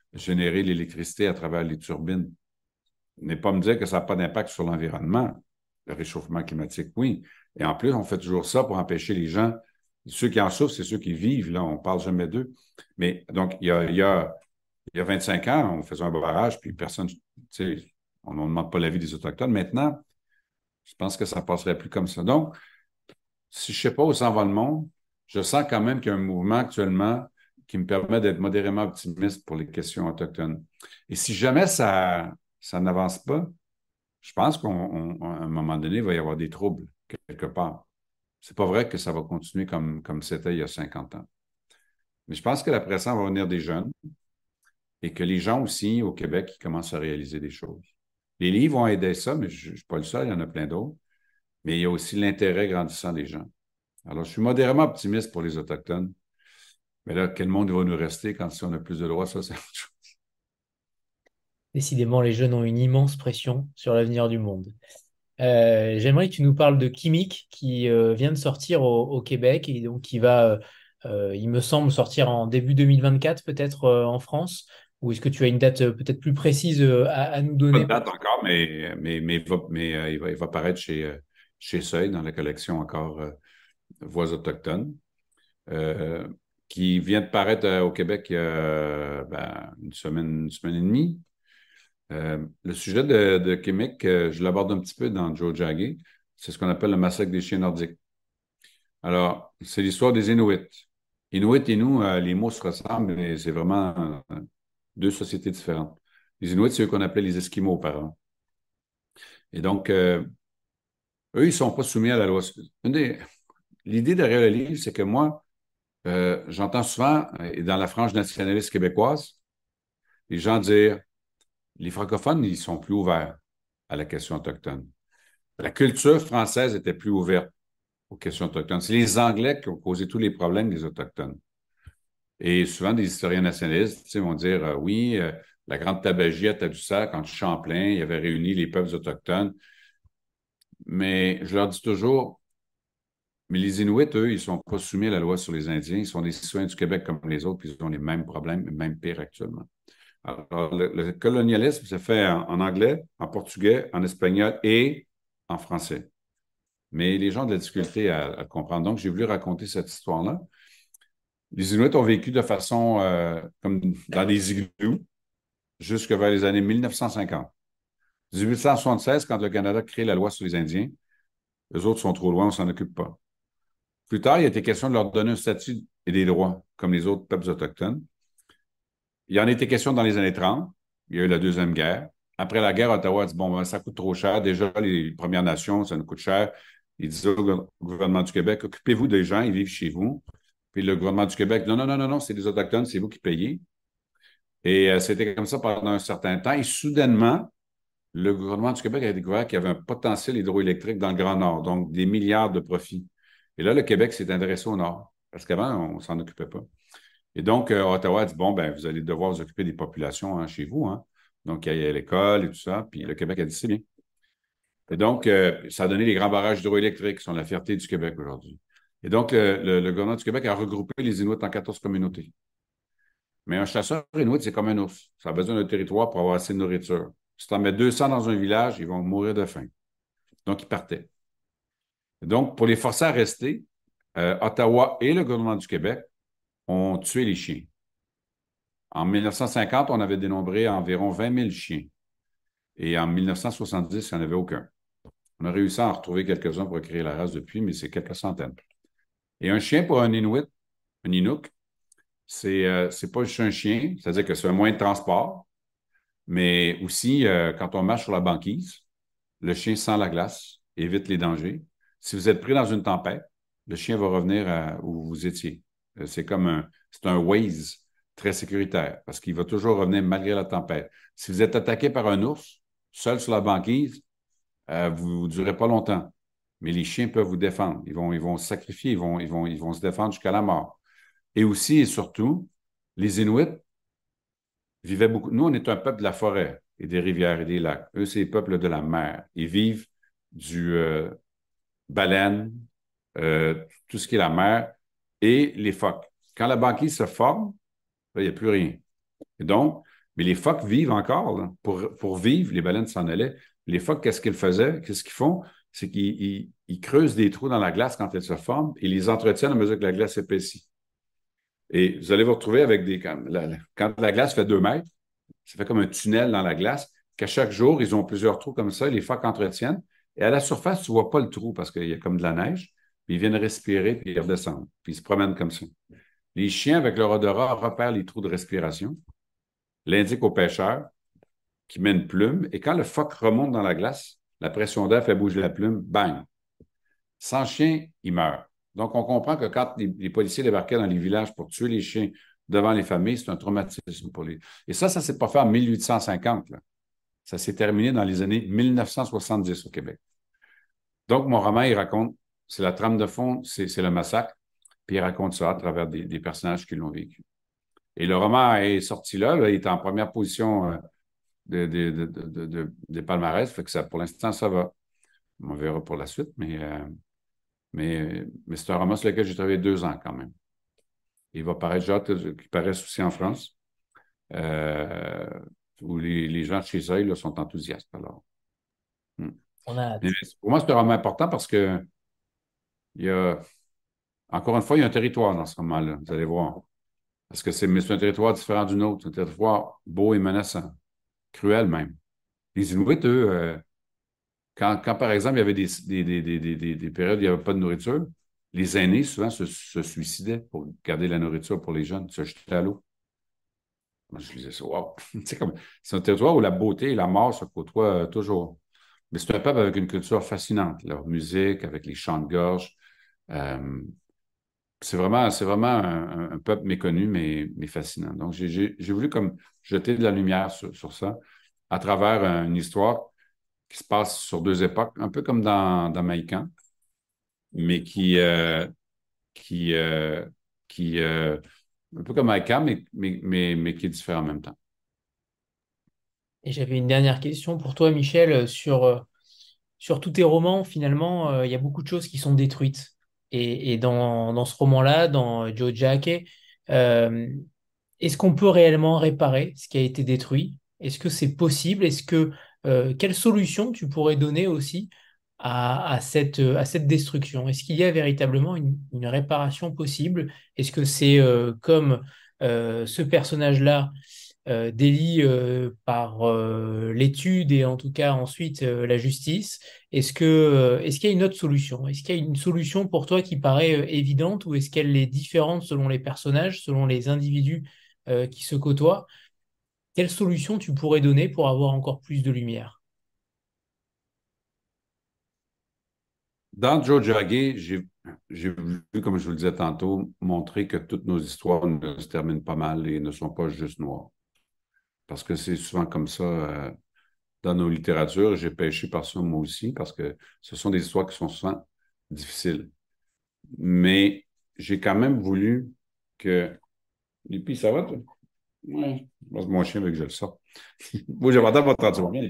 générer l'électricité à travers les turbines. Ne pas me dire que ça n'a pas d'impact sur l'environnement. Le réchauffement climatique, oui. Et en plus, on fait toujours ça pour empêcher les gens. Ceux qui en souffrent, c'est ceux qui vivent, là. On ne parle jamais d'eux. Mais donc, il y a, il y a, il y a vingt-cinq ans, on faisait un barrage, puis personne, tu sais, on ne demande pas l'avis des Autochtones. Maintenant, je pense que ça ne passerait plus comme ça. Donc, si je ne sais pas où s'en va le monde, je sens quand même qu'il y a un mouvement actuellement qui me permet d'être modérément optimiste pour les questions autochtones. Et si jamais ça, ça n'avance pas, je pense qu'à un moment donné, il va y avoir des troubles quelque part. C'est pas vrai que ça va continuer comme, comme c'était il y a cinquante ans. Mais je pense que la pression va venir des jeunes et que les gens aussi au Québec, ils commencent à réaliser des choses. Les livres vont aider ça, mais je ne suis pas le seul, il y en a plein d'autres. Mais il y a aussi l'intérêt grandissant des gens. Alors, je suis modérément optimiste pour les Autochtones. Mais là, quel monde va nous rester quand si on a plus de droits, ça, c'est autre chose. Décidément, les jeunes ont une immense pression sur l'avenir du monde. Euh, j'aimerais que tu nous parles de Kimik qui euh, vient de sortir au, au Québec et donc qui va, euh, euh, il me semble, sortir en début deux mille vingt-quatre peut-être euh, en France. Ou est-ce que tu as une date euh, peut-être plus précise euh, à, à nous Pas de donner? date encore, mais, mais, mais, va- mais, euh, il va, il va paraître chez, euh, chez Seuil dans la collection encore euh, Voix autochtones, euh, qui vient de paraître euh, au Québec il y a euh, ben, une semaine, une semaine et demie. Euh, le sujet de, de Kimik, euh, je l'aborde un petit peu dans Joe Jagger. C'est ce qu'on appelle le massacre des chiens nordiques. Alors, c'est l'histoire des Inuits. Inuit et nous, euh, les mots se ressemblent, mais c'est vraiment euh, deux sociétés différentes. Les Inuits, c'est eux qu'on appelait les Esquimaux auparavant. Et donc, euh, eux, ils ne sont pas soumis à la loi. Une des- L'idée derrière le livre, c'est que moi, euh, j'entends souvent, euh, et dans la frange nationaliste québécoise, les gens dire les francophones, ils sont plus ouverts à la question autochtone. La culture française était plus ouverte aux questions autochtones. C'est les Anglais qui ont causé tous les problèmes des Autochtones. Et souvent, des historiens nationalistes tu sais, vont dire euh, oui, euh, la grande tabagie à Tadoussac, quand Champlain il avait réuni les peuples autochtones. Mais je leur dis toujours, mais les Inuits, eux, ils ne sont pas soumis à la loi sur les Indiens. Ils sont des citoyens du Québec comme les autres, puis ils ont les mêmes problèmes, même pire actuellement. Alors, le, le colonialisme se fait en, en anglais, en portugais, en espagnol et en français. Mais les gens ont de la difficulté à, à comprendre. Donc, j'ai voulu raconter cette histoire-là. Les Inuits ont vécu de façon euh, comme dans des igloos jusque vers les années mille neuf cent cinquante. dix-huit cent soixante-seize, quand le Canada crée la loi sur les Indiens, eux autres sont trop loin, on ne s'en occupe pas. Plus tard, il a été question de leur donner un statut et des droits, comme les autres peuples autochtones. Il y en a été question dans les années trente. Il y a eu la Deuxième Guerre. Après la guerre, Ottawa a dit, bon, ben, ça coûte trop cher. Déjà, les Premières Nations, ça nous coûte cher. Ils disaient au gouvernement du Québec, occupez-vous des gens, ils vivent chez vous. Puis le gouvernement du Québec, non, non, non, non, non, c'est les Autochtones, c'est vous qui payez. Et euh, c'était comme ça pendant un certain temps. Et soudainement, le gouvernement du Québec a découvert qu'il y avait un potentiel hydroélectrique dans le Grand Nord, donc des milliards de profits. Et là, le Québec s'est intéressé au Nord, parce qu'avant, on ne s'en occupait pas. Et donc, euh, Ottawa a dit, bon, ben, vous allez devoir vous occuper des populations hein, chez vous. Hein. Donc, il y a l'école et tout ça. Puis le Québec a dit, c'est bien. Et donc, euh, ça a donné les grands barrages hydroélectriques qui sont la fierté du Québec aujourd'hui. Et donc, le, le, le gouvernement du Québec a regroupé les Inuits en quatorze communautés. Mais un chasseur Inuit, c'est comme un ours. Ça a besoin d'un territoire pour avoir assez de nourriture. Si tu en mets deux cents dans un village, ils vont mourir de faim. Donc, ils partaient. Et donc, pour les forcer à rester, euh, Ottawa et le gouvernement du Québec ont tué les chiens. En mille neuf cent cinquante, on avait dénombré environ vingt mille chiens. Et en mille neuf cent soixante-dix, il n'y en avait aucun. On a réussi à en retrouver quelques-uns pour créer la race depuis, mais c'est quelques centaines. Et un chien pour un Inuit, un Inuk, c'est euh, c'est pas juste un chien, c'est-à-dire que c'est un moyen de transport, mais aussi, euh, quand on marche sur la banquise, le chien sent la glace, évite les dangers. Si vous êtes pris dans une tempête, le chien va revenir à où vous étiez. Euh, C'est comme un, c'est un Waze très sécuritaire parce qu'il va toujours revenir malgré la tempête. Si vous êtes attaqué par un ours, seul sur la banquise, euh, vous ne durez pas longtemps. Mais les chiens peuvent vous défendre. Ils vont, ils vont se sacrifier, ils vont, ils vont, ils vont se défendre jusqu'à la mort. Et aussi et surtout, les Inuits vivaient beaucoup. Nous, on est un peuple de la forêt et des rivières et des lacs. Eux, c'est les peuples de la mer. Ils vivent du euh, baleine, euh, tout ce qui est la mer et les phoques. Quand la banquise se forme, là, il n'y a plus rien. Et donc, Mais les phoques vivent encore. Là. Pour, pour vivre, les baleines s'en allaient. Les phoques, qu'est-ce qu'ils faisaient? Qu'est-ce qu'ils font? C'est qu'ils ils, ils creusent des trous dans la glace quand elles se forment et les entretiennent à mesure que la glace épaissit. Et vous allez vous retrouver avec des... Quand la, quand la glace fait deux mètres, ça fait comme un tunnel dans la glace, qu'à chaque jour, ils ont plusieurs trous comme ça, les phoques entretiennent. Et à la surface, tu ne vois pas le trou parce qu'il y a comme de la neige. Puis ils viennent respirer, puis ils redescendent. Puis ils se promènent comme ça. Les chiens, avec leur odorat, repèrent les trous de respiration, l'indiquent aux pêcheurs qui met une plume. Et quand le phoque remonte dans la glace, la pression d'air fait bouger la plume, bang! Sans chien, il meurt. Donc, on comprend que quand les, les policiers débarquaient dans les villages pour tuer les chiens devant les familles, c'est un traumatisme pour les... Et ça, ça ne s'est pas fait en mille huit cent cinquante. Là. Ça s'est terminé dans les années mille neuf cent soixante-dix au Québec. Donc, mon roman, il raconte, c'est la trame de fond, c'est, c'est le massacre, puis il raconte ça à travers des, des personnages qui l'ont vécu. Et le roman est sorti là, là il est en première position euh, de, de, de, de, de, de palmarès, fait que ça, pour l'instant, ça va. On verra pour la suite, mais, euh, mais, mais c'est un roman sur lequel j'ai travaillé deux ans quand même. Il va paraître, j'ai hâte qu'il paraisse aussi en France, euh, où les, les gens chez Seuil là, sont enthousiastes. Alors. Hmm. On a Mais hâte. pour moi, c'est un roman important parce que il y a, encore une fois, il y a un territoire dans ce roman-là, vous allez voir. Parce que c'est, mais c'est un territoire différent du nôtre, un territoire beau et menaçant, cruel même. Les Inuits, eux, euh, quand, quand, par exemple, il y avait des, des, des, des, des, des périodes où il n'y avait pas de nourriture, les aînés, souvent, se, se suicidaient pour garder la nourriture pour les jeunes, se jetaient à l'eau. Moi, je disais ça, wow! C'est comme, c'est un territoire où la beauté et la mort se côtoient euh, toujours. Mais c'est un peuple avec une culture fascinante, leur musique, avec les chants de gorge. Euh, c'est vraiment, c'est vraiment un, un peuple méconnu, mais, mais fascinant. Donc, j'ai, j'ai, j'ai voulu comme jeter de la lumière sur, sur ça à travers une histoire qui se passe sur deux époques, un peu comme dans, dans Maïkan, mais qui, euh, qui, euh, qui euh, un peu comme Maïkan, mais, mais, mais, mais qui est différent en même temps. Et j'avais une dernière question pour toi, Michel, euh, sur, euh, sur tous tes romans, finalement, euh, il y a beaucoup de choses qui sont détruites. Et, et dans, dans ce roman-là, dans Joe Jacque, euh, est-ce qu'on peut réellement réparer ce qui a été détruit? Est-ce que c'est possible? Est-ce que euh, quelle solution tu pourrais donner aussi à, à cette, à cette destruction? Est-ce qu'il y a véritablement une, une réparation possible? Est-ce que c'est euh, comme euh, ce personnage-là euh, délit euh, par euh, l'étude et en tout cas ensuite euh, la justice? Est-ce que, euh, est-ce qu'il y a une autre solution? Est-ce qu'il y a une solution pour toi qui paraît euh, évidente ou est-ce qu'elle est différente selon les personnages, selon les individus euh, qui se côtoient? Quelle solution tu pourrais donner pour avoir encore plus de lumière? Dans Joe Jagge, j'ai, j'ai voulu, comme je vous le disais tantôt, montrer que toutes nos histoires ne se terminent pas mal et ne sont pas juste noires. Parce que c'est souvent comme ça euh, dans nos littératures. J'ai péché par ça moi aussi, parce que ce sont des histoires qui sont souvent difficiles. Mais j'ai quand même voulu que... Et puis, ça va, toi? Oui. Mon chien veut que je le sorte. Moi, j'ai pas entendu bien.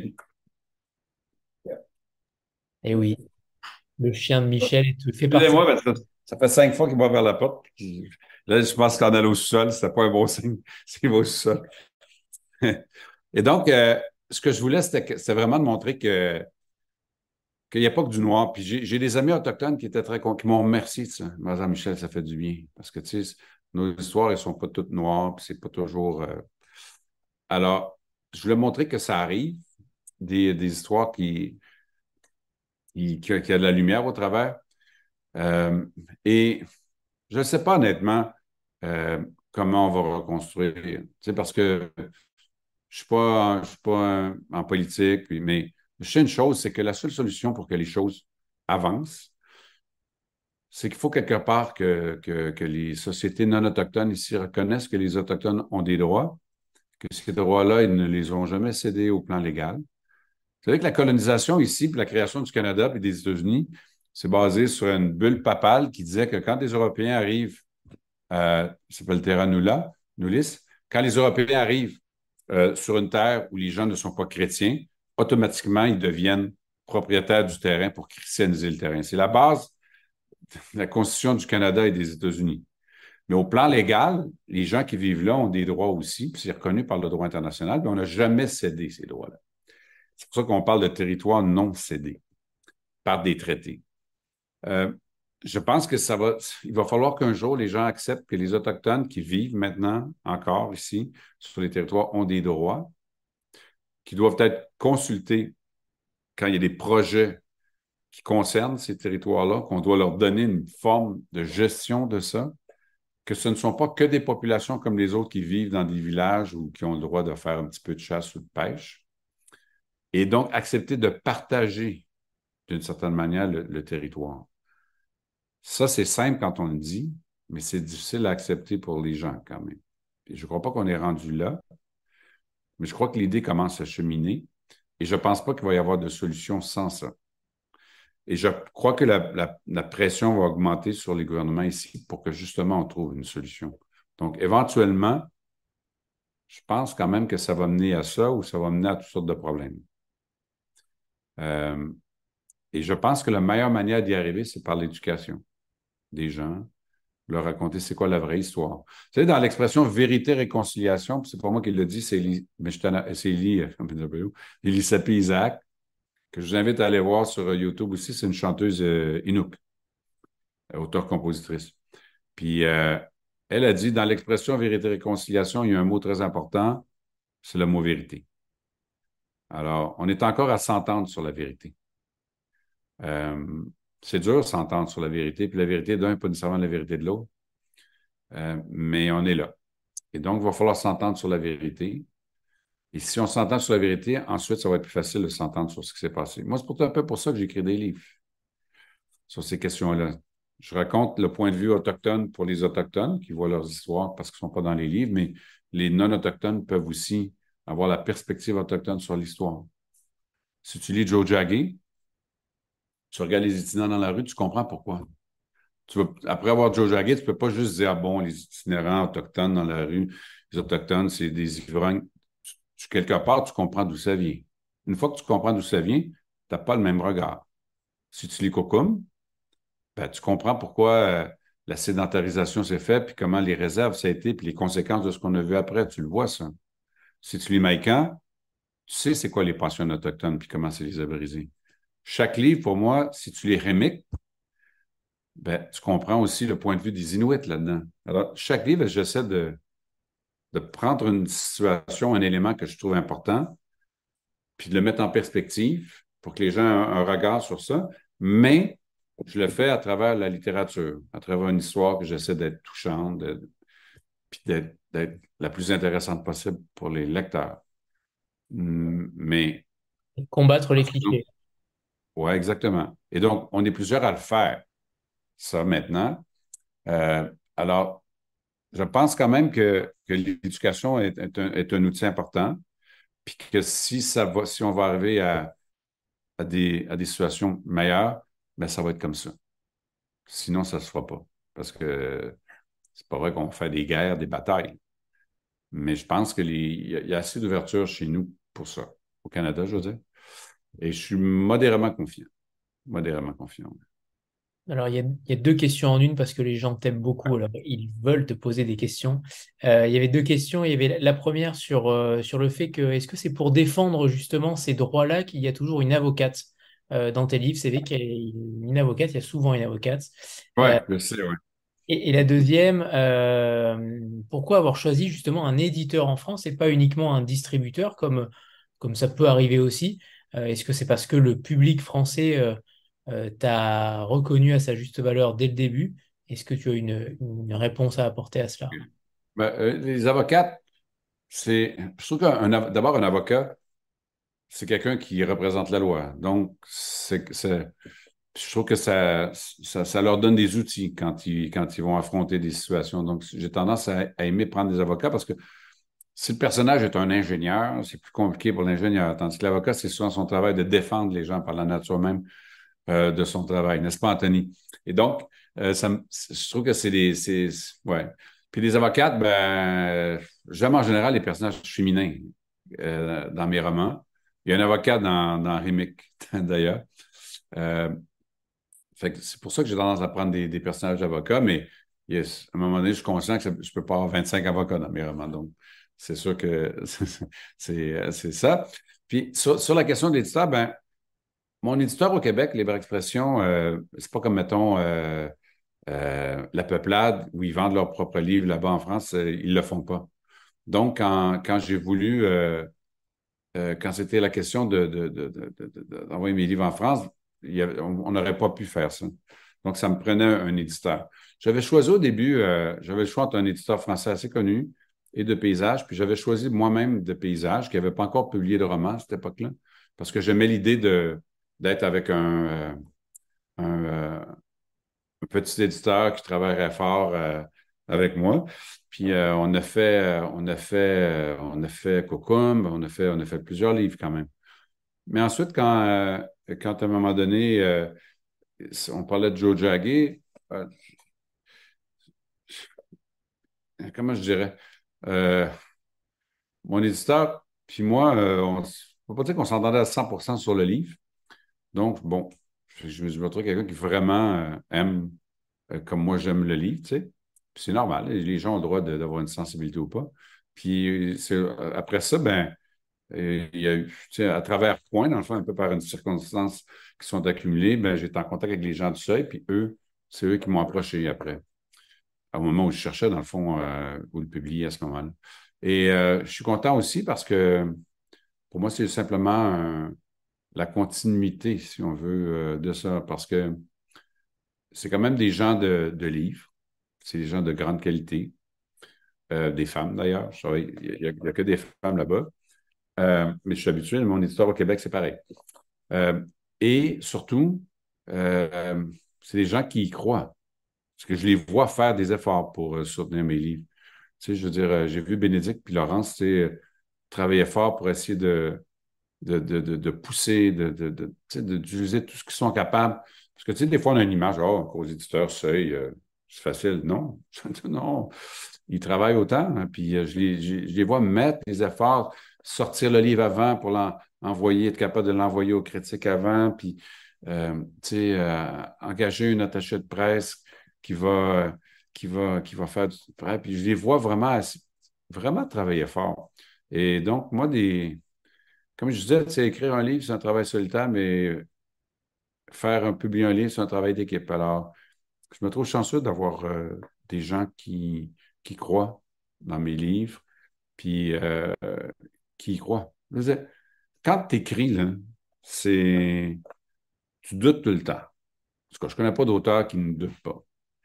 Eh oui, le chien de Michel est- fait partie. Excusez-moi, parce que ça fait cinq fois qu'il va vers la porte. Puis là, je pense qu'on allait au sous-sol. C'était pas un bon signe. C'est qu'il va au sous-sol. Et donc, euh, ce que je voulais, c'était, que- c'était vraiment de montrer que qu'il n'y a pas que du noir. Puis j'ai, j'ai des amis autochtones qui étaient très con- qui m'ont remercié de ça. Madame Michel, ça fait du bien. Parce que, tu sais, nos histoires, elles sont pas toutes noires, puis c'est pas toujours. euh, Alors, je voulais montrer que ça arrive, des, des histoires qui, qui, qui a, qui a de la lumière au travers. Euh, et je ne sais pas honnêtement euh, comment on va reconstruire. Tu sais, parce que je suis pas, je suis pas un- en politique, puis- mais je sais une chose, c'est que la seule solution pour que les choses avancent, c'est qu'il faut quelque part que, que, que les sociétés non autochtones ici reconnaissent que les Autochtones ont des droits, que ces droits-là, ils ne les ont jamais cédés au plan légal. Vous savez que la colonisation ici, puis la création du Canada et des États-Unis, c'est basé sur une bulle papale qui disait que quand les Européens arrivent, euh, ça s'appelle Terra Nulla, Nullis, quand les Européens arrivent euh, sur une terre où les gens ne sont pas chrétiens, automatiquement, ils deviennent propriétaires du terrain pour christianiser le terrain. C'est la base de la Constitution du Canada et des États-Unis. Mais au plan légal, les gens qui vivent là ont des droits aussi, puis c'est reconnu par le droit international, mais on n'a jamais cédé ces droits-là. C'est pour ça qu'on parle de territoire non cédé par des traités. Euh, je pense que ça va, il va falloir qu'un jour les gens acceptent que les Autochtones qui vivent maintenant encore ici sur les territoires ont des droits, qui doivent être consultés quand il y a des projets qui concernent ces territoires-là, qu'on doit leur donner une forme de gestion de ça, que ce ne sont pas que des populations comme les autres qui vivent dans des villages ou qui ont le droit de faire un petit peu de chasse ou de pêche, et donc accepter de partager d'une certaine manière le, le territoire. Ça, c'est simple quand on le dit, mais c'est difficile à accepter pour les gens quand même. Et je ne crois pas qu'on est rendu là, mais je crois que l'idée commence à cheminer et je ne pense pas qu'il va y avoir de solution sans ça. Et je crois que la, la, la pression va augmenter sur les gouvernements ici pour que justement on trouve une solution. Donc, éventuellement, je pense quand même que ça va mener à ça ou ça va mener à toutes sortes de problèmes. Euh, et je pense que la meilleure manière d'y arriver, c'est par l'éducation des gens, leur raconter c'est quoi la vraie histoire. Vous savez, dans l'expression vérité-réconciliation, c'est pas moi qui le dis, c'est Élie, mais c'est Élie, Élie Sapie-Isaac, que je vous invite à aller voir sur YouTube aussi. C'est une chanteuse euh, Inuk, auteure-compositrice. Puis, euh, elle a dit, dans l'expression vérité-réconciliation, il y a un mot très important, c'est le mot vérité. Alors, on est encore à s'entendre sur la vérité. Euh, c'est dur de s'entendre sur la vérité, puis la vérité d'un, pas nécessairement la vérité de l'autre, euh, mais on est là. Et donc, il va falloir s'entendre sur la vérité. Et si on s'entend sur la vérité, ensuite, ça va être plus facile de s'entendre sur ce qui s'est passé. Moi, c'est pourtant un peu pour ça que j'écris des livres sur ces questions-là. Je raconte le point de vue autochtone pour les Autochtones qui voient leurs histoires parce qu'ils ne sont pas dans les livres, mais les non-autochtones peuvent aussi avoir la perspective autochtone sur l'histoire. Si tu lis Joe Jaggi, tu regardes les itinérants dans la rue, tu comprends pourquoi. Tu vas, après avoir Joe Jaggi, tu ne peux pas juste dire, ah bon, les itinérants autochtones dans la rue, les Autochtones, c'est des ivrognes. Tu, tu, quelque part, tu comprends d'où ça vient. Une fois que tu comprends d'où ça vient, tu n'as pas le même regard. Si tu lis Kokum, ben, tu comprends pourquoi euh, la sédentarisation s'est faite, puis comment les réserves, ça a été, puis les conséquences de ce qu'on a vu après. Tu le vois, ça. Si tu lis Maïkan, tu sais c'est quoi les pensions autochtones, puis comment c'est les a brisés. Chaque livre, pour moi, si tu les rémiques, ben, tu comprends aussi le point de vue des Inuits là-dedans. Alors, chaque livre, j'essaie de, de prendre une situation, un élément que je trouve important, puis de le mettre en perspective pour que les gens aient un, un regard sur ça, mais je le fais à travers la littérature, à travers une histoire que j'essaie d'être touchante, de, puis d'être, d'être la plus intéressante possible pour les lecteurs. Mais... Combattre les clichés. Oui, exactement. Et donc, on est plusieurs à le faire, ça, maintenant. Euh, alors, je pense quand même que, que l'éducation est, est, un, est un outil important, puis que si, ça va, si on va arriver à, à, des, à des situations meilleures, bien, ça va être comme ça. Sinon, ça ne se fera pas. Parce que c'est pas vrai qu'on fait des guerres, des batailles. Mais je pense qu'il y, y a assez d'ouverture chez nous pour ça. Au Canada, je veux dire. Et je suis modérément confiant. Modérément confiant. Alors, il y, a, il y a deux questions en une parce que les gens t'aiment beaucoup. Alors, ils veulent te poser des questions. Euh, il y avait deux questions. Il y avait la première sur, euh, sur le fait que, est-ce que c'est pour défendre justement ces droits-là qu'il y a toujours une avocate euh, dans tes livres? C'est vrai qu'il y a une avocate, il y a souvent une avocate. Oui, Euh, je sais, oui. et, et la deuxième, euh, pourquoi avoir choisi justement un éditeur en France et pas uniquement un distributeur comme, comme ça peut arriver aussi? Euh, est-ce que c'est parce que le public français euh, euh, t'a reconnu à sa juste valeur dès le début? Est-ce que tu as une, une réponse à apporter à cela? Ben, euh, les avocates, c'est. Je trouve qu'un d'abord, un avocat, c'est quelqu'un qui représente la loi. Donc, c'est, c'est, je trouve que ça, ça, ça leur donne des outils quand ils, quand ils vont affronter des situations. Donc, j'ai tendance à, à aimer prendre des avocats parce que si le personnage est un ingénieur, c'est plus compliqué pour l'ingénieur. Tandis que l'avocat, c'est souvent son travail de défendre les gens par la nature même euh, de son travail, n'est-ce pas, Anthony? Et donc, euh, ça, je trouve que c'est des. C'est, ouais. Puis les avocates, ben, j'aime en général les personnages féminins euh, dans mes romans. Il y a un avocat dans, dans Rémic, d'ailleurs. Euh, fait que c'est pour ça que j'ai tendance à prendre des, des personnages d'avocats, mais yes. À un moment donné, je suis conscient que je ne peux pas avoir vingt-cinq avocats dans mes romans. Donc, c'est sûr que c'est c'est ça. Puis, sur, sur la question de l'éditeur, ben, mon éditeur au Québec, Libre Expression, euh, c'est pas comme, mettons, euh, euh, La Peuplade, où ils vendent leurs propres livres là-bas en France, euh, ils le font pas. Donc, quand, quand j'ai voulu, euh, euh, quand c'était la question de, de, de, de, de- de- d'envoyer mes livres en France, il y avait- on on n'aurait pas pu faire ça. Donc, ça me prenait un éditeur. J'avais choisi au début, euh, j'avais le choix entre un éditeur français assez connu et de paysage, puis j'avais choisi moi-même de paysage, qui n'avait pas encore publié de roman à cette époque-là, parce que j'aimais l'idée de, d'être avec un, euh, un, euh, un petit éditeur qui travaillerait fort euh, avec moi. Puis euh, on a fait, euh, on a fait, euh, on a fait Cocum, on a fait, on a fait plusieurs livres quand même. Mais ensuite, quand, euh, quand à un moment donné, euh, on parlait de Joe Jagger, euh, comment je dirais, euh, mon éditeur, puis moi, euh, on ne peut pas dire qu'on s'entendait à cent pour cent sur le livre. Donc, bon, je, je, je me trouve quelqu'un qui vraiment euh, aime euh, comme moi j'aime le livre, tu sais. Puis c'est normal, les gens ont le droit de- d'avoir une sensibilité ou pas. Puis c'est, euh, après ça, ben, euh, il y a eu, tu sais, à travers Point, dans le fond, un peu par une circonstance qui sont accumulées, ben, j'étais en contact avec les gens du Seuil, puis eux, c'est eux qui m'ont approché après, au moment où je cherchais, dans le fond, euh, où le publier à ce moment-là. Et euh, je suis content aussi parce que pour moi, c'est simplement un- la continuité, si on veut, euh, de ça, parce que c'est quand même des gens de, de livres, c'est des gens de grande qualité, euh, des femmes d'ailleurs. Je travaille- Il n'y a, il y a que des femmes là-bas. Euh, mais je suis habitué, mon éditeur au Québec, c'est pareil. Euh, et surtout, euh, c'est des gens qui y croient. Parce que je les vois faire des efforts pour euh, soutenir mes livres. Tu sais, je veux dire, euh, j'ai vu Bénédicte puis Laurence, tu sais, euh, travailler fort pour essayer de, de, de, de, de pousser, de, de, de, tu sais, de- d'utiliser tout ce qu'ils sont capables. Parce que, tu sais, des fois, on a une image, oh, aux éditeurs, seuil, euh, c'est facile. Non, non. Ils travaillent autant, hein, puis euh, je les, je, je les vois mettre les efforts, sortir le livre avant pour l'envoyer, être capable de l'envoyer aux critiques avant, puis, euh, tu sais, euh, engager une attachée de presse qui va, qui va, qui va faire du prêt. Puis je les vois vraiment, assez- vraiment travailler fort. Et donc, moi, des comme je disais, c'est écrire un livre, c'est un travail solitaire, mais faire un, publier un livre, c'est un travail d'équipe. Alors, je me trouve chanceux d'avoir euh, des gens qui, qui croient dans mes livres, puis euh, qui y croient. Je veux dire, quand tu écris, là, c'est... tu doutes tout le temps. Parce que je ne connais pas d'auteur qui ne doute pas.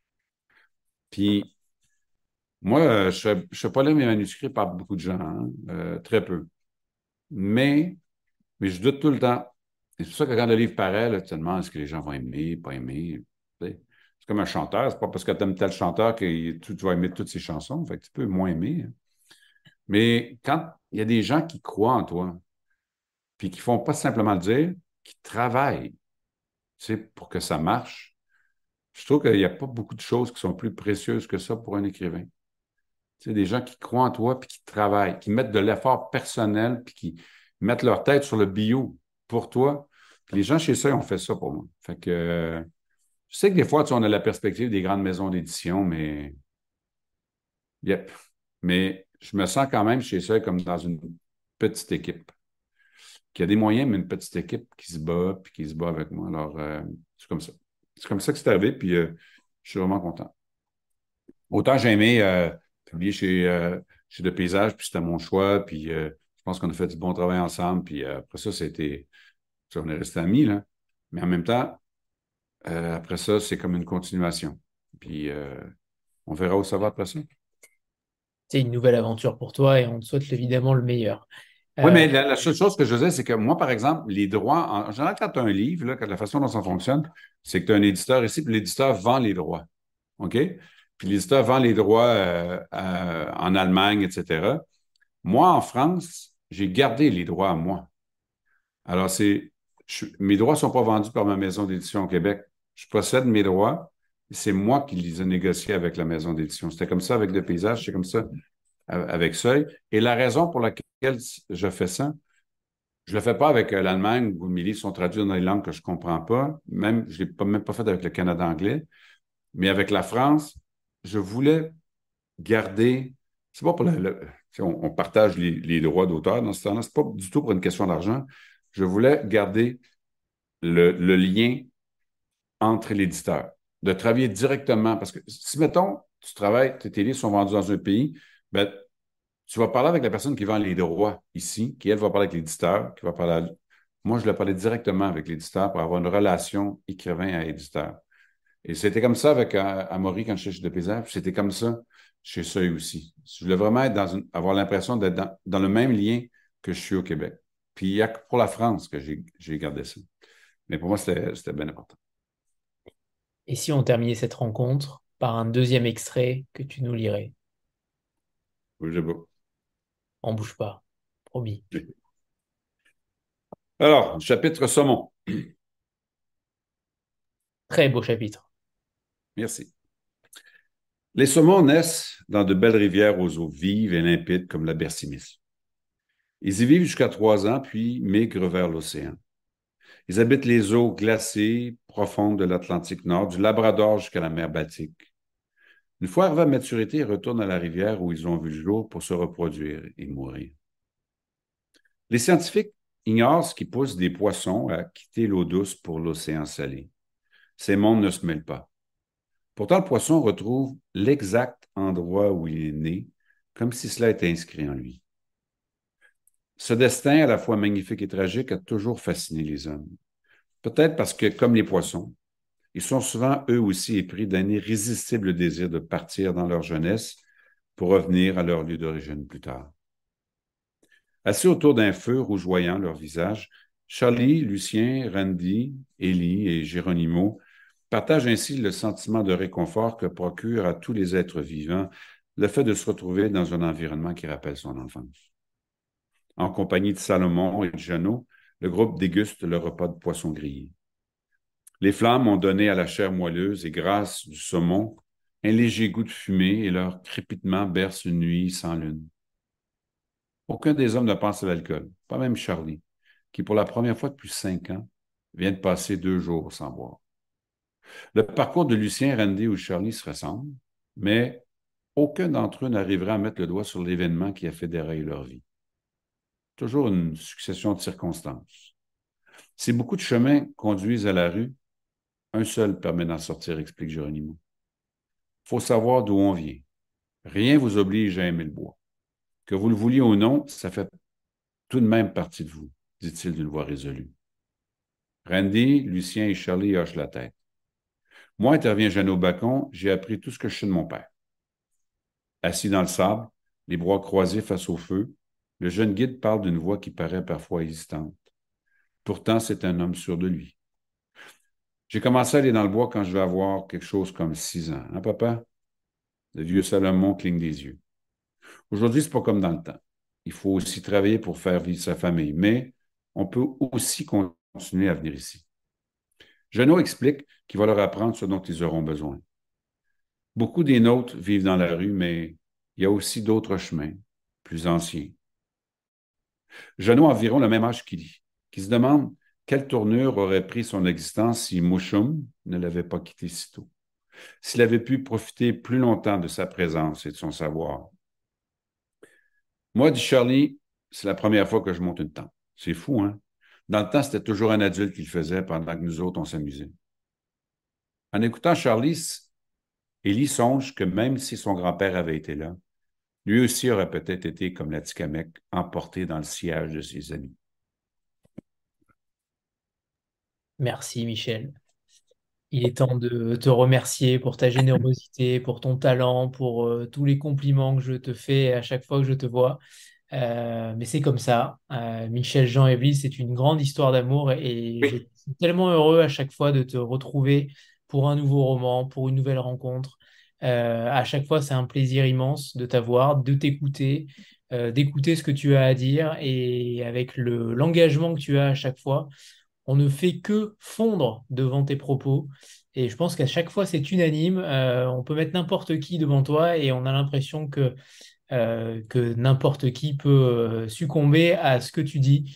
Puis, moi, euh, je ne fais pas lire mes manuscrits par beaucoup de gens, hein, euh, très peu. Mais Mais je doute tout le temps. Et c'est pour ça que quand le livre paraît, là, tu te demandes est-ce que les gens vont aimer, pas aimer. Tu sais. C'est comme un chanteur, c'est pas parce que tu aimes tel chanteur que tu, tu vas aimer toutes ses chansons. Fait que tu peux moins aimer, hein. Mais quand il y a des gens qui croient en toi, puis qui font pas simplement le dire, qui travaillent, tu sais, pour que ça marche, je trouve qu'il n'y a pas beaucoup de choses qui sont plus précieuses que ça pour un écrivain. Tu sais, des gens qui croient en toi, puis qui travaillent, qui mettent de l'effort personnel, puis qui mettent leur tête sur le bio pour toi. Puis les gens chez ça, ils ont fait ça pour moi. Fait que euh, je sais que des fois, tu sais, on a la perspective des grandes maisons d'édition, mais yep. Mais je me sens quand même chez ça comme dans une petite équipe, qui a des moyens, mais une petite équipe qui se bat, puis qui se bat avec moi. Alors, euh, c'est comme ça. C'est comme ça que c'est arrivé, puis euh, je suis vraiment content. Autant j'ai aimé euh, publier chez, euh, chez De Paysage, puis c'était mon choix, puis euh, je pense qu'on a fait du bon travail ensemble, puis euh, après ça, c'était, tu sais, on est restés amis, là. Mais en même temps, euh, après ça, c'est comme une continuation. Puis euh, on verra où ça va après ça. C'est une nouvelle aventure pour toi et on te souhaite évidemment le meilleur. Oui, Euh, mais la, la seule chose que je disais, c'est que moi, par exemple, les droits, en, en général, quand tu as un livre, là, quand la façon dont ça fonctionne, c'est que tu as un éditeur ici, puis l'éditeur vend les droits. OK? Puis l'éditeur vend les droits euh, euh, en Allemagne, et cetera. Moi, en France, j'ai gardé les droits à moi. Alors, c'est, je- mes droits ne sont pas vendus par ma maison d'édition au Québec. Je possède mes droits. C'est moi qui les ai négociés avec la maison d'édition. C'était comme ça avec Le Paysage, c'est comme ça euh, avec Seuil. Et la raison pour laquelle je fais ça, je ne le fais pas avec euh, l'Allemagne où mes livres sont traduits dans des langues que je ne comprends pas. Même, je ne l'ai pas, même pas fait avec le Canada anglais. Mais avec la France, je voulais garder, c'est pas pour la, la- tu sais, on, on partage les, les droits d'auteur dans ce temps-là, c'est pas du tout pour une question d'argent. Je voulais garder le, le lien entre l'éditeur, de travailler directement, parce que si, mettons, tu travailles, tes livres sont vendus dans un pays, ben, tu vas parler avec la personne qui vend les droits ici, qui, elle, va parler avec l'éditeur, qui va parler à... Moi, je l'ai parlé directement avec l'éditeur pour avoir une relation écrivain à éditeur. Et c'était comme ça avec euh, Amaury quand je suis chez De Paysan, puis c'était comme ça chez Seuil aussi. Je voulais vraiment être dans une- avoir l'impression d'être dans, dans le même lien que je suis au Québec. Puis il y a que pour la France que j'ai j'ai gardé ça. Mais pour moi, c'était c'était bien important. Et si on terminait cette rencontre par un deuxième extrait que tu nous lirais? Oui, j'ai beau. On bouge pas, promis. Alors, chapitre saumon. Très beau chapitre. Merci. Les saumons naissent dans de belles rivières aux eaux vives et limpides comme la Bersimis. Ils y vivent jusqu'à trois ans, puis migrent vers l'océan. Ils habitent les eaux glacées profondes de l'Atlantique Nord, du Labrador jusqu'à la mer Baltique. Une fois arrivés à maturité, ils retournent à la rivière où ils ont vu le jour pour se reproduire et mourir. Les scientifiques ignorent ce qui pousse des poissons à quitter l'eau douce pour l'océan salé. Ces mondes ne se mêlent pas. Pourtant, le poisson retrouve l'exact endroit où il est né, comme si cela était inscrit en lui. Ce destin, à la fois magnifique et tragique, a toujours fasciné les hommes. Peut-être parce que, comme les poissons, ils sont souvent eux aussi épris d'un irrésistible désir de partir dans leur jeunesse pour revenir à leur lieu d'origine plus tard. Assis autour d'un feu rougeoyant leur visage, Charlie, Lucien, Randy, Élie et Géronimo partagent ainsi le sentiment de réconfort que procure à tous les êtres vivants le fait de se retrouver dans un environnement qui rappelle son enfance. En compagnie de Salomon et de Jeannot, le groupe déguste le repas de poisson grillé. Les flammes ont donné à la chair moelleuse et grasse du saumon un léger goût de fumée et leur crépitement berce une nuit sans lune. Aucun des hommes ne pense à l'alcool, pas même Charlie, qui pour la première fois depuis cinq ans vient de passer deux jours sans boire. Le parcours de Lucien, Randy ou Charlie se ressemble, mais aucun d'entre eux n'arrivera à mettre le doigt sur l'événement qui a fait dérailler leur vie. Toujours une succession de circonstances. Si beaucoup de chemins conduisent à la rue, un seul permet d'en sortir, explique Geronimo. Il faut savoir d'où on vient. Rien ne vous oblige à aimer le bois. Que vous le vouliez ou non, ça fait tout de même partie de vous, dit-il d'une voix résolue. Randy, Lucien et Charlie hochent la tête. Moi, intervient Jeannot Bacon, j'ai appris tout ce que je sais de mon père. Assis dans le sable, les bras croisés face au feu, le jeune guide parle d'une voix qui paraît parfois hésitante. Pourtant, c'est un homme sûr de lui. J'ai commencé à aller dans le bois quand je vais avoir quelque chose comme six ans. Hein, papa? Le vieux Salomon cligne des yeux. Aujourd'hui, c'est pas comme dans le temps. Il faut aussi travailler pour faire vivre sa famille, mais on peut aussi continuer à venir ici. Jeannot explique qu'il va leur apprendre ce dont ils auront besoin. Beaucoup des nôtres vivent dans la rue, mais il y a aussi d'autres chemins, plus anciens. Jeannot a environ le même âge qu'il dit, qui se demande quelle tournure aurait pris son existence si Mouchoum ne l'avait pas quitté si tôt, s'il avait pu profiter plus longtemps de sa présence et de son savoir. Moi, dit Charlie, c'est la première fois que je monte une tente. C'est fou, hein? Dans le temps, c'était toujours un adulte qui le faisait pendant que nous autres, on s'amusait. En écoutant Charlie, Élie songe que même si son grand-père avait été là, lui aussi aurait peut-être été, comme la Tikamek, emporté dans le sillage de ses amis. Merci, Michel. Il est temps de te remercier pour ta générosité, pour ton talent, pour euh, tous les compliments que je te fais à chaque fois que je te vois. Euh, mais c'est comme ça. Euh, Michel Jean Eblis, c'est une grande histoire d'amour et je Oui. suis tellement heureux à chaque fois de te retrouver pour un nouveau roman, pour une nouvelle rencontre. Euh, à chaque fois, c'est un plaisir immense de t'avoir, de t'écouter, euh, d'écouter ce que tu as à dire et avec le, l'engagement que tu as à chaque fois, on ne fait que fondre devant tes propos. Et je pense qu'à chaque fois, c'est unanime. Euh, on peut mettre n'importe qui devant toi et on a l'impression que euh, que n'importe qui peut euh, succomber à ce que tu dis.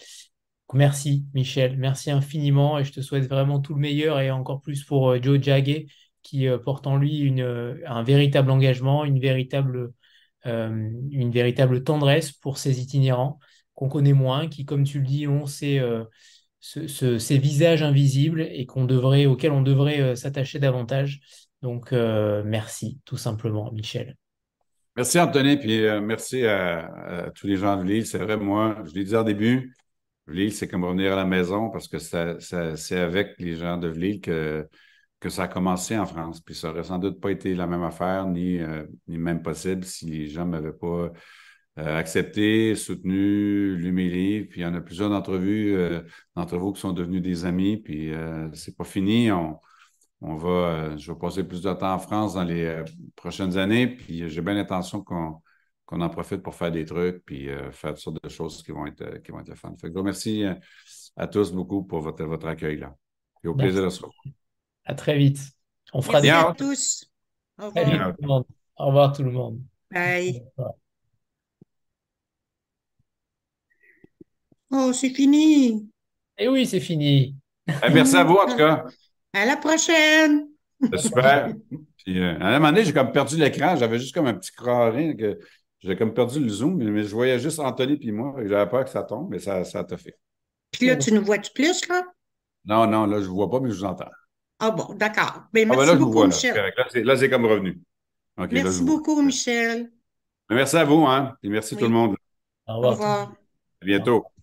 Merci Michel, merci infiniment et je te souhaite vraiment tout le meilleur et encore plus pour euh, Joe Jagger qui euh, porte en lui une, euh, un véritable engagement, une véritable, euh, une véritable tendresse pour ces itinérants qu'on connaît moins, qui, comme tu le dis, ont ces, euh, ce- ce- ces visages invisibles et qu'on devrait, auxquels on devrait euh, s'attacher davantage. Donc, euh, merci, tout simplement, Michel. Merci, Anthony, puis euh, merci à, à tous les gens de l'île. C'est vrai, moi, je l'ai dit au début, Vlille, c'est comme revenir à la maison parce que ça, ça- c'est avec les gens de Vlille que, que ça a commencé en France. Puis ça aurait sans doute pas été la même affaire, ni, euh, ni même possible si les gens ne m'avaient pas euh, accepté, soutenu, lu mes livres. Puis il y en a plusieurs d'entre vous, euh, d'entre vous qui sont devenus des amis. Puis euh, c'est pas fini. On, on va, euh, je vais passer plus de temps en France dans les euh, prochaines années. Puis j'ai bien l'intention qu'on qu'on en profite pour faire des trucs, puis euh, faire toutes sortes de choses qui vont être, euh, qui vont être le fun. Fait que je vous remercie euh, à tous beaucoup pour votre, votre accueil là. Et au plaisir Merci. de se revoir. À très vite. On fera des... Merci à Bien, tous. Au Salut revoir. bien. tout le monde. Au revoir tout le monde. Bye. Oh, c'est fini. Et oui, c'est fini. Eh, merci à vous, en tout cas. À la prochaine. C'est super. Puis, euh, à un moment donné, j'ai comme perdu l'écran. J'avais juste comme un petit carré que j'ai comme perdu le zoom, mais je voyais juste Anthony puis moi. J'avais peur que ça tombe, mais ça, ça t'a fait. Puis là, tu nous vois-tu plus, là? Non, non, là, je ne vous vois pas, mais je vous entends. Ah bon, d'accord. Ben, Ah ben merci là, je vous beaucoup, vois, là. Michel. Correct. Là, c'est là, c'est comme revenu. OK, là, je Merci vous vois. beaucoup, Michel. Mais merci à vous, hein. Et merci tout le Oui. monde. Au Au revoir tout le monde. revoir. À bientôt.